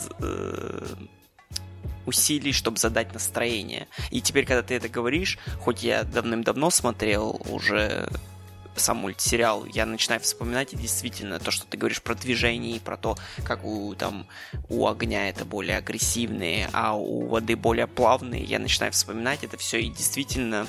[SPEAKER 2] усилий, чтобы задать настроение. И теперь, когда ты это говоришь, хоть я давным-давно смотрел уже сам мультсериал, я начинаю вспоминать, и действительно, то, что ты говоришь про движение, и про то, как у огня это более агрессивные, а у воды более плавные, я начинаю вспоминать это все, и действительно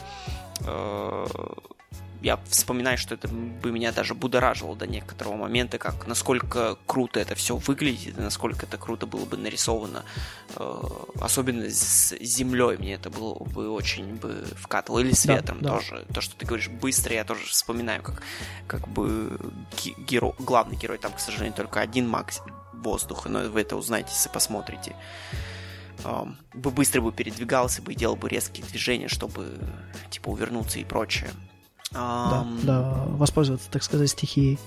[SPEAKER 2] я вспоминаю, что это бы меня даже будоражило до некоторого момента, как насколько круто это все выглядит, и насколько это круто было бы нарисовано, особенно с землей, мне это было бы очень вкатывало, или с ветром тоже. То, что ты говоришь быстро, я тоже вспоминаю, как бы главный герой, там, к сожалению, только один маг воздуха, но вы это узнаете, если посмотрите. Бы быстро бы передвигался бы и делал бы резкие движения, чтобы увернуться и прочее.
[SPEAKER 1] Воспользоваться, так сказать, стихией.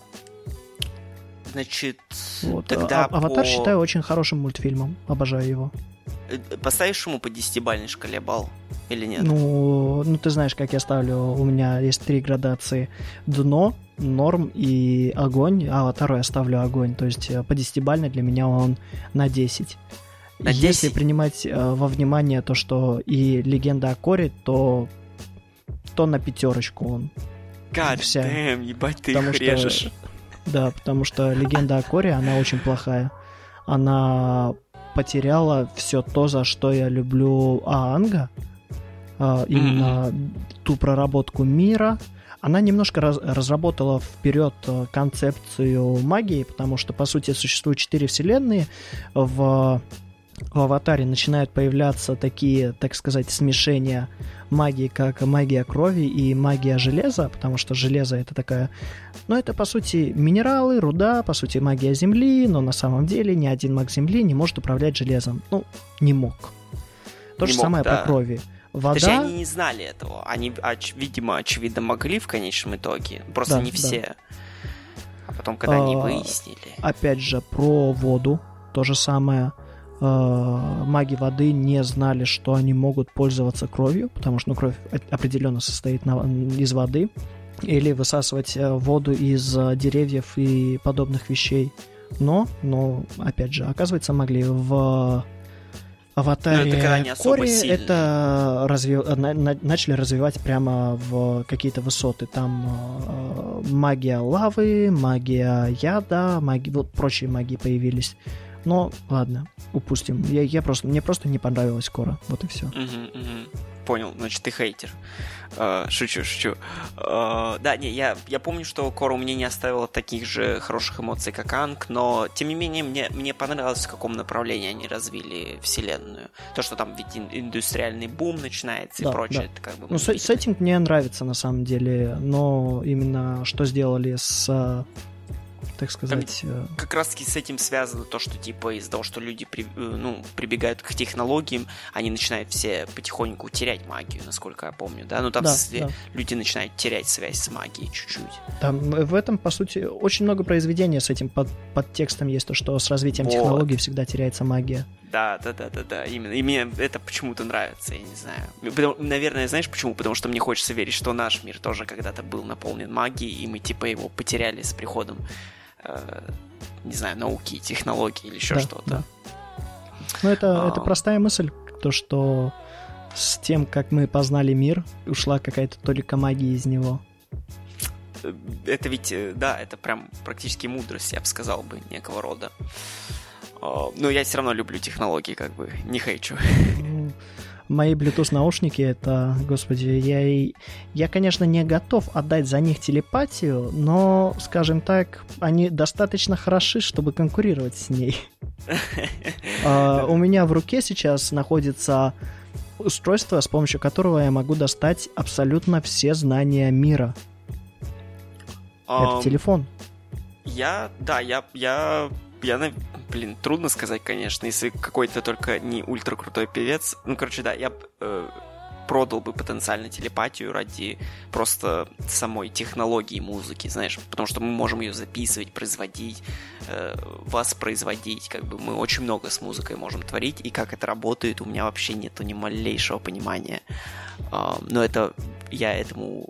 [SPEAKER 2] Значит,
[SPEAKER 1] тогда «Аватар» считаю очень хорошим мультфильмом, обожаю его.
[SPEAKER 2] Поставишь ему по 10-бальной шкале балл или нет?
[SPEAKER 1] Ты знаешь, как я ставлю, у меня есть 3 градации: дно, норм и огонь, а «Аватару» я ставлю огонь, то есть по 10-бальной для меня он на 10. Если принимать во внимание то, что и «Легенда о Корре», то на 5 он.
[SPEAKER 2] God damn, ебать, ты их режешь.
[SPEAKER 1] Да, потому что «Легенда о Корре», она очень плохая. Она потеряла все то, за что я люблю Аанга. Именно ту проработку мира. Она немножко разработала вперед концепцию магии, потому что, по сути, существует 4 вселенные. В «Аватаре» начинают появляться такие, так сказать, смешения магии, как магия крови и магия железа, потому что железо это такая... это, по сути, минералы, руда, по сути, магия земли, но на самом деле ни один маг земли не может управлять железом. Не мог. То же самое про крови. Вода...
[SPEAKER 2] Точнее, они не знали этого. Они, видимо, очевидно, могли в конечном итоге. Просто не все. А потом, когда они выяснили...
[SPEAKER 1] Опять же, про воду. То же самое. Маги воды не знали, что они могут пользоваться кровью, потому что кровь определенно состоит из воды, или высасывать воду из деревьев и подобных вещей. Но опять же, оказывается, могли. В «Аватаре» Корре это начали развивать прямо в какие-то высоты. Там магия лавы, магия яда, прочие магии появились. Но ладно, упустим. Мне просто не понравилось Корра. Вот и все.
[SPEAKER 2] Понял, значит, ты хейтер. Шучу. Я помню, что Корра у меня не оставила таких же хороших эмоций, как Анг, но, тем не менее, мне понравилось, в каком направлении они развили вселенную. То, что там ведь индустриальный бум начинается и прочее. Это как бы
[SPEAKER 1] сеттинг мне нравится, на самом деле, но именно что сделали с... так сказать...
[SPEAKER 2] Как раз-таки с этим связано то, что из-за того, что люди прибегают к технологиям, они начинают все потихоньку терять магию, насколько я помню, да? Люди начинают терять связь с магией чуть-чуть.
[SPEAKER 1] Там в этом, по сути, очень много произведений с этим подтекстом есть, то, что с развитием технологий всегда теряется магия.
[SPEAKER 2] Да, именно. И мне это почему-то нравится, я не знаю. Наверное, знаешь почему? Потому что мне хочется верить, что наш мир тоже когда-то был наполнен магией, и мы его потеряли с приходом не знаю, науки, технологии или еще что-то.
[SPEAKER 1] Да. Ну, это простая мысль, то, что с тем, как мы познали мир, ушла какая-то толика магии из него.
[SPEAKER 2] Это ведь, да, это прям практически мудрость, я бы сказал бы, некого рода. Но я все равно люблю технологии, как бы, не хейчу.
[SPEAKER 1] Мои Bluetooth-наушники, это, господи, я, конечно, не готов отдать за них телепатию, но, скажем так, они достаточно хороши, чтобы конкурировать с ней. У меня в руке сейчас находится устройство, с помощью которого я могу достать абсолютно все знания мира. Это телефон. Блин, трудно сказать, конечно, если какой-то только не ультра крутой певец. Ну, короче, да, я продал бы потенциально телепатию ради просто самой технологии музыки, знаешь, потому что мы можем ее записывать, производить, воспроизводить, как бы мы очень много с музыкой можем творить, и как это работает, у меня вообще нету ни малейшего понимания. Но это я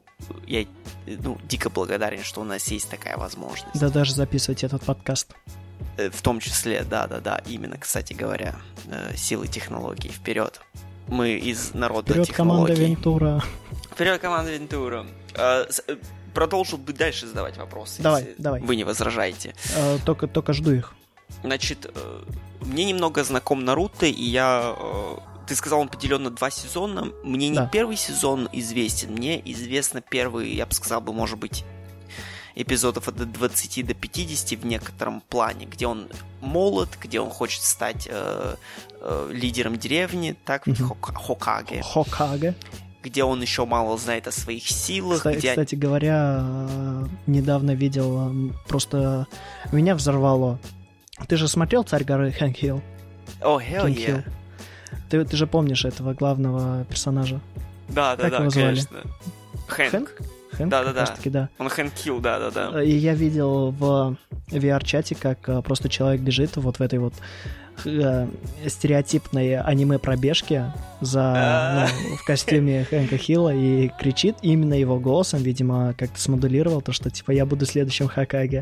[SPEAKER 1] дико благодарен, что у нас есть такая возможность. Да, даже записывать этот подкаст.
[SPEAKER 2] В том числе, да, именно, кстати говоря, силы технологий. Вперед! Мы из народа
[SPEAKER 1] вперед,
[SPEAKER 2] технологий.
[SPEAKER 1] Вперед,
[SPEAKER 2] команда Вентура! Продолжу бы дальше задавать вопросы,
[SPEAKER 1] давай.
[SPEAKER 2] Вы не возражаете.
[SPEAKER 1] Только жду их.
[SPEAKER 2] Значит, мне немного знаком Наруто, и ты сказал, он поделен на 2 сезона. Мне не первый сезон известен, мне известно первый, я бы сказал, может быть, эпизодов от 20 до 50 в некотором плане, где он молод, где он хочет стать лидером деревни, так, Хокаге. Где он еще мало знает о своих силах.
[SPEAKER 1] Кстати говоря, недавно видел, просто меня взорвало. Ты же смотрел «Царь горы» Хэнк Хилл?
[SPEAKER 2] hell yeah.
[SPEAKER 1] Ты же помнишь этого главного персонажа?
[SPEAKER 2] Да, конечно. Хэнк? Да. Он Хэнк Хилл, да.
[SPEAKER 1] И я видел в VR-чате, как просто человек бежит вот в этой вот стереотипной аниме-пробежке в костюме Хэнка Хилла и кричит именно его голосом, видимо, как-то смодулировал то, что типа я буду следующим Хокаге.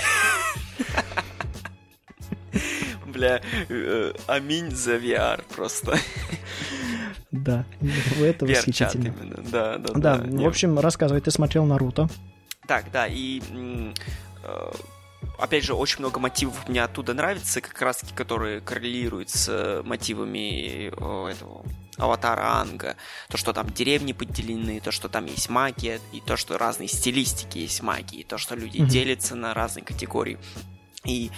[SPEAKER 2] Бля, аминь за VR просто.
[SPEAKER 1] Да, это восхитительно. Да, в общем, рассказывай, ты смотрел Наруто.
[SPEAKER 2] Так, да, и опять же, очень много мотивов мне оттуда нравится, как раз таки, которые коррелируют с мотивами этого Аватара Анга. То, что там деревни поделены, то, что там есть магия, и то, что разные стилистики есть магии, то, что люди делятся на разные категории. И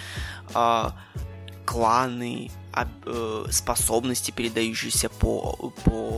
[SPEAKER 2] кланы, способности, передающиеся по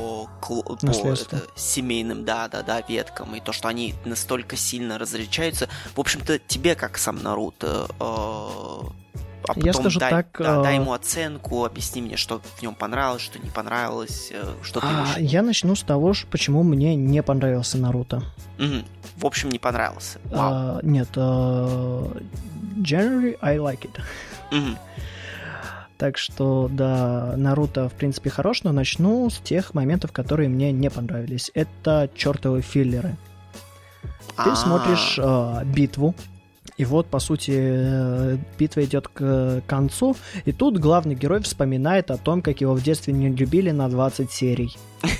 [SPEAKER 2] семейным, веткам, и то, что они настолько сильно различаются. В общем-то, тебе, как сам Наруто, а потом
[SPEAKER 1] я скажу
[SPEAKER 2] дай ему оценку, объясни мне, что в нем понравилось, что не понравилось, что ты видишь.
[SPEAKER 1] Я начну с того, почему мне не понравился Наруто.
[SPEAKER 2] В общем, не понравился.
[SPEAKER 1] Нет, generally I like it. Так что, да, Наруто, в принципе, хорош, но начну с тех моментов, которые мне не понравились. Это чертовы филлеры. Ты смотришь битву, и вот, по сути, битва идет к концу, и тут главный герой вспоминает о том, как его в детстве не любили на 20 серий.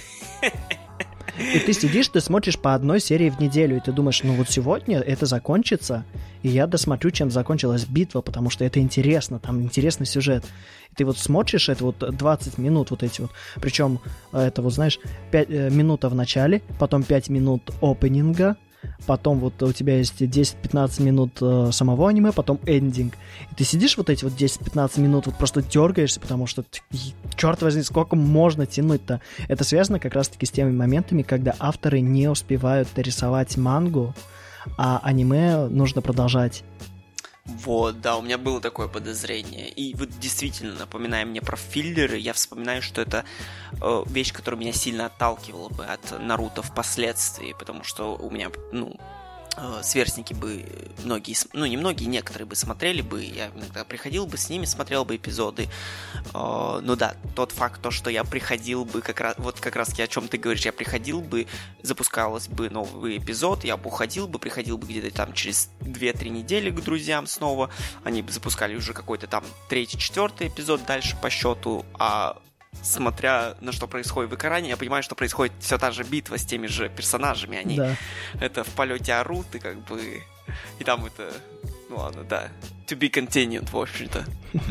[SPEAKER 1] И ты сидишь, ты смотришь по одной серии в неделю, и ты думаешь, ну вот сегодня это закончится, и я досмотрю, чем закончилась битва, потому что это интересно, там интересный сюжет. И ты вот смотришь это вот 20 минут вот эти вот, причем это вот, знаешь, 5 минут в начале, потом 5 минут опенинга, потом вот у тебя есть 10-15 минут самого аниме, потом эндинг. И ты сидишь вот эти вот 10-15 минут, вот просто дергаешься, потому что, черт возьми, сколько можно тянуть-то? Это связано как раз-таки с теми моментами, когда авторы не успевают рисовать мангу, а аниме нужно продолжать.
[SPEAKER 2] Вот, да, у меня было такое подозрение. И вот действительно, напоминая мне про филлеры, я вспоминаю, что это вещь, которая меня сильно отталкивала бы от Наруто впоследствии, потому что у меня, сверстники бы многие, ну не многие, некоторые бы смотрели бы, я иногда приходил бы с ними, смотрел бы эпизоды, ну да, тот факт, то, что я приходил бы как раз таки о чем ты говоришь, я приходил бы, запускалось бы новый эпизод, я бы уходил бы, приходил бы где-то там через 2-3 недели к друзьям снова, они бы запускали уже какой-то там 3-4 эпизод дальше по счету, а смотря на что происходит в экране, я понимаю, что происходит все та же битва с теми же персонажами. Они это в полете орут, и как бы... И там это... Ну ладно, да. To be continued, в общем-то.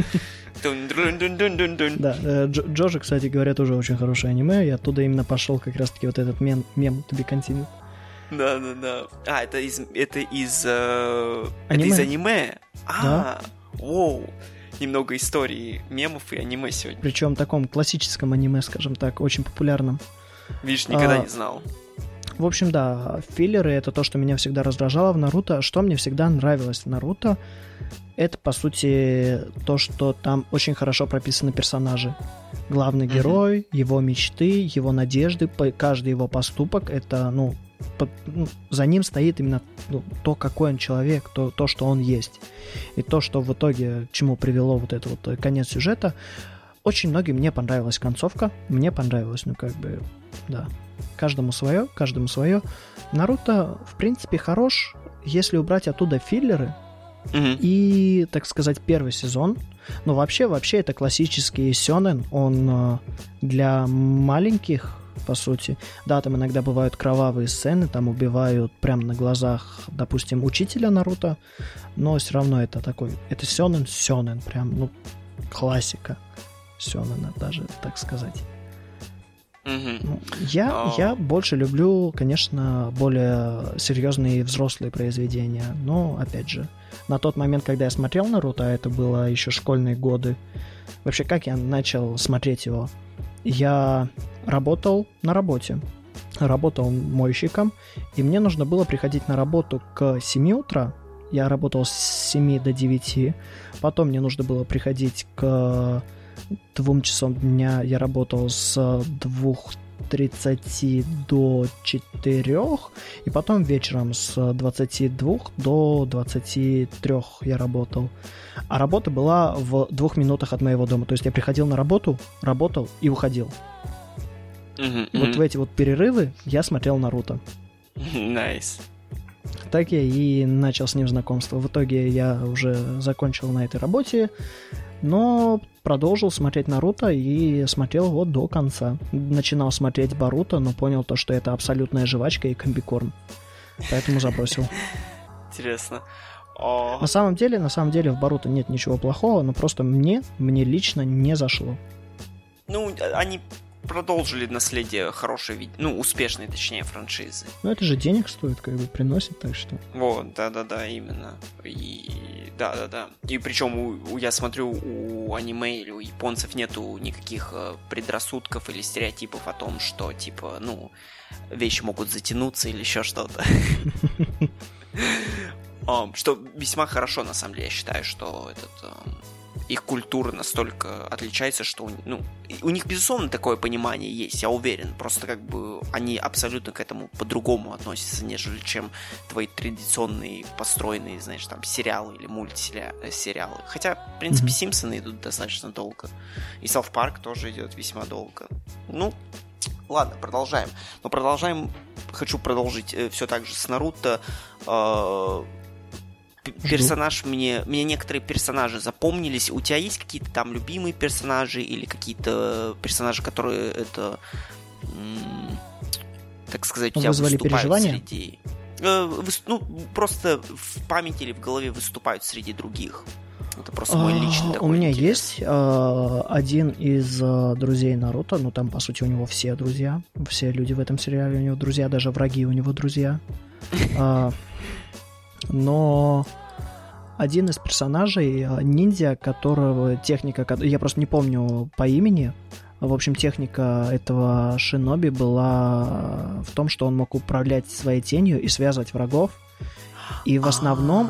[SPEAKER 1] Да, Джоджо, кстати говоря, тоже очень хорошее аниме, и оттуда именно пошел как раз-таки вот этот мем To be continued.
[SPEAKER 2] Да. А, это из аниме?
[SPEAKER 1] Да.
[SPEAKER 2] Воу. Немного истории мемов и аниме сегодня.
[SPEAKER 1] Причем в таком классическом аниме, скажем так, очень популярном.
[SPEAKER 2] Видишь, никогда не знал.
[SPEAKER 1] В общем, да, филлеры — это то, что меня всегда раздражало в Наруто. Что мне всегда нравилось в Наруто, это, по сути, то, что там очень хорошо прописаны персонажи. Главный герой, его мечты, его надежды, каждый его поступок — это, за ним стоит именно то, какой он человек, то, что он есть. И то, что в итоге, к чему привело вот это вот конец сюжета. Очень многим мне понравилась концовка. Мне понравилось, да. Каждому свое. Наруто, в принципе, хорош, если убрать оттуда филлеры и, так сказать, первый сезон. Но вообще это классический сёнэн. Он для маленьких, по сути. Да, там иногда бывают кровавые сцены, там убивают прямо на глазах, допустим, учителя Наруто, но все равно это сёнэн, прям, классика сёнэна даже, так сказать. Я больше люблю, конечно, более серьезные взрослые произведения, но, опять же, на тот момент, когда я смотрел Наруто, это было еще школьные годы. Вообще, как я начал смотреть его? Я работал на работе. Работал мойщиком, и мне нужно было приходить на работу к 7 утра. Я работал с 7 до 9. Потом мне нужно было приходить к 2 часам дня. Я работал с 2:30 до 4. И потом вечером с 22 до 23 я работал. А работа была в 2 минутах от моего дома. То есть я приходил на работу, работал и уходил. Вот в эти вот перерывы я смотрел Наруто.
[SPEAKER 2] Nice.
[SPEAKER 1] Так я и начал с ним знакомство. В итоге я уже закончил на этой работе, но продолжил смотреть Наруто и смотрел его до конца. Начинал смотреть Боруто, но понял то, что это абсолютная жвачка и комбикорм. Поэтому забросил.
[SPEAKER 2] Интересно.
[SPEAKER 1] На самом деле в Боруто нет ничего плохого, но просто мне лично не зашло.
[SPEAKER 2] Они продолжили наследие хорошей, успешной, точнее, франшизы.
[SPEAKER 1] Это же денег стоит, приносит, так что...
[SPEAKER 2] Вот, да, именно. И да. И причем я смотрю, у аниме или у японцев нету никаких предрассудков или стереотипов о том, что, вещи могут затянуться или еще что-то. Что весьма хорошо, на самом деле, я считаю, что их культура настолько отличается, что у них, безусловно, такое понимание есть, я уверен. Просто они абсолютно к этому по-другому относятся, нежели чем твои традиционные построенные, знаешь, там, сериалы или мультсериалы. Хотя, в принципе, Симпсоны идут достаточно долго. И Саут Парк тоже идет весьма долго. Ладно, продолжаем. Хочу продолжить все так же с Наруто. Персонаж мне некоторые персонажи запомнились. У тебя есть какие-то там любимые персонажи или какие-то персонажи, которые так сказать, у тебя выступают среди... просто в памяти или в голове выступают среди других. Это просто мой личный такой
[SPEAKER 1] У меня
[SPEAKER 2] интерес.
[SPEAKER 1] есть один из друзей Наруто, там, по сути, у него все друзья. Все люди в этом сериале у него друзья, даже враги у него друзья. Но один из персонажей, ниндзя, которого техника... Я просто не помню по имени. В общем, техника этого шиноби была в том, что он мог управлять своей тенью и связывать врагов. И в основном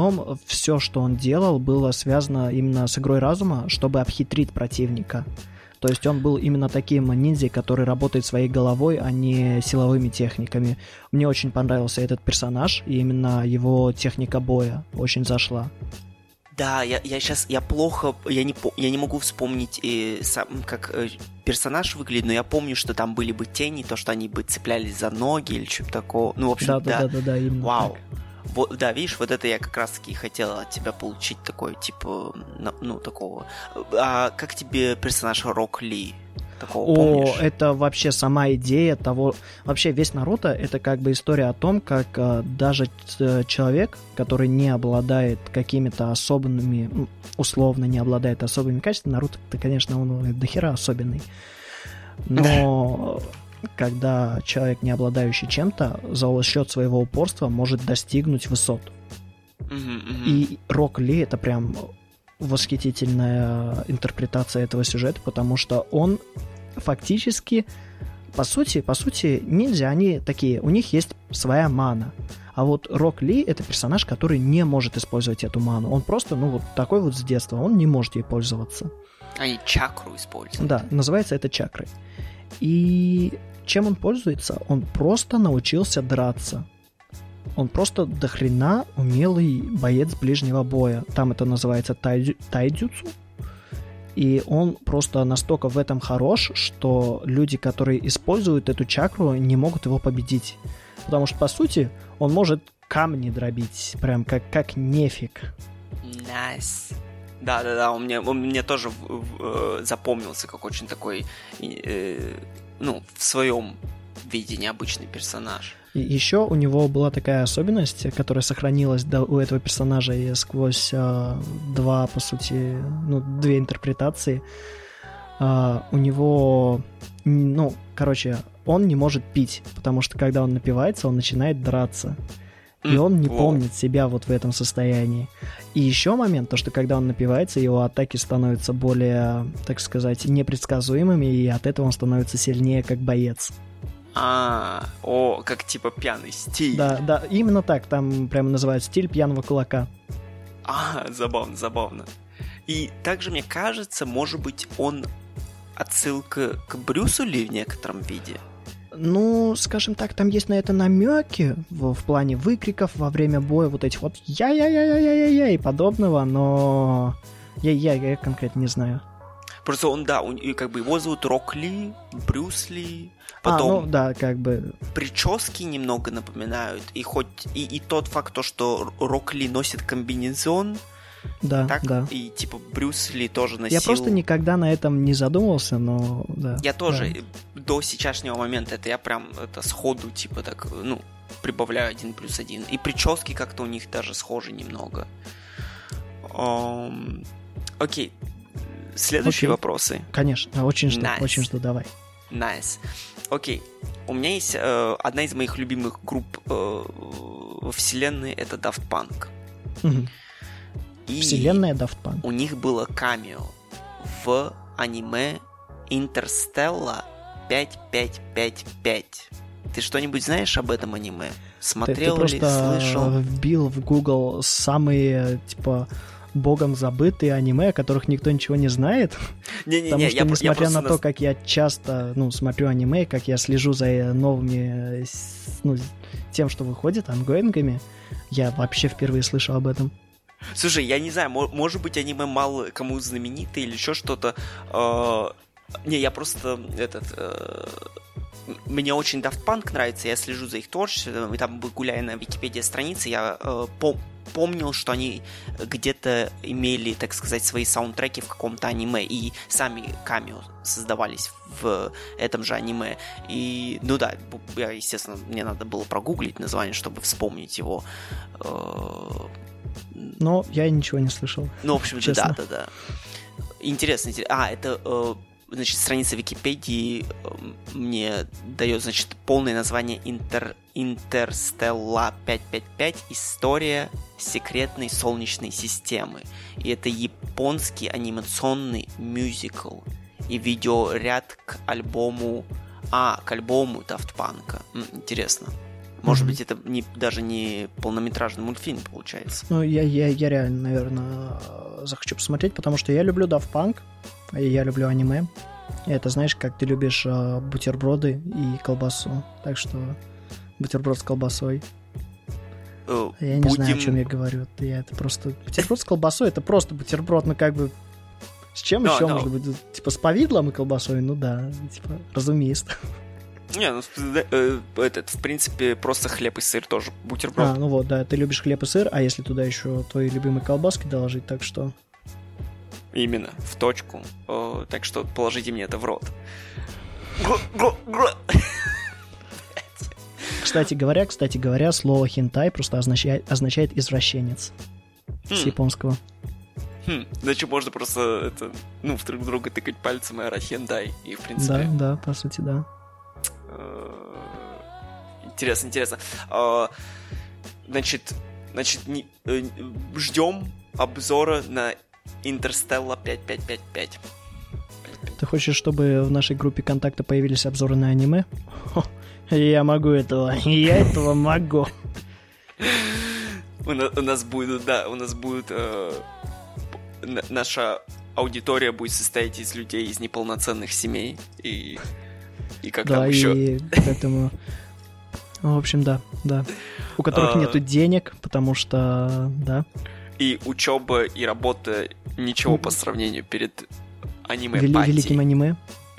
[SPEAKER 1] все, что он делал, было связано именно с игрой разума, чтобы обхитрить противника. То есть он был именно таким ниндзя, который работает своей головой, а не силовыми техниками. Мне очень понравился этот персонаж, и именно его техника боя очень зашла.
[SPEAKER 2] Да, я не могу вспомнить, как персонаж выглядит, но я помню, что там были бы тени, то, что они бы цеплялись за ноги или что-то такого. Ну, в общем,
[SPEAKER 1] да, именно
[SPEAKER 2] вау.
[SPEAKER 1] так.
[SPEAKER 2] Вот, да, видишь, вот это я как раз-таки хотел от тебя получить такой, типа, ну, такого. А как тебе персонаж Рок Ли? Такого помнишь?
[SPEAKER 1] Это вообще сама идея того... Вообще весь Наруто — это как бы история о том, как даже человек, который не обладает какими-то особенными, условно не обладает особыми качествами, Наруто-то, конечно, он дохера особенный, но... когда человек, не обладающий чем-то, за счет своего упорства может достигнуть высот. И Рок Ли — это прям восхитительная интерпретация этого сюжета, потому что он фактически, по сути, ниндзя, они такие, у них есть своя мана. А вот Рок Ли — это персонаж, который не может использовать эту ману. Он просто, вот такой вот с детства, он не может ей пользоваться.
[SPEAKER 2] Они чакру используют.
[SPEAKER 1] Да, называется это чакрой. И чем он пользуется? Он просто научился драться. Он просто дохрена умелый боец ближнего боя. Там это называется тайдзюцу. И он просто настолько в этом хорош, что люди, которые используют эту чакру, не могут его победить. Потому что, по сути, он может камни дробить. Прям как нефиг.
[SPEAKER 2] Nice. Да, он мне тоже запомнился как очень такой, в своем виде необычный персонаж.
[SPEAKER 1] И еще у него была такая особенность, которая сохранилась у этого персонажа и сквозь две интерпретации. У него, он не может пить, потому что когда он напивается, он начинает драться. И он не помнит себя вот в этом состоянии. И еще момент, то что когда он напивается, его атаки становятся более, так сказать, непредсказуемыми, и от этого он становится сильнее как боец.
[SPEAKER 2] Как типа пьяный стиль.
[SPEAKER 1] Да, именно так, там прямо называют стиль пьяного кулака.
[SPEAKER 2] Забавно. И также, мне кажется, может быть, он отсылка к Брюсу Ли в некотором виде.
[SPEAKER 1] Скажем так, там есть на это намеки в плане выкриков во время боя, вот этих вот я и подобного, но я конкретно не знаю.
[SPEAKER 2] Просто его зовут Рок Ли, Брюс Ли, потом прически немного напоминают, и тот факт, что Рок Ли носит комбинезон,
[SPEAKER 1] да.
[SPEAKER 2] И типа Брюс Ли тоже носил...
[SPEAKER 1] Я просто никогда на этом не задумывался, но да.
[SPEAKER 2] Я тоже до сейчасшнего момента я прям сходу прибавляю 1+1. И прически как-то у них даже схожи немного. Окей. Следующие вопросы.
[SPEAKER 1] Конечно, очень жду, давай.
[SPEAKER 2] Nice. Окей. У меня есть одна из моих любимых групп во вселенной, это Daft Punk. И
[SPEAKER 1] вселенная Daft Punk.
[SPEAKER 2] У них было камео в аниме Interstellar 5555. Ты что-нибудь знаешь об этом аниме? Смотрел
[SPEAKER 1] ты
[SPEAKER 2] ли, слышал?
[SPEAKER 1] Ты просто вбил в Google самые, богом забытые аниме, о которых никто ничего не знает. Потому что, несмотря на то, как я часто, смотрю аниме, как я слежу за новыми, тем, что выходит, ангоингами, я вообще впервые слышал об этом.
[SPEAKER 2] Слушай, я не знаю, может быть, аниме мало кому знаменито или еще что-то. Я просто мне очень Daft Punk нравится, я слежу за их творчеством, и там, гуляя на Википедии странице, я помнил, что они где-то имели, так сказать, свои саундтреки в каком-то аниме, и сами камео создавались в этом же аниме. И, естественно, мне надо было прогуглить название, чтобы вспомнить его.
[SPEAKER 1] Но я ничего не слышал.
[SPEAKER 2] В общем, да. Интересно. Это, страница Википедии мне дает, полное название Interstellar 555 «История секретной солнечной системы». И это японский анимационный мюзикл и видеоряд к альбому Daft Punk'а. Интересно. Может быть, это даже не полнометражный мультфильм получается.
[SPEAKER 1] Я реально, наверное, захочу посмотреть, потому что я люблю Daft Punk, и я люблю аниме. Это знаешь, как ты любишь бутерброды и колбасу. Так что бутерброд с колбасой. Я не знаю, о чем я говорю. Это просто... Бутерброд с колбасой — это просто бутерброд, ну как бы... С чем еще можно быть? Типа с повидлом и колбасой? Ну да, типа, разумеется.
[SPEAKER 2] Не, ну, в принципе, просто хлеб и сыр тоже бутерброд.
[SPEAKER 1] Ну вот, да, ты любишь хлеб и сыр, а если туда еще твои любимые колбаски доложить, так что...
[SPEAKER 2] Именно, в точку. Так что положите мне это в рот.
[SPEAKER 1] Кстати говоря, слово хентай просто означает извращенец с японского.
[SPEAKER 2] Значит, можно просто в друг друга тыкать пальцем и орать хентай. И, в принципе...
[SPEAKER 1] Да, по сути, да.
[SPEAKER 2] Интересно. Значит, ждем обзора на Интерстелла 5555.
[SPEAKER 1] Ты хочешь, чтобы в нашей группе контакта появились обзоры на аниме? Я могу этого. Я этого могу.
[SPEAKER 2] У нас будет, наша аудитория будет состоять из людей из неполноценных семей. И как
[SPEAKER 1] да,
[SPEAKER 2] там еще?
[SPEAKER 1] И к этому... В общем, да. У которых нету денег, потому что, да.
[SPEAKER 2] И учеба, и работа ничего по сравнению перед аниме-пати.
[SPEAKER 1] Великим аниме.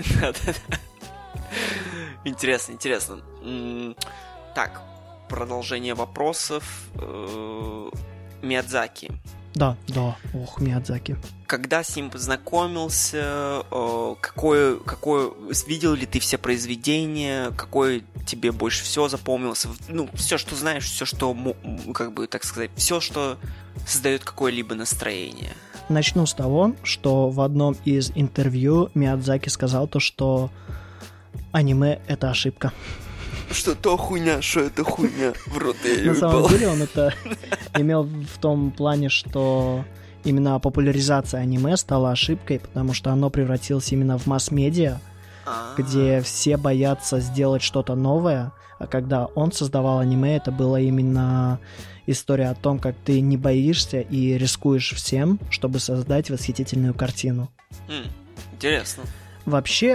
[SPEAKER 2] Интересно. Так, продолжение вопросов. Миядзаки.
[SPEAKER 1] Да, Миядзаки.
[SPEAKER 2] Когда с ним познакомился, какое видел ли ты все произведения, какое тебе больше всего запомнилось? Ну, все, что знаешь, все, что, как бы, так сказать, все, что создает какое-либо настроение.
[SPEAKER 1] Начну с того, что в одном из интервью Миядзаки сказал то, что аниме — это ошибка.
[SPEAKER 2] Что это хуйня, в рот я
[SPEAKER 1] ебал. На самом деле он это имел в том плане, что именно популяризация аниме стала ошибкой, потому что оно превратилось именно в масс-медиа, где все боятся сделать что-то новое, а когда он создавал аниме, это была именно история о том, как ты не боишься и рискуешь всем, чтобы создать восхитительную картину.
[SPEAKER 2] Интересно.
[SPEAKER 1] Вообще,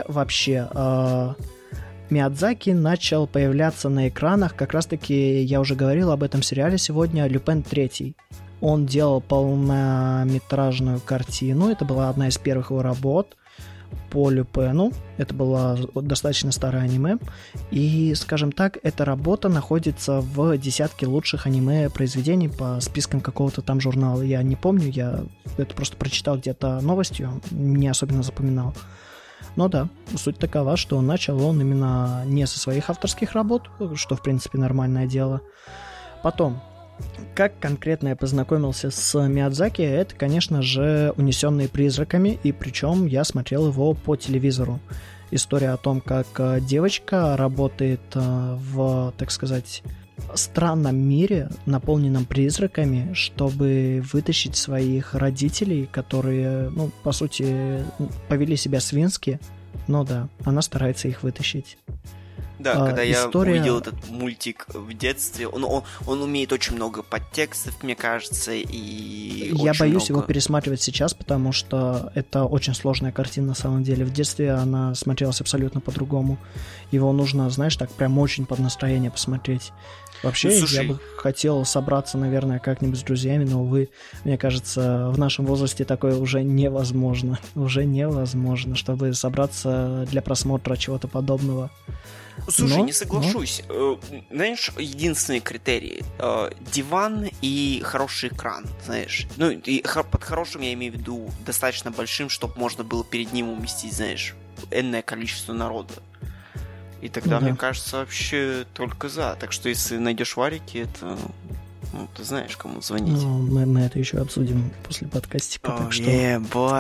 [SPEAKER 1] Миядзаки начал появляться на экранах, как раз-таки я уже говорил об этом сериале сегодня, «Люпен III». Он делал полнометражную картину, это была одна из первых его работ по Люпену, это было достаточно старое аниме, и, скажем так, эта работа находится в десятке лучших аниме-произведений по спискам какого-то там журнала, я не помню, я это просто прочитал где-то новостью, не особенно запоминал. Но да, суть такова, что начал он именно не со своих авторских работ, что в принципе нормальное дело. Потом, как конкретно я познакомился с Миядзаки, это, конечно же, «Унесенные призраками», и причем я смотрел его по телевизору. История о том, как девочка работает в, так сказать, странном мире, наполненном призраками, чтобы вытащить своих родителей, которые, по сути, повели себя свински, но да, она старается их вытащить.
[SPEAKER 2] Да, когда я увидел этот мультик в детстве, он умеет очень много подтекстов, мне кажется, и
[SPEAKER 1] я боюсь его пересматривать сейчас, потому что это очень сложная картина на самом деле. В детстве она смотрелась абсолютно по-другому. Его нужно, знаешь, так прям очень под настроение посмотреть. Вообще, я бы хотел собраться, наверное, как-нибудь с друзьями, но, увы, мне кажется, в нашем возрасте такое уже невозможно. Уже невозможно, чтобы собраться для просмотра чего-то подобного.
[SPEAKER 2] Слушай, не соглашусь. Знаешь, единственный критерий диван и хороший экран, знаешь. Ну, и под хорошим я имею в виду достаточно большим, чтобы можно было перед ним уместить, знаешь, энное количество народа. И тогда, мне кажется, вообще только за. Так что, если найдешь варики, это... ты знаешь, кому звонить.
[SPEAKER 1] Мы это еще обсудим после подкастика, так что...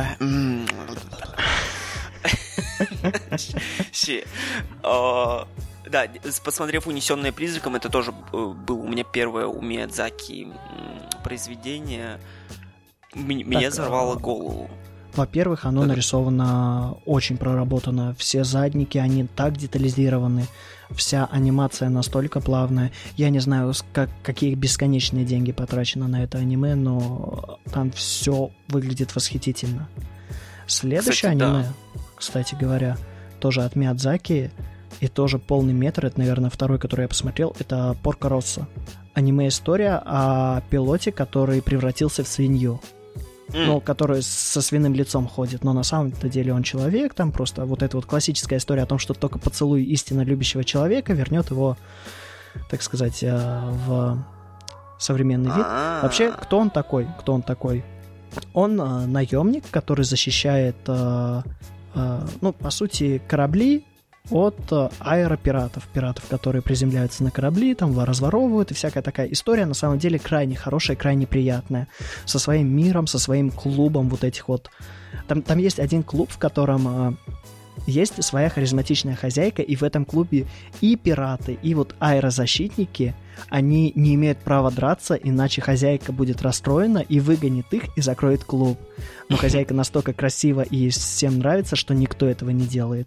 [SPEAKER 2] Да, посмотрев «Унесенные призраком», это тоже было у меня первое у Миядзаки произведение. Меня взорвало голову.
[SPEAKER 1] Во-первых, оно нарисовано очень проработано. Все задники, они так детализированы. Вся анимация настолько плавная. Я не знаю, какие бесконечные деньги потрачено на это аниме, но там все выглядит восхитительно. Следующее аниме, кстати говоря, тоже от Миядзаки, и тоже полный метр, это, наверное, второй, который я посмотрел, это Порко Россо. Аниме-история о пилоте, который превратился в свинью. Ну, который со свиным лицом ходит, но на самом-то деле он человек, там просто вот эта вот классическая история о том, что только поцелуй истинно любящего человека вернет его, так сказать, в современный вид. Вообще, кто он такой? Он наемник, который защищает, ну, по сути, корабли от аэропиратов, пиратов, которые приземляются на корабли, там разворовывают, и всякая такая история, на самом деле, крайне хорошая, крайне приятная, со своим миром, со своим клубом вот этих вот. Там есть один клуб, в котором есть своя харизматичная хозяйка, и в этом клубе и пираты, и вот аэрозащитники, они не имеют права драться, иначе хозяйка будет расстроена и выгонит их и закроет клуб. Но хозяйка настолько красива и всем нравится, что никто этого не делает.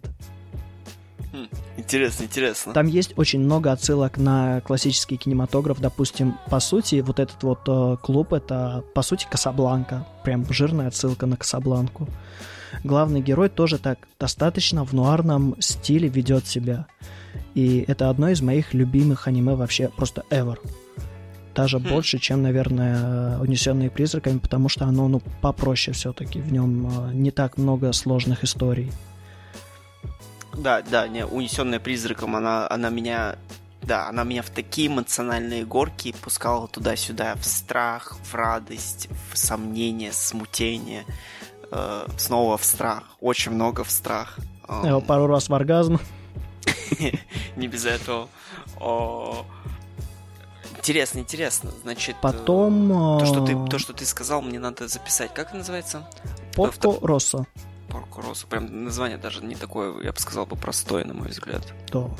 [SPEAKER 2] Интересно.
[SPEAKER 1] Там есть очень много отсылок на классический кинематограф. Допустим, по сути, вот этот вот клуб — это, по сути, Касабланка. Прям жирная отсылка на Касабланку. Главный герой тоже так достаточно в нуарном стиле ведет себя. И это одно из моих любимых аниме вообще просто ever. Даже больше, чем, наверное, «Унесенные призраками», потому что оно, ну, попроще все-таки. В нем не так много сложных историй.
[SPEAKER 2] Да, не, «Унесенная призраком», она меня в такие эмоциональные горки пускала туда-сюда, в страх, в радость, в сомнение, смутение, снова в страх, очень много в страх.
[SPEAKER 1] Пару раз в оргазм.
[SPEAKER 2] Не без этого. Интересно. Значит,
[SPEAKER 1] потом...
[SPEAKER 2] То, что ты сказал, мне надо записать. Как это называется?
[SPEAKER 1] Порко Россо.
[SPEAKER 2] Порко Россо. Прям название даже не такое, я бы сказал, простое, на мой взгляд.
[SPEAKER 1] Да.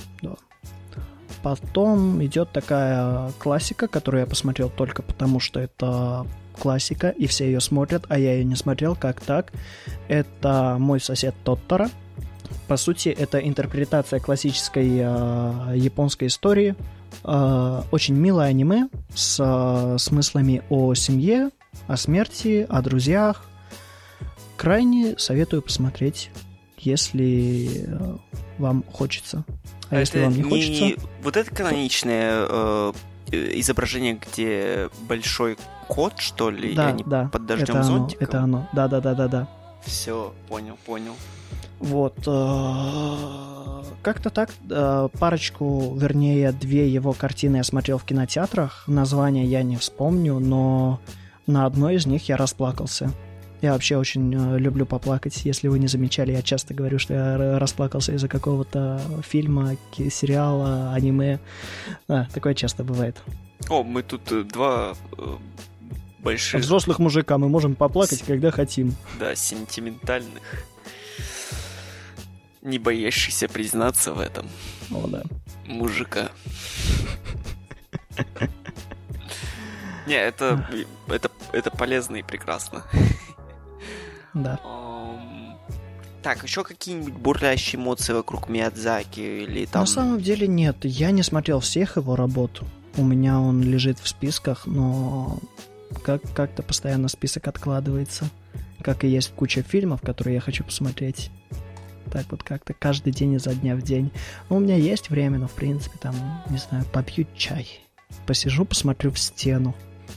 [SPEAKER 1] Потом идет такая классика, которую я посмотрел только потому, что это классика, и все ее смотрят, а я ее не смотрел. Как так? Это «Мой сосед Тоторо». По сути, это интерпретация классической японской истории. Очень милое аниме с смыслами о семье, о смерти, о друзьях. Крайне советую посмотреть, если вам хочется. А если вам не хочется...
[SPEAKER 2] Вот это каноничное изображение, где большой кот, что ли?
[SPEAKER 1] Да,
[SPEAKER 2] под дождем
[SPEAKER 1] это
[SPEAKER 2] зонтиком?
[SPEAKER 1] Это оно. Да.
[SPEAKER 2] Все, понял.
[SPEAKER 1] Вот. Как-то так. Парочку, вернее, 2 его картины я смотрел в кинотеатрах. Название я не вспомню, но на одной из них я расплакался. Я вообще очень люблю поплакать. Если вы не замечали, я часто говорю, что я расплакался из-за какого-то фильма, сериала, аниме. Такое часто бывает.
[SPEAKER 2] Мы тут 2 больших...
[SPEAKER 1] Взрослых мужика мы можем поплакать, когда хотим.
[SPEAKER 2] Да, сентиментальных. Не боящийся признаться в этом.
[SPEAKER 1] О, да.
[SPEAKER 2] Мужика. Не, это полезно и прекрасно.
[SPEAKER 1] Да.
[SPEAKER 2] Так, еще какие-нибудь бурлящие эмоции вокруг Миядзаки или там...
[SPEAKER 1] На самом деле нет, я не смотрел всех его работ. У меня он лежит в списках, но как-то постоянно список откладывается. Как и есть куча фильмов, которые я хочу посмотреть. Так вот как-то каждый день изо дня в день. У меня есть время, но в принципе там, не знаю, попью чай. Посижу, посмотрю в стену.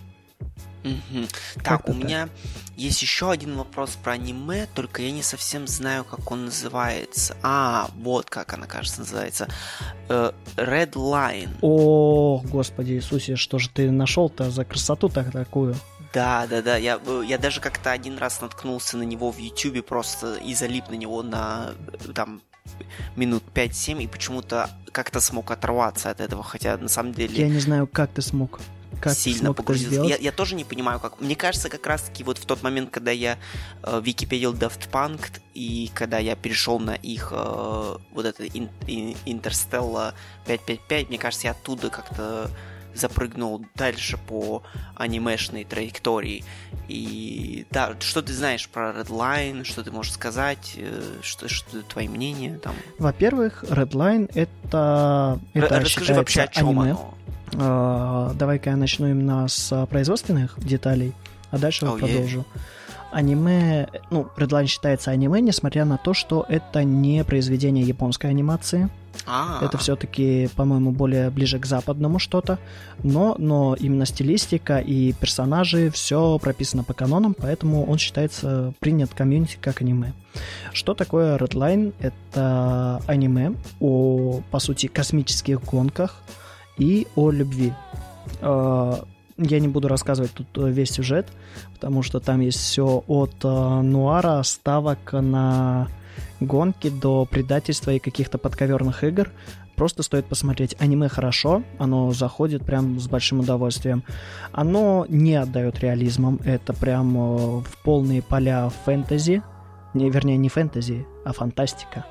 [SPEAKER 2] Так, у меня есть еще один вопрос про аниме, только я не совсем знаю, как он называется. Вот как она, кажется, называется. Red Line.
[SPEAKER 1] О, Господи Иисусе, что же ты нашел-то за красоту-то такую?
[SPEAKER 2] Да. Я даже как-то один раз наткнулся на него в Ютубе просто и залип на него на там минут 5-7 и почему-то как-то смог оторваться от этого, хотя на самом деле...
[SPEAKER 1] Я не знаю, как ты смог. Как
[SPEAKER 2] сильно погрузился. Я тоже не понимаю, как. Мне кажется, как раз-таки вот в тот момент, когда я википедил Daft Punk, и когда я перешел на их вот это Interstellar 555, мне кажется, я оттуда как-то запрыгнул дальше по анимешной траектории. И да, что ты знаешь про Redline, что ты можешь сказать, что твои мнения там?
[SPEAKER 1] Во-первых, Redline это
[SPEAKER 2] расскажи вообще, о чем
[SPEAKER 1] аниме.
[SPEAKER 2] Оно.
[SPEAKER 1] Давай-ка я начну именно с производственных деталей, а дальше продолжу. Аниме, ну, Redline считается аниме, несмотря на то, что это не произведение японской анимации. Это все-таки, по-моему, более ближе к западному что-то. Но именно стилистика и персонажи, все прописано по канонам, поэтому он считается, принят комьюнити как аниме. Что такое Redline? Это аниме о, по сути, космических гонках и о любви. Я не буду рассказывать тут весь сюжет, потому что там есть все от нуара, ставок на гонки до предательства и каких-то подковерных игр. Просто стоит посмотреть. Аниме хорошо, оно заходит прям с большим удовольствием. Оно не отдает реализмом, это прям в полные поля фэнтези. Вернее, не фэнтези, а фантастика.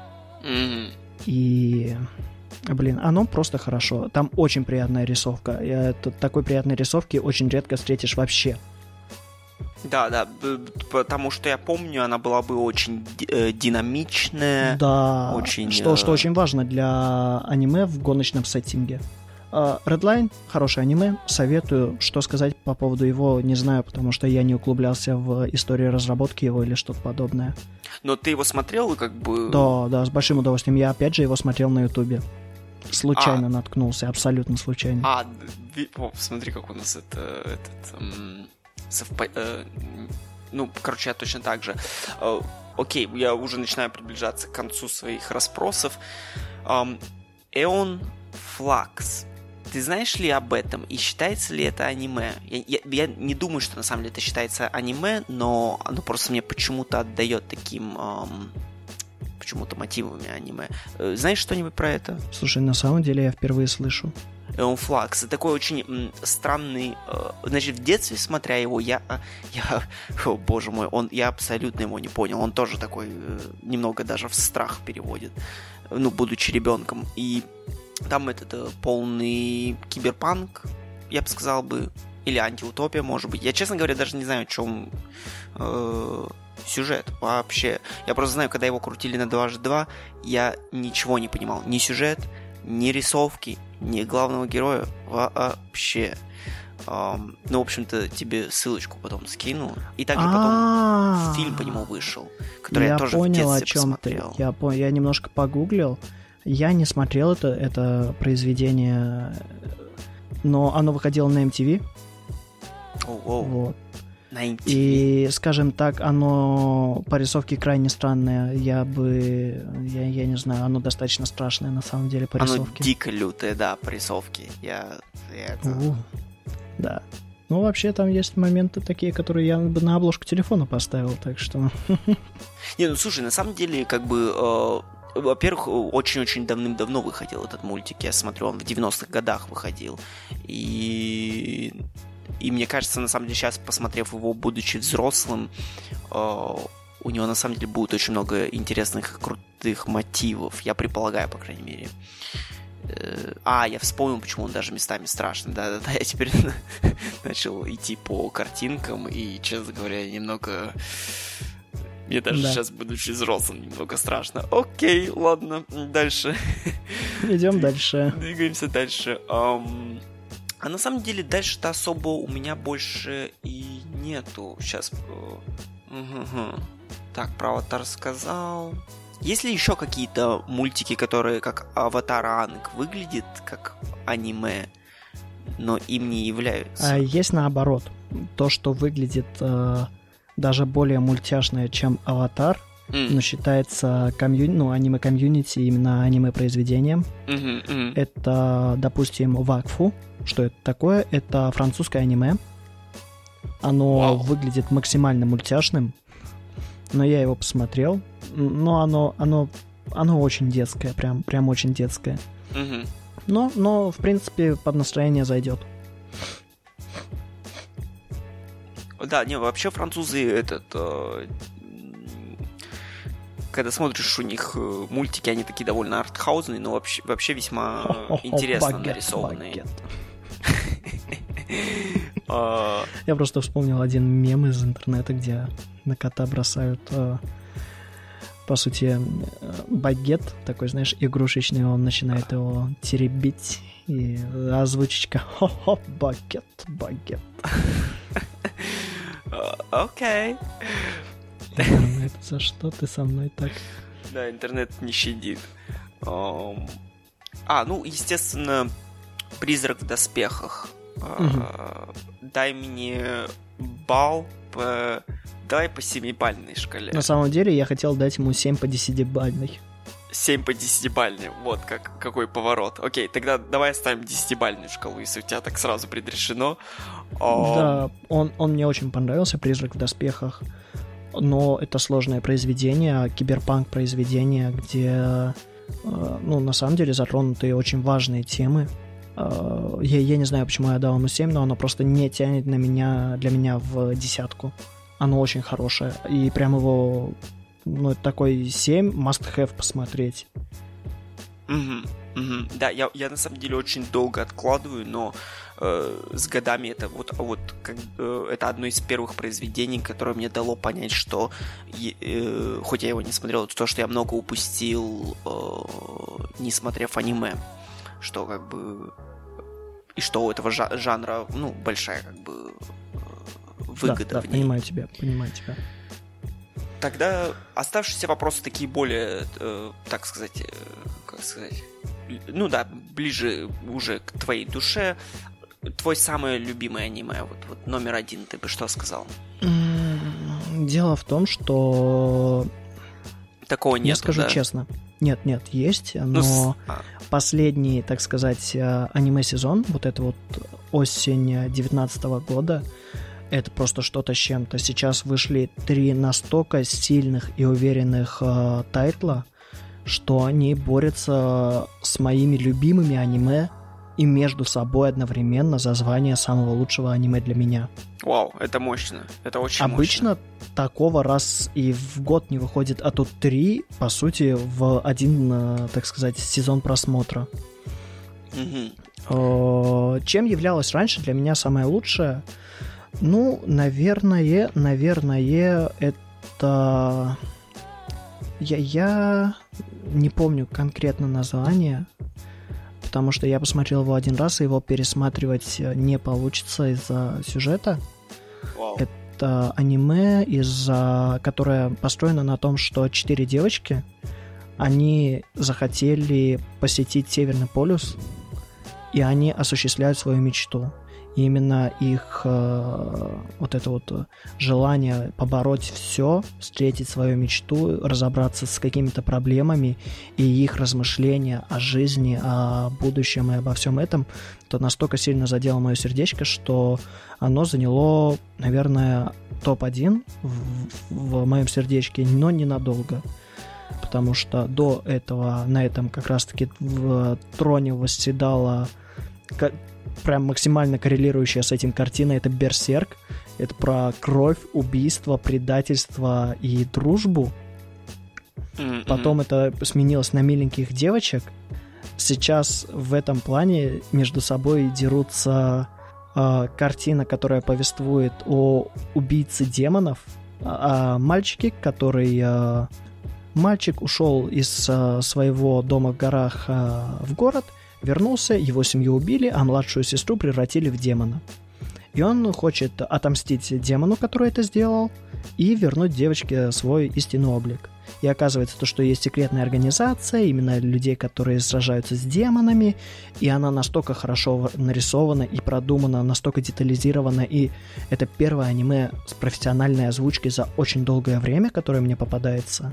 [SPEAKER 1] И... Блин, оно просто хорошо. Там очень приятная рисовка. Такой приятной рисовки очень редко встретишь вообще.
[SPEAKER 2] Да, потому что я помню, она была бы очень динамичная.
[SPEAKER 1] Да,
[SPEAKER 2] очень,
[SPEAKER 1] что очень важно для аниме в гоночном сеттинге. Redline — хорошее аниме, советую. Что сказать по поводу его, не знаю, потому что я не углублялся в историю разработки его или что-то подобное.
[SPEAKER 2] Но ты его смотрел и как бы...
[SPEAKER 1] Да, с большим удовольствием. Я опять же его смотрел на Ютубе. Случайно наткнулся, абсолютно случайно.
[SPEAKER 2] Смотри, как у нас ну, короче, я точно так же. Окей, я уже начинаю приближаться к концу своих расспросов. Эон Флакс. Ты знаешь ли об этом? И считается ли это аниме? Я не думаю, что на самом деле это считается аниме, но оно просто мне почему-то отдает таким... почему-то мотивами аниме. Знаешь что-нибудь про это?
[SPEAKER 1] Слушай, на самом деле я впервые слышу.
[SPEAKER 2] Эон Флакс. Это такой очень странный... Значит, в детстве, смотря его, о, боже мой, я абсолютно его не понял. Он тоже такой немного даже в страх переводит, ну, будучи ребенком. И там этот полный киберпанк, я бы сказал бы, или антиутопия, может быть. Я, честно говоря, даже не знаю, о чем сюжет вообще. Я просто знаю, когда его крутили на 2H2, я ничего не понимал. Ни сюжет, ни рисовки, ни главного героя вообще. Ну, в общем-то, тебе ссылочку потом скину. И также потом фильм по нему вышел, который я тоже в детстве посмотрел.
[SPEAKER 1] Я немножко погуглил. Я не смотрел это произведение, но оно выходило на MTV. Вот.
[SPEAKER 2] На MTV.
[SPEAKER 1] И, скажем так, оно по рисовке крайне странное. Я не знаю, оно достаточно страшное на самом деле по рисовке.
[SPEAKER 2] Оно дико лютое, да, по рисовке.
[SPEAKER 1] Да. Ну, вообще, там есть моменты такие, которые я бы на обложку телефона поставил, так что...
[SPEAKER 2] Не, ну, слушай, на самом деле, как бы... Во-первых, очень-очень давным-давно выходил этот мультик. Я смотрю, он в 90-х годах выходил. И мне кажется, на самом деле, сейчас, посмотрев его, будучи взрослым, у него, на самом деле, будет очень много интересных, крутых мотивов. Я предполагаю, по крайней мере. Я вспомнил, почему он даже местами страшный. Да-да-да, я теперь начал идти по картинкам, и, честно говоря, немного... Мне даже сейчас, будучи взрослым, немного страшно. Окей, ладно, дальше.
[SPEAKER 1] Идем дальше.
[SPEAKER 2] Двигаемся дальше. А на самом деле дальше-то особо у меня больше и нету. Сейчас... Так, про Аватар сказал. Есть ли еще какие-то мультики, которые как Аватар Аанг выглядит как аниме, но им не являются?
[SPEAKER 1] Есть наоборот. То, что выглядит... даже более мультяшное, чем Аватар, но считается аниме-комьюнити именно аниме-произведением. Это, допустим, Вакфу. Что это такое? Это французское аниме. Оно выглядит максимально мультяшным, но я его посмотрел. Но оно очень детское, прям очень детское. Но, в принципе, под настроение зайдет.
[SPEAKER 2] Да, не, вообще французы когда смотришь у них мультики, они такие довольно артхаузные, но вообще весьма интересно нарисованные.
[SPEAKER 1] Я просто вспомнил один мем из интернета, где на кота бросают, по сути, багет, такой, знаешь, игрушечный, он начинает его теребить, и озвучечка «Хо-хо, багет».
[SPEAKER 2] Окей.
[SPEAKER 1] Интернет, за что ты со мной так?
[SPEAKER 2] Да, интернет не щадит. Естественно, «Призрак в доспехах». Дай мне балл давай по 7-бальной шкале.
[SPEAKER 1] На самом деле, я хотел дать ему 7 по 10-бальной.
[SPEAKER 2] 7 по 10-бальной, вот какой поворот. Окей, тогда давай оставим 10-бальную шкалу, если у тебя так сразу предрешено.
[SPEAKER 1] Да, он мне очень понравился, «Призрак в доспехах». Но это сложное произведение, киберпанк произведение, где, на самом деле затронуты очень важные темы. Я не знаю, почему я дал ему 7, но оно просто не тянет для меня в 10. Оно очень хорошее. И прям его, такой 7 must have посмотреть.
[SPEAKER 2] Да, я на самом деле очень долго откладываю, но с годами это это одно из первых произведений, которое мне дало понять, что хоть я его не смотрел, это то, что я много упустил, не смотрев аниме, что и что у этого жанра, большая выгода
[SPEAKER 1] да,
[SPEAKER 2] в ней.
[SPEAKER 1] Понимаю тебя.
[SPEAKER 2] Тогда оставшиеся вопросы такие более, ближе уже к твоей душе. Твой самое любимое аниме, вот номер 1, ты бы что сказал?
[SPEAKER 1] Дело в том, что...
[SPEAKER 2] Такого нет,
[SPEAKER 1] я скажу честно. Нет, есть, но последний, так сказать, аниме-сезон, вот это вот осень 2019 года, это просто что-то с чем-то. Сейчас вышли 3 настолько сильных и уверенных тайтла, что они борются с моими любимыми аниме и между собой одновременно за звание самого лучшего аниме для меня.
[SPEAKER 2] Вау, это мощно. Это очень
[SPEAKER 1] Обычно
[SPEAKER 2] мощно.
[SPEAKER 1] Такого раз и в год не выходит, а тут 3, по сути, в один, так сказать, сезон просмотра. Чем являлось раньше для меня самое лучшее? Наверное, это... Я не помню конкретно название, потому что я посмотрел его один раз, и его пересматривать не получится из-за сюжета.
[SPEAKER 2] Wow.
[SPEAKER 1] Это аниме, которое построено на том, что 4 девочки, они захотели посетить Северный полюс, и они осуществляют свою мечту. И именно их желание побороть все, встретить свою мечту, разобраться с какими-то проблемами и их размышления о жизни, о будущем и обо всем этом, то настолько сильно задело мое сердечко, что оно заняло, наверное, топ-1 в моем сердечке, но ненадолго. Потому что до этого на этом как раз-таки в троне восседала... прям максимально коррелирующая с этим картина, это «Берсерк». Это про кровь, убийство, предательство и дружбу. Потом это сменилось на «Миленьких девочек». Сейчас в этом плане между собой дерутся картина, которая повествует о убийце демонов, о мальчике, мальчик ушел из своего дома в горах в город, вернулся, его семью убили, а младшую сестру превратили в демона. И он хочет отомстить демону, который это сделал, и вернуть девочке свой истинный облик. И оказывается, что есть секретная организация, именно людей, которые сражаются с демонами, и она настолько хорошо нарисована и продумана, настолько детализирована, и это первое аниме с профессиональной озвучкой за очень долгое время, которое мне попадается,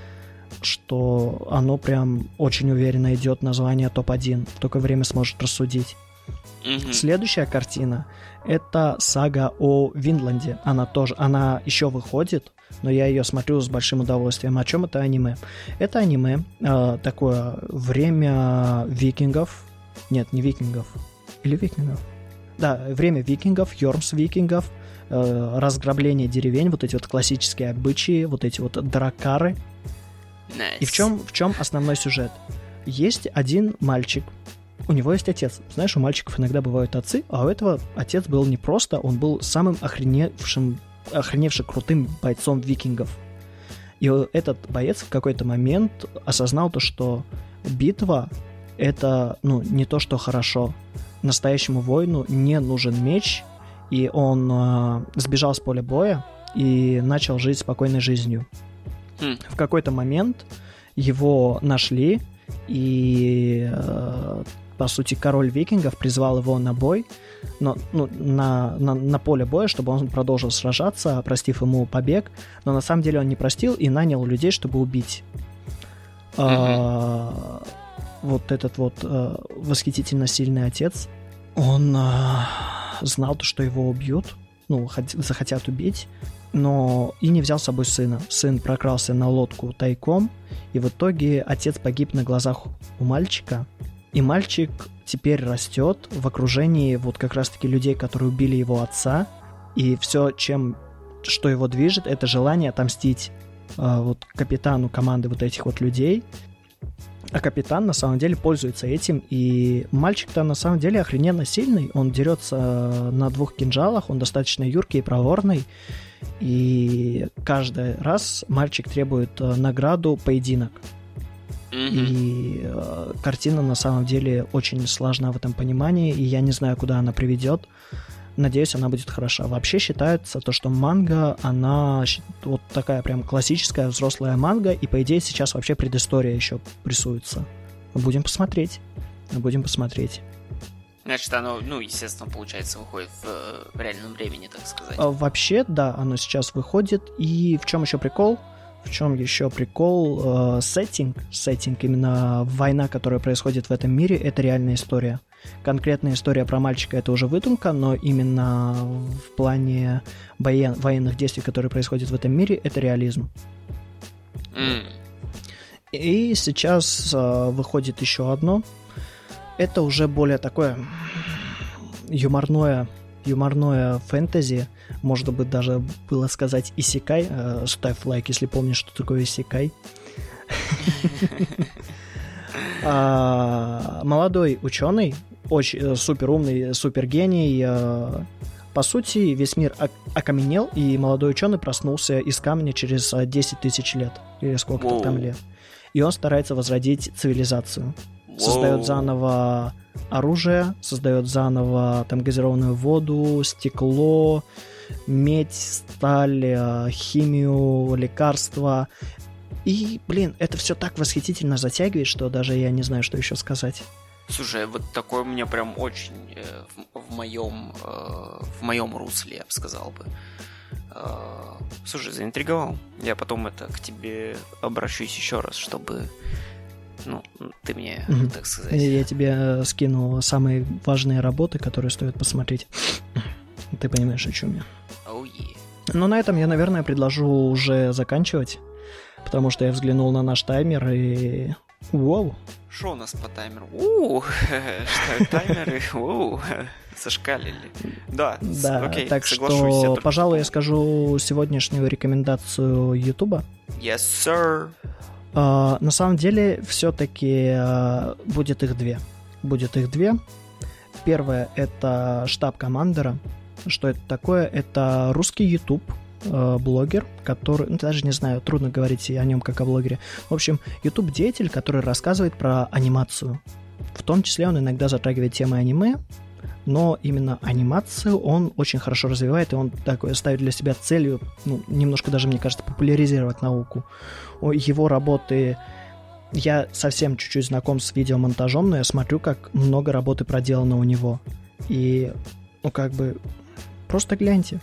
[SPEAKER 1] что оно прям очень уверенно идет на звание топ-1. Только время сможет рассудить. Следующая картина — это сага о Винланде. Она еще выходит, но я ее смотрю с большим удовольствием. О чем это аниме? Это аниме такое время викингов. Нет, не викингов. Или викингов? Да, время викингов, Йормс викингов, разграбление деревень, вот эти вот классические обычаи, вот эти вот дракары.
[SPEAKER 2] Nice.
[SPEAKER 1] И в чем основной сюжет? Есть один мальчик, у него есть отец. Знаешь, у мальчиков иногда бывают отцы, а у этого отец был не просто, он был самым охреневшим крутым бойцом викингов. И этот боец в какой-то момент осознал то, что битва — это не то, что хорошо. Настоящему воину не нужен меч и он сбежал с поля боя и начал жить спокойной жизнью. В какой-то момент его нашли, и, по сути, король викингов призвал его на бой, на поле боя, чтобы он продолжил сражаться, простив ему побег, но на самом деле он не простил и нанял людей, чтобы убить. Вот этот вот восхитительно сильный отец, он знал, что его убьют, захотят убить, но и не взял с собой сына. Сын прокрался на лодку тайком, и в итоге отец погиб на глазах у мальчика, и мальчик теперь растет в окружении вот как раз-таки людей, которые убили его отца, и все, что его движет, это желание отомстить вот капитану команды вот этих вот людей. А капитан на самом деле пользуется этим, и мальчик-то на самом деле охрененно сильный, он дерется на 2 кинжалах, он достаточно юркий и проворный, и каждый раз мальчик требует награду поединок. И картина на самом деле очень сложна в этом понимании, и я не знаю, куда она приведет. Надеюсь, она будет хороша. Вообще считается то, что манга, она вот такая прям классическая взрослая манга, и по идее сейчас вообще предыстория еще рисуется. Будем посмотреть.
[SPEAKER 2] Значит, оно, естественно, получается, выходит в реальном времени, так сказать.
[SPEAKER 1] Вообще, да, оно сейчас выходит. И в чем еще прикол? Сеттинг, именно война, которая происходит в этом мире, это реальная история. Конкретная история про мальчика — это уже выдумка, но именно в плане военных действий, которые происходят в этом мире, это реализм. И сейчас выходит еще одно. Это уже более такое юморное фэнтези, можно бы даже было сказать исекай. Ставь лайк, если помнишь, что такое исекай. Молодой ученый, очень супер умный, супер гений. По сути, весь мир окаменел, и молодой ученый проснулся из камня через 10 тысяч лет, или сколько-то там лет. И он старается возродить цивилизацию. Создает заново оружие, создает заново там газированную воду, стекло, медь, сталь, химию, лекарства. И, это все так восхитительно затягивает, что даже я не знаю, что еще сказать.
[SPEAKER 2] Слушай, вот такое мне прям очень в моем русле, я бы сказал бы. Слушай, заинтриговал. Я потом к тебе обращусь еще раз, чтобы... ты мне, так сказать...
[SPEAKER 1] Я тебе скину самые важные работы, которые стоит посмотреть. Ты понимаешь, о чем я. Но на этом я, наверное, предложу уже заканчивать, потому что я взглянул на наш таймер и... Вау!
[SPEAKER 2] Что у нас по таймеру? Таймеры? Зашкалили. Да, окей,
[SPEAKER 1] так что, пожалуй, я скажу сегодняшнюю рекомендацию Ютуба.
[SPEAKER 2] Yes, sir.
[SPEAKER 1] На самом деле, все-таки будет их две. Первое — это штаб Командера. Что это такое? Это русский YouTube блогер, который, даже не знаю, трудно говорить о нем как о блогере. В общем, YouTube-деятель, который рассказывает про анимацию. В том числе он иногда затрагивает темы аниме, но именно анимацию он очень хорошо развивает, и он такой ставит для себя целью, немножко даже, мне кажется, популяризировать науку. Его работы... Я совсем чуть-чуть знаком с видеомонтажом, но я смотрю, как много работы проделано у него. И, просто гляньте.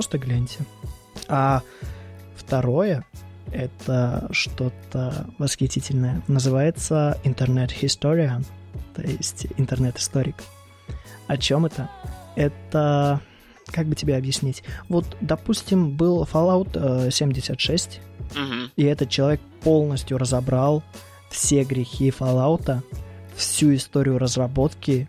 [SPEAKER 1] А второе — это что-то восхитительное. Называется интернет-historian, то есть интернет-историк. О чем это? Это... Как бы тебе объяснить? Вот, допустим, был Fallout 76, и этот человек полностью разобрал все грехи Fallout'а, всю историю разработки,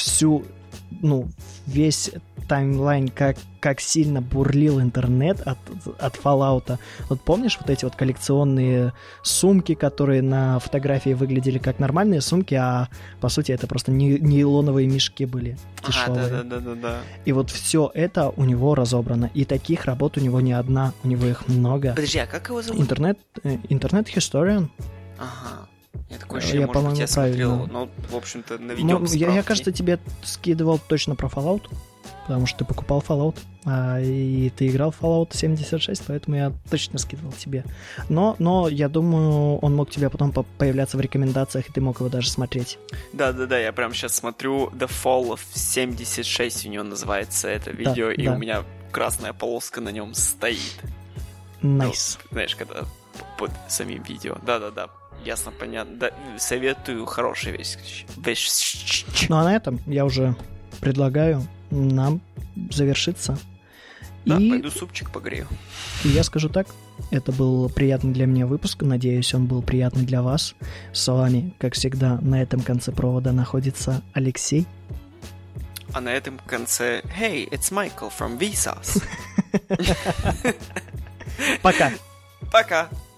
[SPEAKER 1] весь таймлайн, как сильно бурлил интернет от Fallout'а. Вот помнишь вот эти вот коллекционные сумки, которые на фотографии выглядели как нормальные сумки, а по сути это просто нейлоновые мешки были дешевые.
[SPEAKER 2] Да.
[SPEAKER 1] И вот все это у него разобрано. И таких работ у него не одна, у него их много.
[SPEAKER 2] Подожди, а как его зовут?
[SPEAKER 1] Интернет-historian.
[SPEAKER 2] Ага. Я такое ощущение, может быть, я смотрел, но, в общем-то, наведем справки.
[SPEAKER 1] Я, кажется, тебе скидывал точно про Fallout, потому что ты покупал Fallout, и ты играл в Fallout 76, поэтому я точно скидывал тебе. Но я думаю, он мог тебе потом появляться в рекомендациях, и ты мог его даже смотреть.
[SPEAKER 2] Да, я прямо сейчас смотрю The Fall of 76, у него называется это видео, и у меня красная полоска на нем стоит.
[SPEAKER 1] Найс.
[SPEAKER 2] Ну, знаешь, когда под самим видео. Да. Ясно, понятно. Да, советую, хорошая вещь.
[SPEAKER 1] Ну а на этом я уже предлагаю нам завершиться.
[SPEAKER 2] Да, пойду супчик погрею.
[SPEAKER 1] И я скажу так, это был приятный для меня выпуск, надеюсь, он был приятный для вас. С вами, как всегда, на этом конце провода находится Алексей.
[SPEAKER 2] А на этом конце Hey, it's Michael from Vsauce.
[SPEAKER 1] Пока.
[SPEAKER 2] Пока.